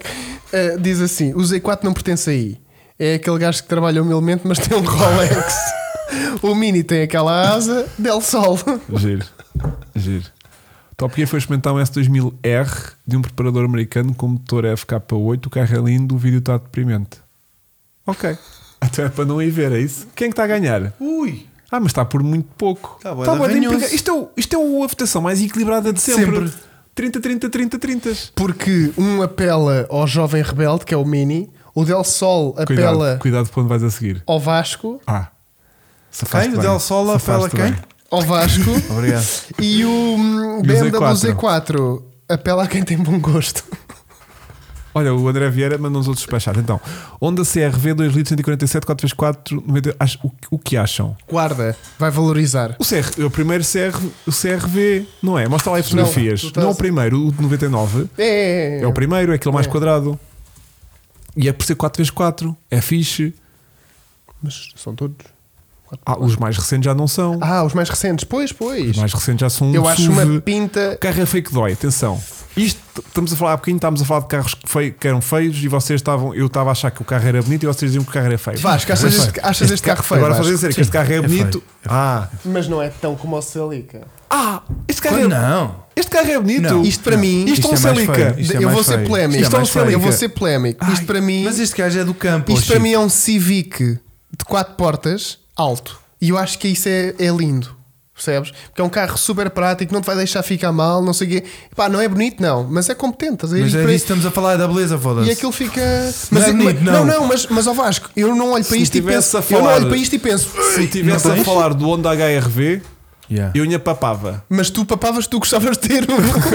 Diz assim: o Z4 não pertence aí. É aquele gajo que trabalha humildemente, mas tem um Rolex. O Mini tem aquela asa Del Sol. Giro. Top Gear foi experimentar um S2000R de um preparador americano com motor FK8. O carro é lindo, o vídeo está deprimente. Ok. Até é para não ir ver, é isso? Quem é que está a ganhar? Ui! Mas está por muito pouco. Tá bué Está de bué de ranhoso. empregado. Isto é a votação mais equilibrada de sempre. 30. Porque um apela ao jovem rebelde, que é o Mini. O Del Sol apela Cuidado para onde vais a seguir. ao Vasco. Safaste Quem? O bem. Del Sol apela Safaste quem? bem. Ao Vasco. Obrigado. E o BMW Z4 apela a quem tem bom gosto. Olha, o André Vieira mandou uns outros despachados. Então, Honda CR-V 2 litros 147 4x4 90. O que acham? Guarda, vai valorizar. O primeiro o CR-V, não é? Mostra lá as fotografias. tu estás- Não o primeiro, o de 99. É É o primeiro, é aquele mais quadrado. E é por ser 4x4. É fixe. Mas são todos. Os mais recentes já não são. Os mais recentes. Pois. Os mais recentes já são Eu acho SUV. uma pinta. O carro é feio que dói, atenção. Isto, estamos a falar há bocadinho, estávamos a falar de carros que eram feios e vocês estavam. Eu estava a achar que o carro era bonito e vocês diziam que o carro era feio. Vasco, achas este carro feio? Agora Vasco? fazer dizer que este carro é bonito. Mas não é tão como o Celica. Este carro Não. Este carro é bonito. Não. Isto para mim. Isto é um Isto é mais Celica. feio. Isto é Eu mais vou ser feio. polémico. Isto é mais feio. Eu vou ser polémico. Isto para mim. Mas este gajo é do campo. Isto para mim é um Civic de 4 portas alto. E eu acho que isso é lindo. Percebes? Porque é um carro super prático, não te vai deixar ficar mal, não sei o quê. Pá, não é bonito, não, mas é competente. Mas é disso que estamos a falar, da beleza, foda-se. E aquilo fica. Não é bonito, não. Mas ao Vasco, eu não olho para isto e penso. tivesse a Eu não falar- olho para isto e penso. Se estivesse Não a tens? falar do Honda HR-V, Yeah. eu ainda papava. Mas tu papavas, tu gostavas de ter.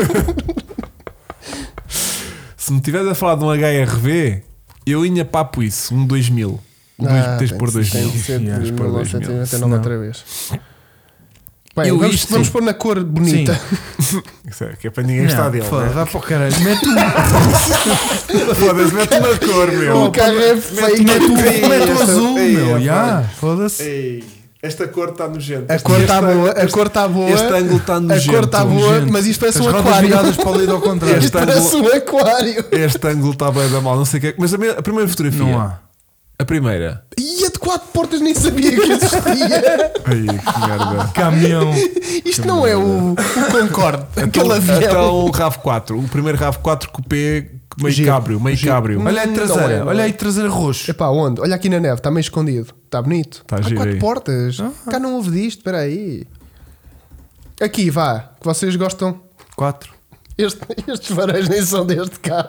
Se me estivesse a falar de um HR-V, eu ainda papo isso. Um 2000. Tens de pôr 2000. Tem de ser de Tens de pôr 2000. 1999 outra vez. Bem, Eu vamos, isto- vamos pôr na cor bonita. Isso é, que é para ninguém gostar dele. Foda-se, Né? vai para o caralho. Mete Foda-se, mete uma cor, meu. O carro é feio. o azul, Ei, meu. é, Já, foda-se. Ei, esta cor está nojenta. A cor está boa, a cor está boa. Este ângulo está A nojento. cor está boa, Gente, mas isto parece as um rodas aquário. viradas para o lado ao contrário. Este Isto parece um aquário. Este ângulo está bem da mal, não sei o que é. Mas a primeira fotografia. Não há. A primeira. E a de 4 portas nem sabia que existia. Ai, que merda. Caminhão. Isto não é o Concorde, aquele avião. Então o RAV4. O primeiro RAV4 Coupé meio Giro. cabrio. Meio Giro. cabrio. Olha aí Não traseira. é, não Olha é. aí traseira roxo. Epá, onde? Olha aqui na neve, está meio escondido. Está bonito. Tá Há giro 4 aí. portas. Cá não houve disto, espera aí. Aqui, vá, que vocês gostam. 4. Estes varejos nem são deste carro.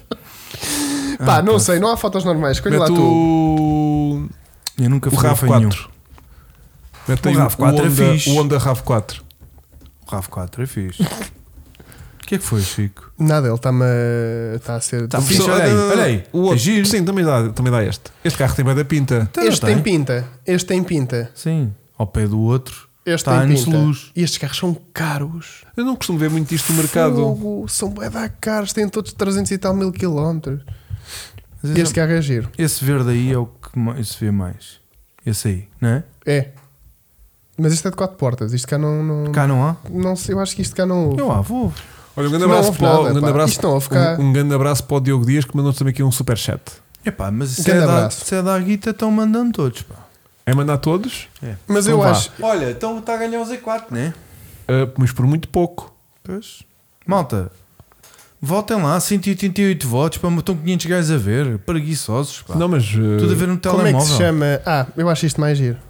Pá, não sei, não há fotos normais. Escolhe lá Mete tu. Eu nunca o fui a nenhum. RAV4. Mete aí O RAV4 é Honda, fixe. o Honda RAV4. O RAV4 é fixe. O que é que foi, Chico? Nada, ele está-me a ser. Tá fixe, olha aí, olha aí. O outro, É giro. sim, também dá este. Este carro tem bem da pinta. Este tem pinta. Este tem pinta. Sim. Ao pé do outro. Este Está tem anos pinta. luz. E estes carros são caros. Eu não costumo ver muito isto no mercado. Fogo, são bué da caros. Têm todos 300 e tal mil quilómetros. Mas Este carro é giro. esse verde aí é o que mais se vê mais. Esse aí, não é? É. Mas isto é de 4 portas. Isto cá não. Cá não há? Não sei, eu acho que isto cá não houve. Eu vou. Olha, um grande Não abraço, houve para, nada, um grande pá. abraço, Isto não houve cá. um grande abraço para o Diogo Dias que mandou-nos também aqui um superchat. Epá, mas se Grande é, da, abraço. se é da guita, estão mandando todos. Pá. É mandar todos, Mas Então eu vá. acho. Olha, então está a ganhar o Z4, né? mas por muito pouco. Pois. Malta, votem lá, 188 votos. Pá, estão 500 gajos a ver. Preguiçosos. Pá. Não, mas Tudo a ver no Como é que telemóvel. se chama? Eu acho isto mais giro.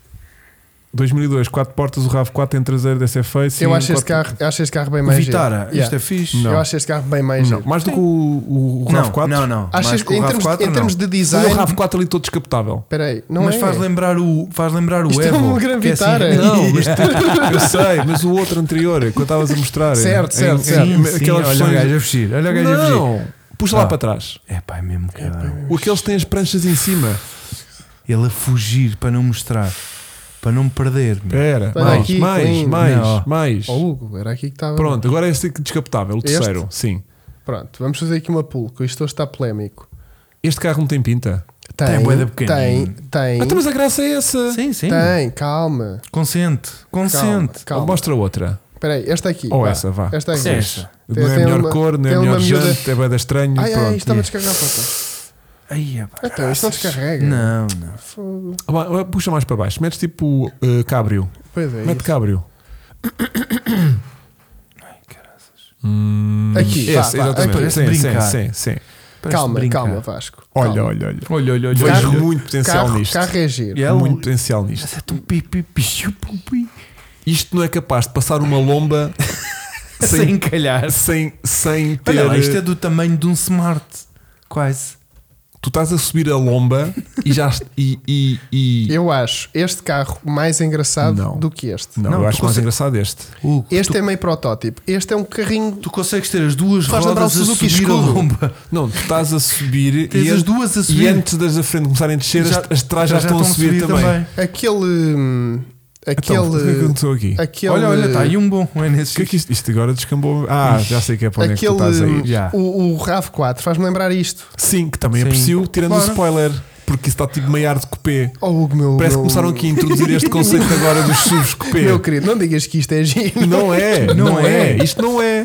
2002, 4 portas, o RAV4 em traseiro desse Face. Eu acho este carro bem O mais Vitara, giro. isto é fixe. Não. Eu acho este carro bem mais Não, giro. mais do que o Não, RAV4. não. Acho Mais este- que o em termos, RAV4 em termos de O design. RAV4 ali todo descapotável. Espera aí, não mas é? faz lembrar o Isto é Evo. um Gran que é assim- Vitara. Não, mas eu sei, mas o outro anterior que eu estavas a mostrar. Certo. Sim, aquelas sim, olha o versões- gajo a fugir. Olha o gajo a fugir. Não, puxa lá Ah. para trás. É pá, é mesmo caralho. O aqueles têm as pranchas em cima. Ele a fugir para não mostrar. Para não me perder. meu. Espera, Olha mais, aqui, mais, lindo. mais, Não. mais. Oh, Hugo, era aqui que estava. Pronto, agora é este aqui descapotável, o Este? terceiro. Sim. Pronto, vamos fazer aqui uma pool, que isto hoje está polémico. Este carro não tem pinta. Tem bué de tem, pequenino. tem, Mas a graça é essa. Sim, sim. tem, calma. Consente. Calma. Mostra outra. Espera aí, esta aqui. Ou vá. essa, vá. Esta aqui. Esta. Não é a Tem melhor uma- cor, não é tem a melhor uma miúda- jante, é bem estranho. Ai, pronto. estava a descarregar a foto. Aí, Então, isto não descarrega. Não, não. Fogo. Vai, puxa mais para baixo, metes tipo cabrio. Pois é. Mete isso. cabrio. Ai, caraças. Aqui, vá, Esse, vá, exatamente. parece Sim, brincar. sim. Parece Calma, brincar. calma, Vasco. Olha, Calma. olha, olha. Olha. Vejo Carro- muito potencial nisto. Carro é giro. E ela- Muito potencial nisto. Mas é tão pipi. Isto não é capaz de passar uma lomba Sem calhar. sem ter. Olha lá, isto é do tamanho de um Smart. Quase. Tu estás a subir a lomba e já. E. Eu acho este carro mais engraçado Não. do que este. Não, Não, eu tu acho mais consegue- engraçado este. Hugo, Este é meio protótipo. Este é um carrinho. tu consegues ter as duas Faz lembrar rodas o a Suzuki subir a Escudo. lomba. Não, tu estás a subir Tens e, as duas a e subir. antes das da frente começarem a descer, as de trás já estão a subir também. Aquele. Então, o que é que aconteceu aqui? Aquele. Olha, está aí um bom. É nesse O que é que isto agora descambou? Ah, já sei que é para onde é que tu Aquele. estás a ir. Já. O RAV4 faz-me lembrar isto. Sim, que também Sim. aprecio, tirando Claro. o spoiler, porque isso está tipo meio ar de cupê. Oh, Hugo, meu. Parece que meu- começaram aqui a introduzir este conceito agora dos SUVs cupê. Meu querido, não digas que isto é giro. Não é, não é. Isto não é.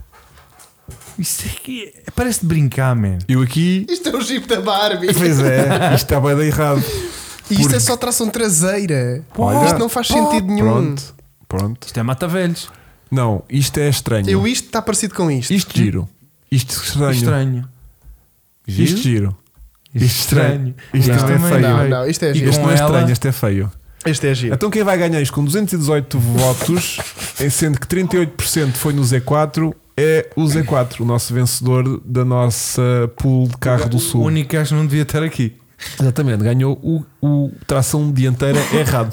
Isto aqui parece de brincar, man. Eu aqui. Isto é o Jeep da Barbie. Pois é, isto está bem de errado. E isto Porque- é só tração traseira. Olha, Isto não faz sentido nenhum. Pronto. Isto é mata-velhos. Não, isto é estranho. Isto está parecido com isto. Isto giro. Isto estranho. Estranho. Isto giro. Isto estranho. Isto Isto é também feio. Não, não, isto é E giro. Este com não é ela- estranho, este é feio. Este é giro. Então quem vai ganhar isto com 218 votos, sendo que 38% foi no Z4, é o Z4, o nosso vencedor da nossa pool de carro do O Sul. único que acho que não devia estar aqui. Exatamente, ganhou o tração dianteira errado.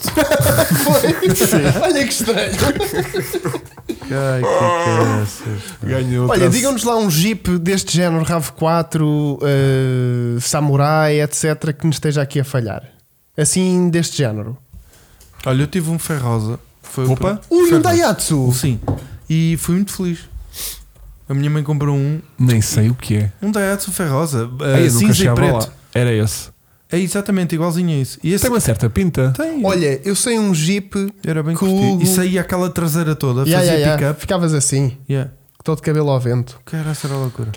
Olha que estranho. Ai, que caraças. Ganhou Olha, digam-nos lá um Jeep deste género, RAV4, Samurai, etc., que nos esteja aqui a falhar. Assim, deste género. Olha, eu tive um Ferrosa. Foi o Opa. Ui, um Ferrosa. Daihatsu! Sim. E fui muito feliz. A minha mãe comprou Nem sei o que é. um Daihatsu Ferrosa. Ai, eu nunca Cinza e chegava preto. lá. Era esse. É exatamente igualzinho a isso. E esse Tem uma certa pinta. tem. Olha, eu sei um Jeep. Era bem que o curtido. Hugo- E saía aquela traseira toda. Yeah, Fazia yeah, yeah. pick-up. Ficavas assim, Yeah. todo de cabelo ao vento. Que era essa loucura.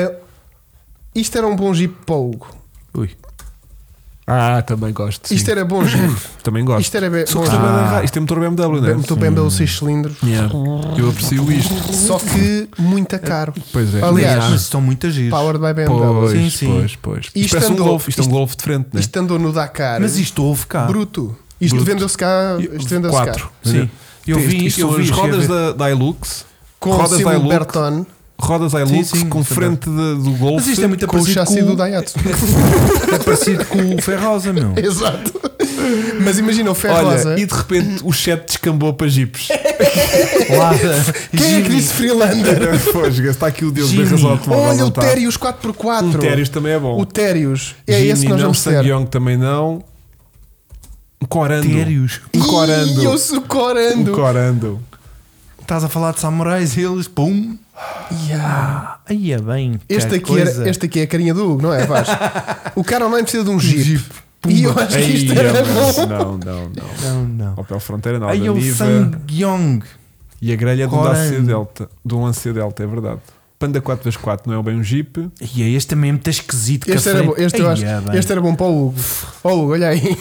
Isto era um bom Jeep para o Hugo. Ui. Ah, também gosto. sim. Isto era bom Jeep. Também gosto. Isto era bom Só que Jeep. isto é motor BMW, não é? Muito bem BMW 6 cilindros. Yeah. Eu aprecio isto. Só que muito caro. Pois é. Aliás, Mas estão muito giros. Powered by BMW. Pois, Sim, sim. pois. Isto Isto parece um andou- Golf. Isto é um Golf de frente, não é? Isto andou no Dakar. Mas isto houve cá. bruto. Isto Bruto. vendeu-se cá. Isto vendeu-se cá. 4. Sim. Eu vi, Isto eu são vi. as rodas cheguei a ver. da Hilux. Com Rodas o símbolo Hilux. Berton. Rodas Hilux Sim, com sim, frente do Golf. Mas isto é muito Com o parecido chassi com do Daihatsu. É parecido com o Ferrosa, meu. Exato. Mas imagina o Ferrosa. Olha, e de repente o chat descambou para jipes. Lá, Quem é que disse Freelander? Pois, está aqui o Deus da Jimmy. razão automóvel. Olha não o está. Terios 4x4. Um Terios também é bom. O Terios. É Gini esse que nós não, vamos ter. Sangyong também não. Um Corando. Térios. Um Corando. Ih, eu sou Corando. Um Corando. Estás a falar de samurais e eles, pum. Yeah. Aí é bem. Este aqui é a carinha do Hugo, não é? Vasco? O cara online precisa de um Jeep. E eu acho que isto Ei, era mas bom. Não. Opel Frontera nova. Aí é o Niva. Sangyong. E a grelha do Corando. AC Delta. Do Lancia Delta, é verdade. Panda 4x4 não é bem um Jeep. E é este também é muito esquisito. Este era bom. Este, eu acho, bem. este era bom para o Hugo. Oh, Hugo, olha aí.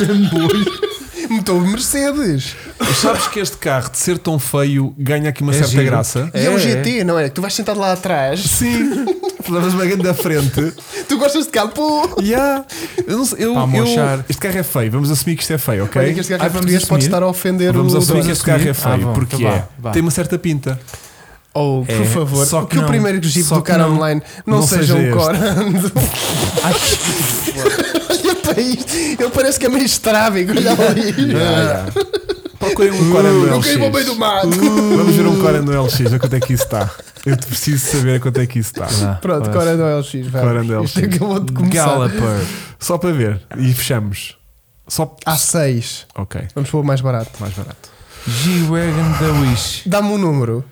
Motor Mercedes. Mas sabes que este carro, de ser tão feio, ganha aqui uma certa giro. graça? E é o GT, não é? Que tu vais sentado lá atrás. Sim. Levas uma grande da frente. Tu gostas de capô. Yeah. Eu não sei, Para mochar. este carro é feio. Vamos assumir que isto é feio, ok? Olha que este carro Ah, em vamos português pode assumir? estar a ofender Vamos o assumir dono. que este carro é feio. bom, porque então é. vá. Tem uma certa pinta. Oh, por É, favor. só que que o não. primeiro Jeep Só do que cara não. online não, Não seja seja um este. Corando. Olha para isto. Ele parece que é meio estrábico. Olha ali. Procurem um Corando Não LX. caiu ao meio do mato. Vamos ver um Corando LX, a quanto é que isso está. Eu preciso saber a quanto é que isso está. Pronto, Corando LX. Corando Vamos. LX. Isto acabou de começar. Galloper. Só para ver. E fechamos. Só. Há 6. Ok, Vamos pôr o mais barato. mais barato. G-Wagon da Wish. Dá-me um número.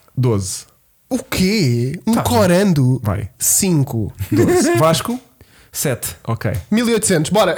12. O quê? Um Tá. Corando? Vai. 5. 12. Vasco? 7. Ok. 1800, bora.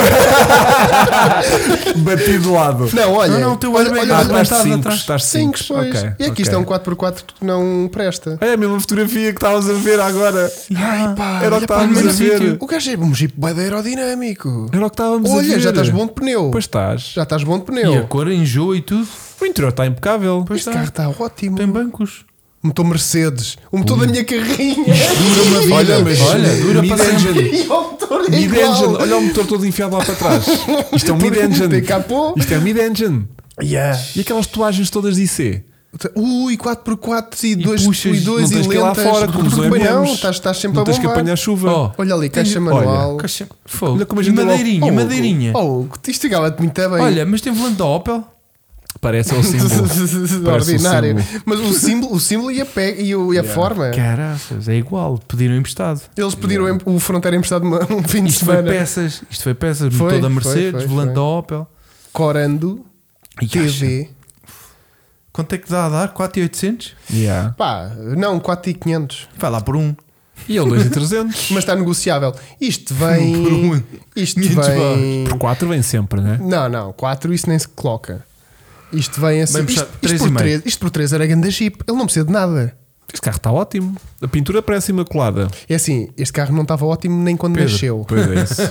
Bati de lado. Não, olha. Não, teu olho bem olha, grande. olha, Estás estás 5, atrás. estás 5. 5, pois. E aqui isto é um 4x4 que não presta. É a mesma fotografia que estavas a ver agora. Ai, pá, Era o que estávamos a ver. O gajo é um jeep bem aerodinâmico. Era o que estávamos a ver. Olha, já estás bom de pneu. Pois estás. Já estás bom de E a pneu. cor enjoa e tudo. O interior está impecável. Pois Este está. carro está ótimo. Tem bancos. Motor Mercedes. O motor da minha carrinha. Dura uma vida. Olha, mas dura para mid-engine. sempre. E o motor é Mid-engine. igual. Olha o motor todo enfiado lá para trás. Isto é um Tem mid-engine. capô. Isto é um mid-engine. Yeah. E aquelas toagens todas de IC? Ui, 4x4 e 2 puxas, e não 2 e tens que ir lá lentas. fora, como os Pois não, OEMs. estás sempre Não a tens que bombar. apanhar chuva. Oh, Olha ali, caixa Olha, manual. Caixa- Fogo. Olha como a E gente madeirinha, Oh, madeirinha. Oh, isto ficava-te muito bem. Olha, mas tem volante da Opel. Parece o símbolo. Ordinário. Parece Mas o símbolo e a forma. Caraças, é igual. Pediram emprestado. Eles pediram o Fronteira emprestado um fim de Isto foi semana. peças. Motor Foi, da Mercedes, foi, volante foi. da Opel. Corando, E TV. Quanto é que dá a dar? 4.800? Yeah. Pá, não, 4.500. Vai lá por um. E ele 2.300. Mas está negociável. Isto vem. Por um. Isto 500 vem. Por 4 vem sempre, né? Não, 4 isso nem se coloca. Isto vem assim. Bem puxado, Isto por 3,5. 3, isto por 3 era grande Jeep. Ele não precisa de nada. Este carro está ótimo. A pintura parece imaculada. É assim, este carro não estava ótimo nem quando Pedro, nasceu. Pois é isso.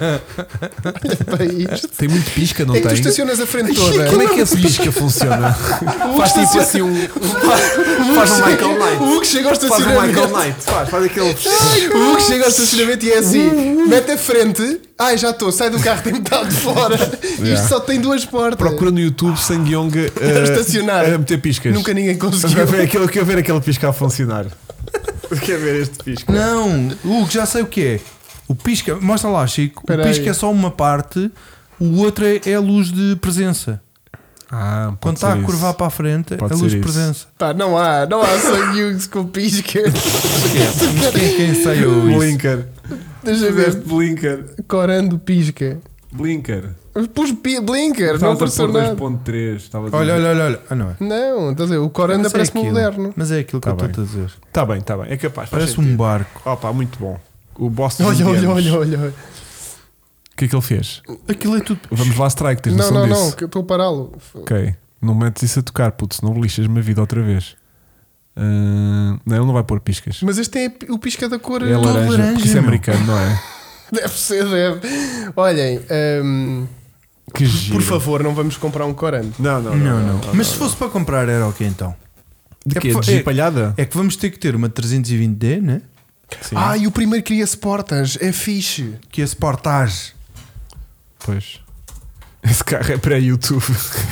Para isto. Tem muito pisca, não É que tu tem? estacionas a frente toda. Como é que esse pisca funciona? Faz tipo assim um. Faz um Michael Knight. O Hugo chega ao Faz um Michael estacionamento. Knight. Faz aquele. O Hugo chega ao estacionamento e é assim: mete a frente. Ai, já estou, sai do carro, tem metade de fora. Isto só tem 2 portas. Procura no YouTube Sangyong A estacionar. a meter piscas. Nunca ninguém Quer conseguiu. ver aquele pisca a funcionar. Quer ver este pisca? Não, Hugo, já sei o que é. O pisca, mostra lá, Chico. Espera o pisca aí. é só uma parte, o outro é a luz de presença. Ah, Quando está a curvar para a frente, Pode a luz ser de isso. presença. Pá, não há Sangyugs com pisca. Mas quem saiu isso? Blinker. Deixa eu ver. Blinker. Corando pisca. Blinker. Pus blinker, não Estava a apareceu pôr nada. 2.3. Estava a dizer. Olha. Ah, não é. Não, estás a ver? O Coranda Mas é parece aquilo. moderno. Mas é aquilo que Tá eu estou a dizer. Está bem. É capaz. faz Parece sentido. um barco. Opa, muito bom. O Boston. Olha. O que é que ele fez? Aquilo é tudo. Vamos lá, Strike, tens Não, noção não, disso? não, que eu estou a pará-lo. Ok. Não metes isso a tocar, puto, senão lixas-me a vida outra vez. Não, ele não vai pôr piscas. Mas este é o pisca da cor. É laranja, laranja, porque isso é meu. americano, não é? Deve ser, deve. Olhem, Que giro. por favor, não vamos comprar um Corando. Não. Não. Mas se fosse para comprar, era o que então? De É quê? por- De palhada? É que vamos ter que ter uma 320D, né? Sim. Ah, e o primeiro queria Sportage, é fixe. Que é Sportage. Pois. Esse carro é pré-YouTube.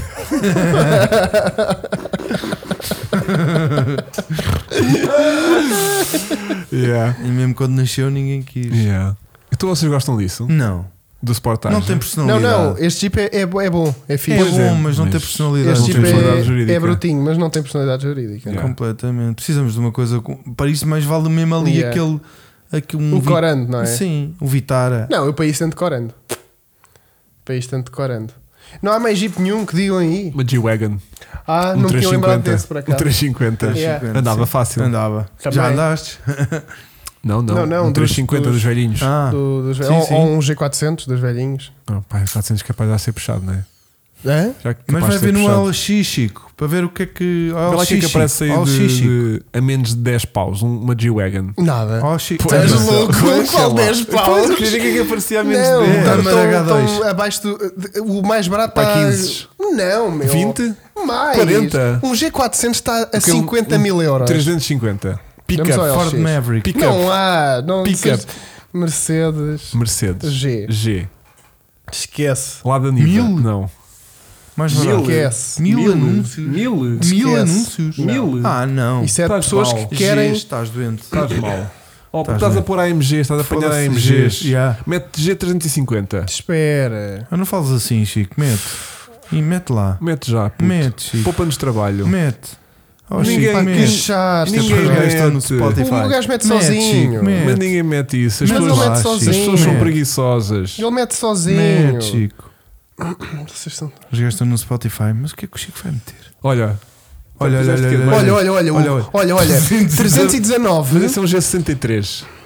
Yeah. E mesmo quando nasceu, ninguém quis. Yeah. Então vocês gostam disso? Não. Do Sportage? Não tem Não, personalidade. não, este Jeep é bom, é É fixe. bom, mas não tem mas personalidade. Este não Jeep tem personalidade é jurídica. brutinho, mas não tem personalidade jurídica. Yeah. Completamente. Precisamos de uma coisa. Para isso, mais vale mesmo ali Yeah. aquele O Corando, não é? Sim, o Vitara. Não, eu para isso tanto Corando. Para isso tanto Corando. Não há mais Jeep nenhum que digam aí. Uma G-Wagon. Ah, Um não me tinha lembrado 350. desse por Um acaso. 350. Yeah. Andava sim. fácil. Andava. Também. Já andaste? Não. Não, Um dos- 350 dos velhinhos. Ah, Dos sim, ou, sim. ou um G400 dos velhinhos. Não, pá, 400 capaz de ser puxado, não é? Hã? Já mas capaz vai de ser ver no puxado. LX, Chico, para ver o que é que. Vê lá o que é que aparece aí LX, Chico. de a menos de 10 paus. Uma G-Wagon. Nada. Oh, Chico. Pois, Estás não. louco? Pois, Qual sei lá. 10 paus? Pois, eu queria dizer que aparecia a menos Não, de 10. Dá-me H2. estão abaixo do. O mais barato Para está. 15. Não, meu. 20? Mais. 40? Um G400 está a Porque 50 mil euros. 350. Pick Vamos up. ao Ford LX. Maverick. Pick Não up. há. Não, Pick-up. Mercedes. Mercedes. G. Esquece. Lá da Niva. Mil? Não. Mais Mil. barato. Esquece. Mil anúncios. Mil? Esquece. Anúncios. Mil? Ah, não. Isso é de Estás pessoas mal. que querem. Estás doente. Estás mal. Oh, Estás estás a bem. pôr AMG, estás a apanhar Foda-se, AMGs. Gs, yeah. Mete G350. Espera. Ah, não falas assim, Chico. Mete. E mete lá. Mete já. Puto. Mete, Chico. Poupa-nos trabalho. Mete. Oh, Ninguém- Chico, Pá, que mete. chato. Ninguém Os gajos estão no mete. Spotify. O gajo mete Mete, sozinho. Chico, mete. Mas ninguém mete isso. As Mas pessoas, ele mete as sozinho. pessoas são Mete. preguiçosas. Ele mete sozinho. Mete, Chico. Vocês são- Os gajos estão no Spotify. Mas o que é que o Chico vai meter? Olha. Olha, Fizeste olha, quê? olha, Olha, Olha, olha. 319. Mas esse é um G63.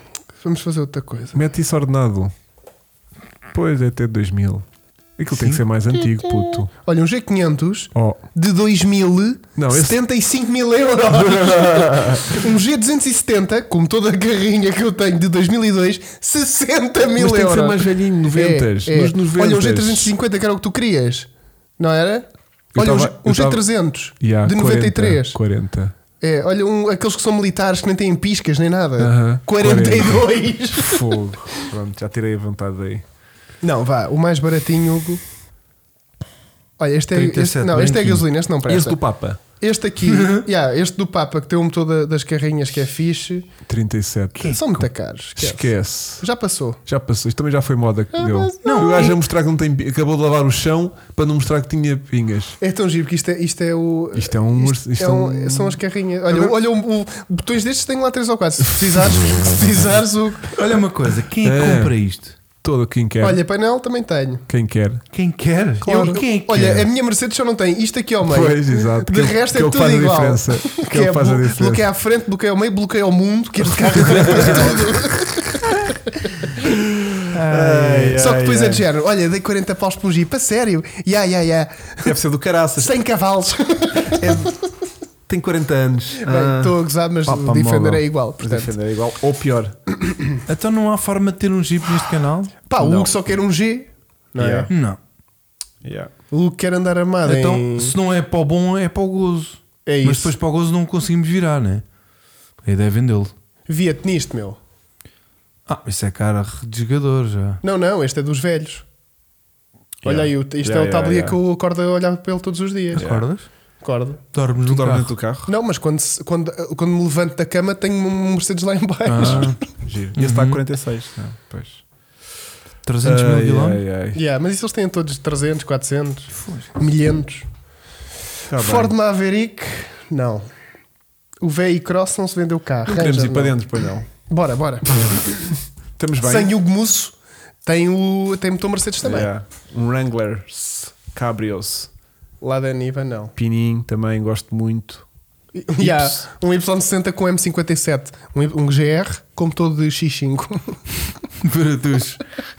Vamos fazer outra coisa. Mete isso ordenado. Pois é, até 2000. Aquilo tem que ser mais antigo, puto. Olha, um G500 Oh. de 2000, Não, esse- 75 mil euros. Um G270, como toda a carrinha que eu tenho de 2002, 60 mil Mas tem que euros. ser mais velhinho, 90. É. Nos 90. Olha, um G350 que era o que tu querias, não era? Eu Olha, tava- um eu tava- G300 Yeah, de 93. 40. É, olha, aqueles que são militares que nem têm piscas nem nada. Aham, 42. Fogo. Pronto, já tirei a vontade daí. Não, vá, o mais baratinho, Hugo. Olha, este é, 37 não, este é branquinho. gasolina, este não E esse presta. do Papa? Este aqui, este do Papa que tem o motor das carrinhas que é fixe, 37. são muito caros. Esquece. Já passou. Já passou. Isto também já foi moda que deu. mas Não, o gajo a mostrar que não tem. Acabou de lavar o chão para não mostrar que tinha pingas. É tão giro que isto é o. Isto é um. São as carrinhas. Olha, botões destes tenho lá 3 ou 4. Se precisares, o. Olha uma coisa, quem é que É. compra isto? Todo quem quer. Olha, painel também tenho. Quem quer. Quem quer? Claro. Quem é que Olha, quer? a minha Mercedes só não tem isto aqui ao meio. Pois, exato. De Que resto que é o que tudo faz a igual. diferença. Que é o que faz a diferença. Bloqueia à frente, bloqueia ao meio, bloqueia ao mundo, que este carro Ai, Só que ai, depois ai. é de género. Olha, dei 40 paus por um Jeep, a sério. Deve ser do caraças. 100 cavalos. Tem 40 anos. Bem, estou a gozar, mas Papa o Defender model. é igual. Portanto, Defender é igual ou pior. Então não há forma de ter um Jeep neste canal? pá, o Não. Hugo só quer um G. Não é? Yeah. Não. Yeah. O Hugo quer andar armado. Então, em... se não é para o bom, é para o gozo. É isso. Mas depois para o gozo não conseguimos virar, né? A ideia é vendê-lo. Via-te nisto, meu. Ah, isso é cara de jogador já. Não, este é dos velhos. Olha aí, isto é o tabuleiro que eu acordo a olhar para ele todos os dias. Recordas? Acordo. Dormes Tu no dormes carro. dentro do carro? Não, mas quando me levanto da cama tenho um Mercedes lá em baixo. Ah, Giro. E esse está a 46. Não, pois. 300 mil Ai, quilómetros. ai, ai. Yeah, mas isso eles têm todos 300, 400, 1.000. Tá bem. Ford Maverick, não. O VI Cross não se vendeu carro. Não queremos Arranja, ir para não. dentro, pois não. Bora. Estamos bem. Sem Hugo Musso, tem motor Mercedes também. Yeah. Um Wrangler Cabrios. Lá da Niva, não. Pininho também, gosto muito. Yeah, um Y60 com M57, um GR com motor de X5. Baratos.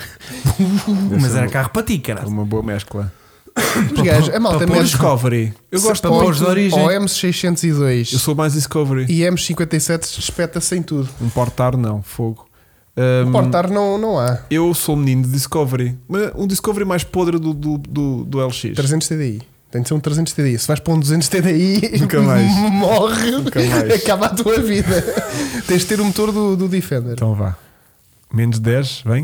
Mas era carro para ti, cara. Uma boa mescla. Os gajos, a malta para pôr mete Discovery. Eu gosto para pôr muito. de origem. ou M602 Eu sou mais Discovery. e M57 espeta sem tudo. Um Portar não, fogo. Portar não há. Eu sou menino de Discovery. Mas um Discovery mais podre do LX. 300 TDI. Tem de ser um 300 TDI. Se vais para um 200 TDI, Nunca mais. morre, Nunca mais. acaba a tua vida. Tens de ter o motor do Defender. Então vá. Menos 10, vem?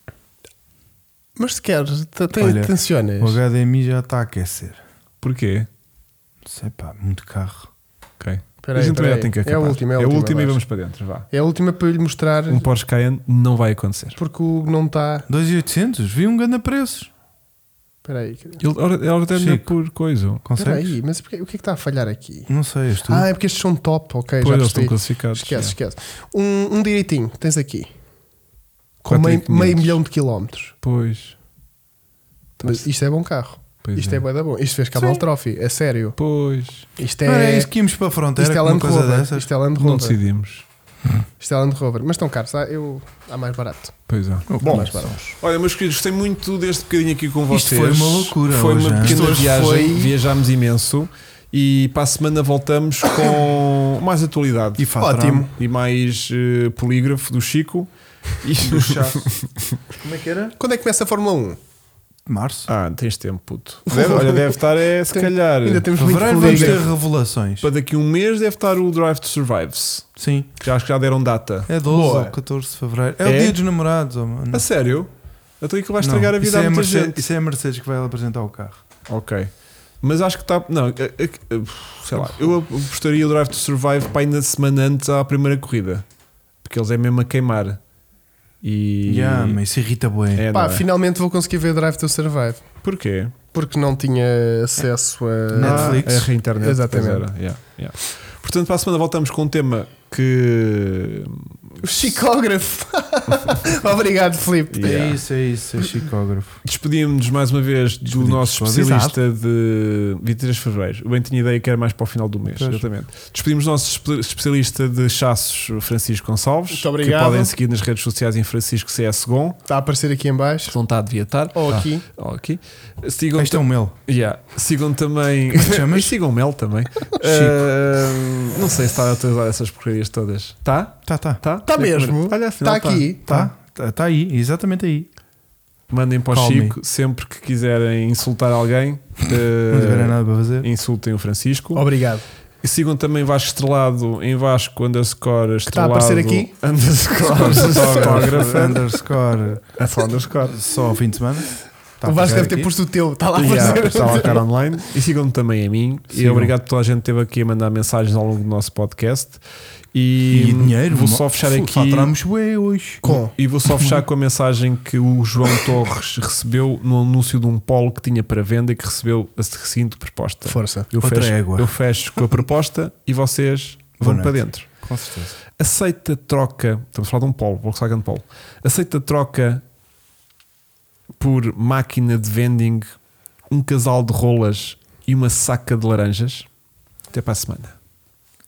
Mas se queres, Olha, tensionas. O HDMI já está a aquecer. Porquê? Não sei, pá, muito carro. Ok. Espera a aí, gente também espera já tem que aí. acabar. É a última, e vais. vamos para dentro, vá. É a última para eu lhe mostrar, Um Porsche Cayenne não vai acontecer. porque o não está. 2.800? Vi um grande preços. Espera aí. Ela termina Chico. por coisa. Espera Consegues? aí, mas o que é que está a falhar aqui? Não sei, és tu. Ah, é porque estes são top, ok, Pois já eles estão percebi. classificados. Esquece. Um direitinho, tens aqui. Com 4.500. meio milhão de quilómetros. Pois. Mas isto é bom carro. Pois Isto é bué da bom. Isto fez Camel Trophy, é sério. Pois. Isto Não era é. isso que íamos para a fronteira Isto é com uma Land coisa Rover. dessas? Isto é Land Não Rover. decidimos. Isto é Land Rover. Mas estão caros, tá? Há mais barato. Pois é. Bom, mais barato. Olha, meus queridos, gostei muito deste bocadinho aqui com Isto vocês. foi uma loucura Foi hoje, uma hein? pequena Isto hoje viagem. foi- Viajámos imenso. E para a semana voltamos com mais atualidade. E Fatran. Ótimo. E mais polígrafo do Chico. E... Como é que era? Quando é que começa a Fórmula 1? Março. Ah, tens tempo, puto. Deve estar, se calhar. Ainda temos muito Fevereiro vamos ter polígrafo. revelações. Para daqui a um mês deve estar o Drive to Survives. Sim. Acho que já deram data. É 12 Boa. ou 14 de Fevereiro. É, É? o dia dos namorados. Oh, mano. A sério? Então aquilo vai estragar Não, a vida isso a é muita Mercedes, gente. Isso é a Mercedes que vai apresentar o carro. Ok. Mas acho que está. Não, sei lá. Eu apostaria o Drive to Survive para ainda semana antes à primeira corrida. Porque eles é mesmo a queimar. E. Mas isso irrita bem. É, Pá, não é? finalmente vou conseguir ver Drive to Survive. Porquê? Porque não tinha acesso a Netflix. A internet. Exatamente. pois era. Yeah. Portanto, para a semana voltamos com um tema que O chicógrafo. Obrigado, Filipe. Yeah. É isso, é chicógrafo. Despedimos-nos mais uma vez do Despedimos, nosso especialista de 23 de Fevereiro. Eu bem tinha ideia que era mais para o final do mês, Pois. exatamente. Despedimos o nosso especialista de chassos, Francisco Gonçalves. Muito obrigado. Que podem seguir nas redes sociais em Francisco CS Gon. Está a aparecer aqui em baixo. Se não está, devia estar. Ou aqui. Oh, aqui. Sigam, Este é o Mel. sigam também. Como te chamas? E sigam o Mel também. Não sei se está a utilizar essas porcarias todas. Tá? Tá. Tá? Está mesmo. Olha, afinal Está aqui. Tá aí, exatamente aí. Mandem para o Call me. Chico sempre que quiserem insultar alguém. Não tiverem nada para fazer. Insultem o Francisco. Obrigado. E sigam também Vasco Estrelado em Vasco _ está a Estrelado. aparecer aqui? Fotógrafo. Underscore. É só underscore. Só ao fim de semana. Tá O a Vasco pegar deve ter aqui. posto o teu. Está lá a Yeah, aparecer. está lá cara online. E sigam-me também a mim. E Sigam. obrigado por toda a gente que esteve aqui a mandar mensagens ao longo do nosso podcast. E, dinheiro. vou só fechar aqui. Faturamos bué hoje. E vou só fechar com a mensagem que o João Torres recebeu no anúncio de um polo que tinha para venda e que recebeu a seguinte proposta. Força. Outra égua. Eu fecho com a proposta e vocês vão Boa para noite. dentro. Com certeza. Aceita troca. Estamos a falar de um polo, Volkswagen Polo. Aceita troca por máquina de vending, um casal de rolas e uma saca de laranjas. Até para a semana.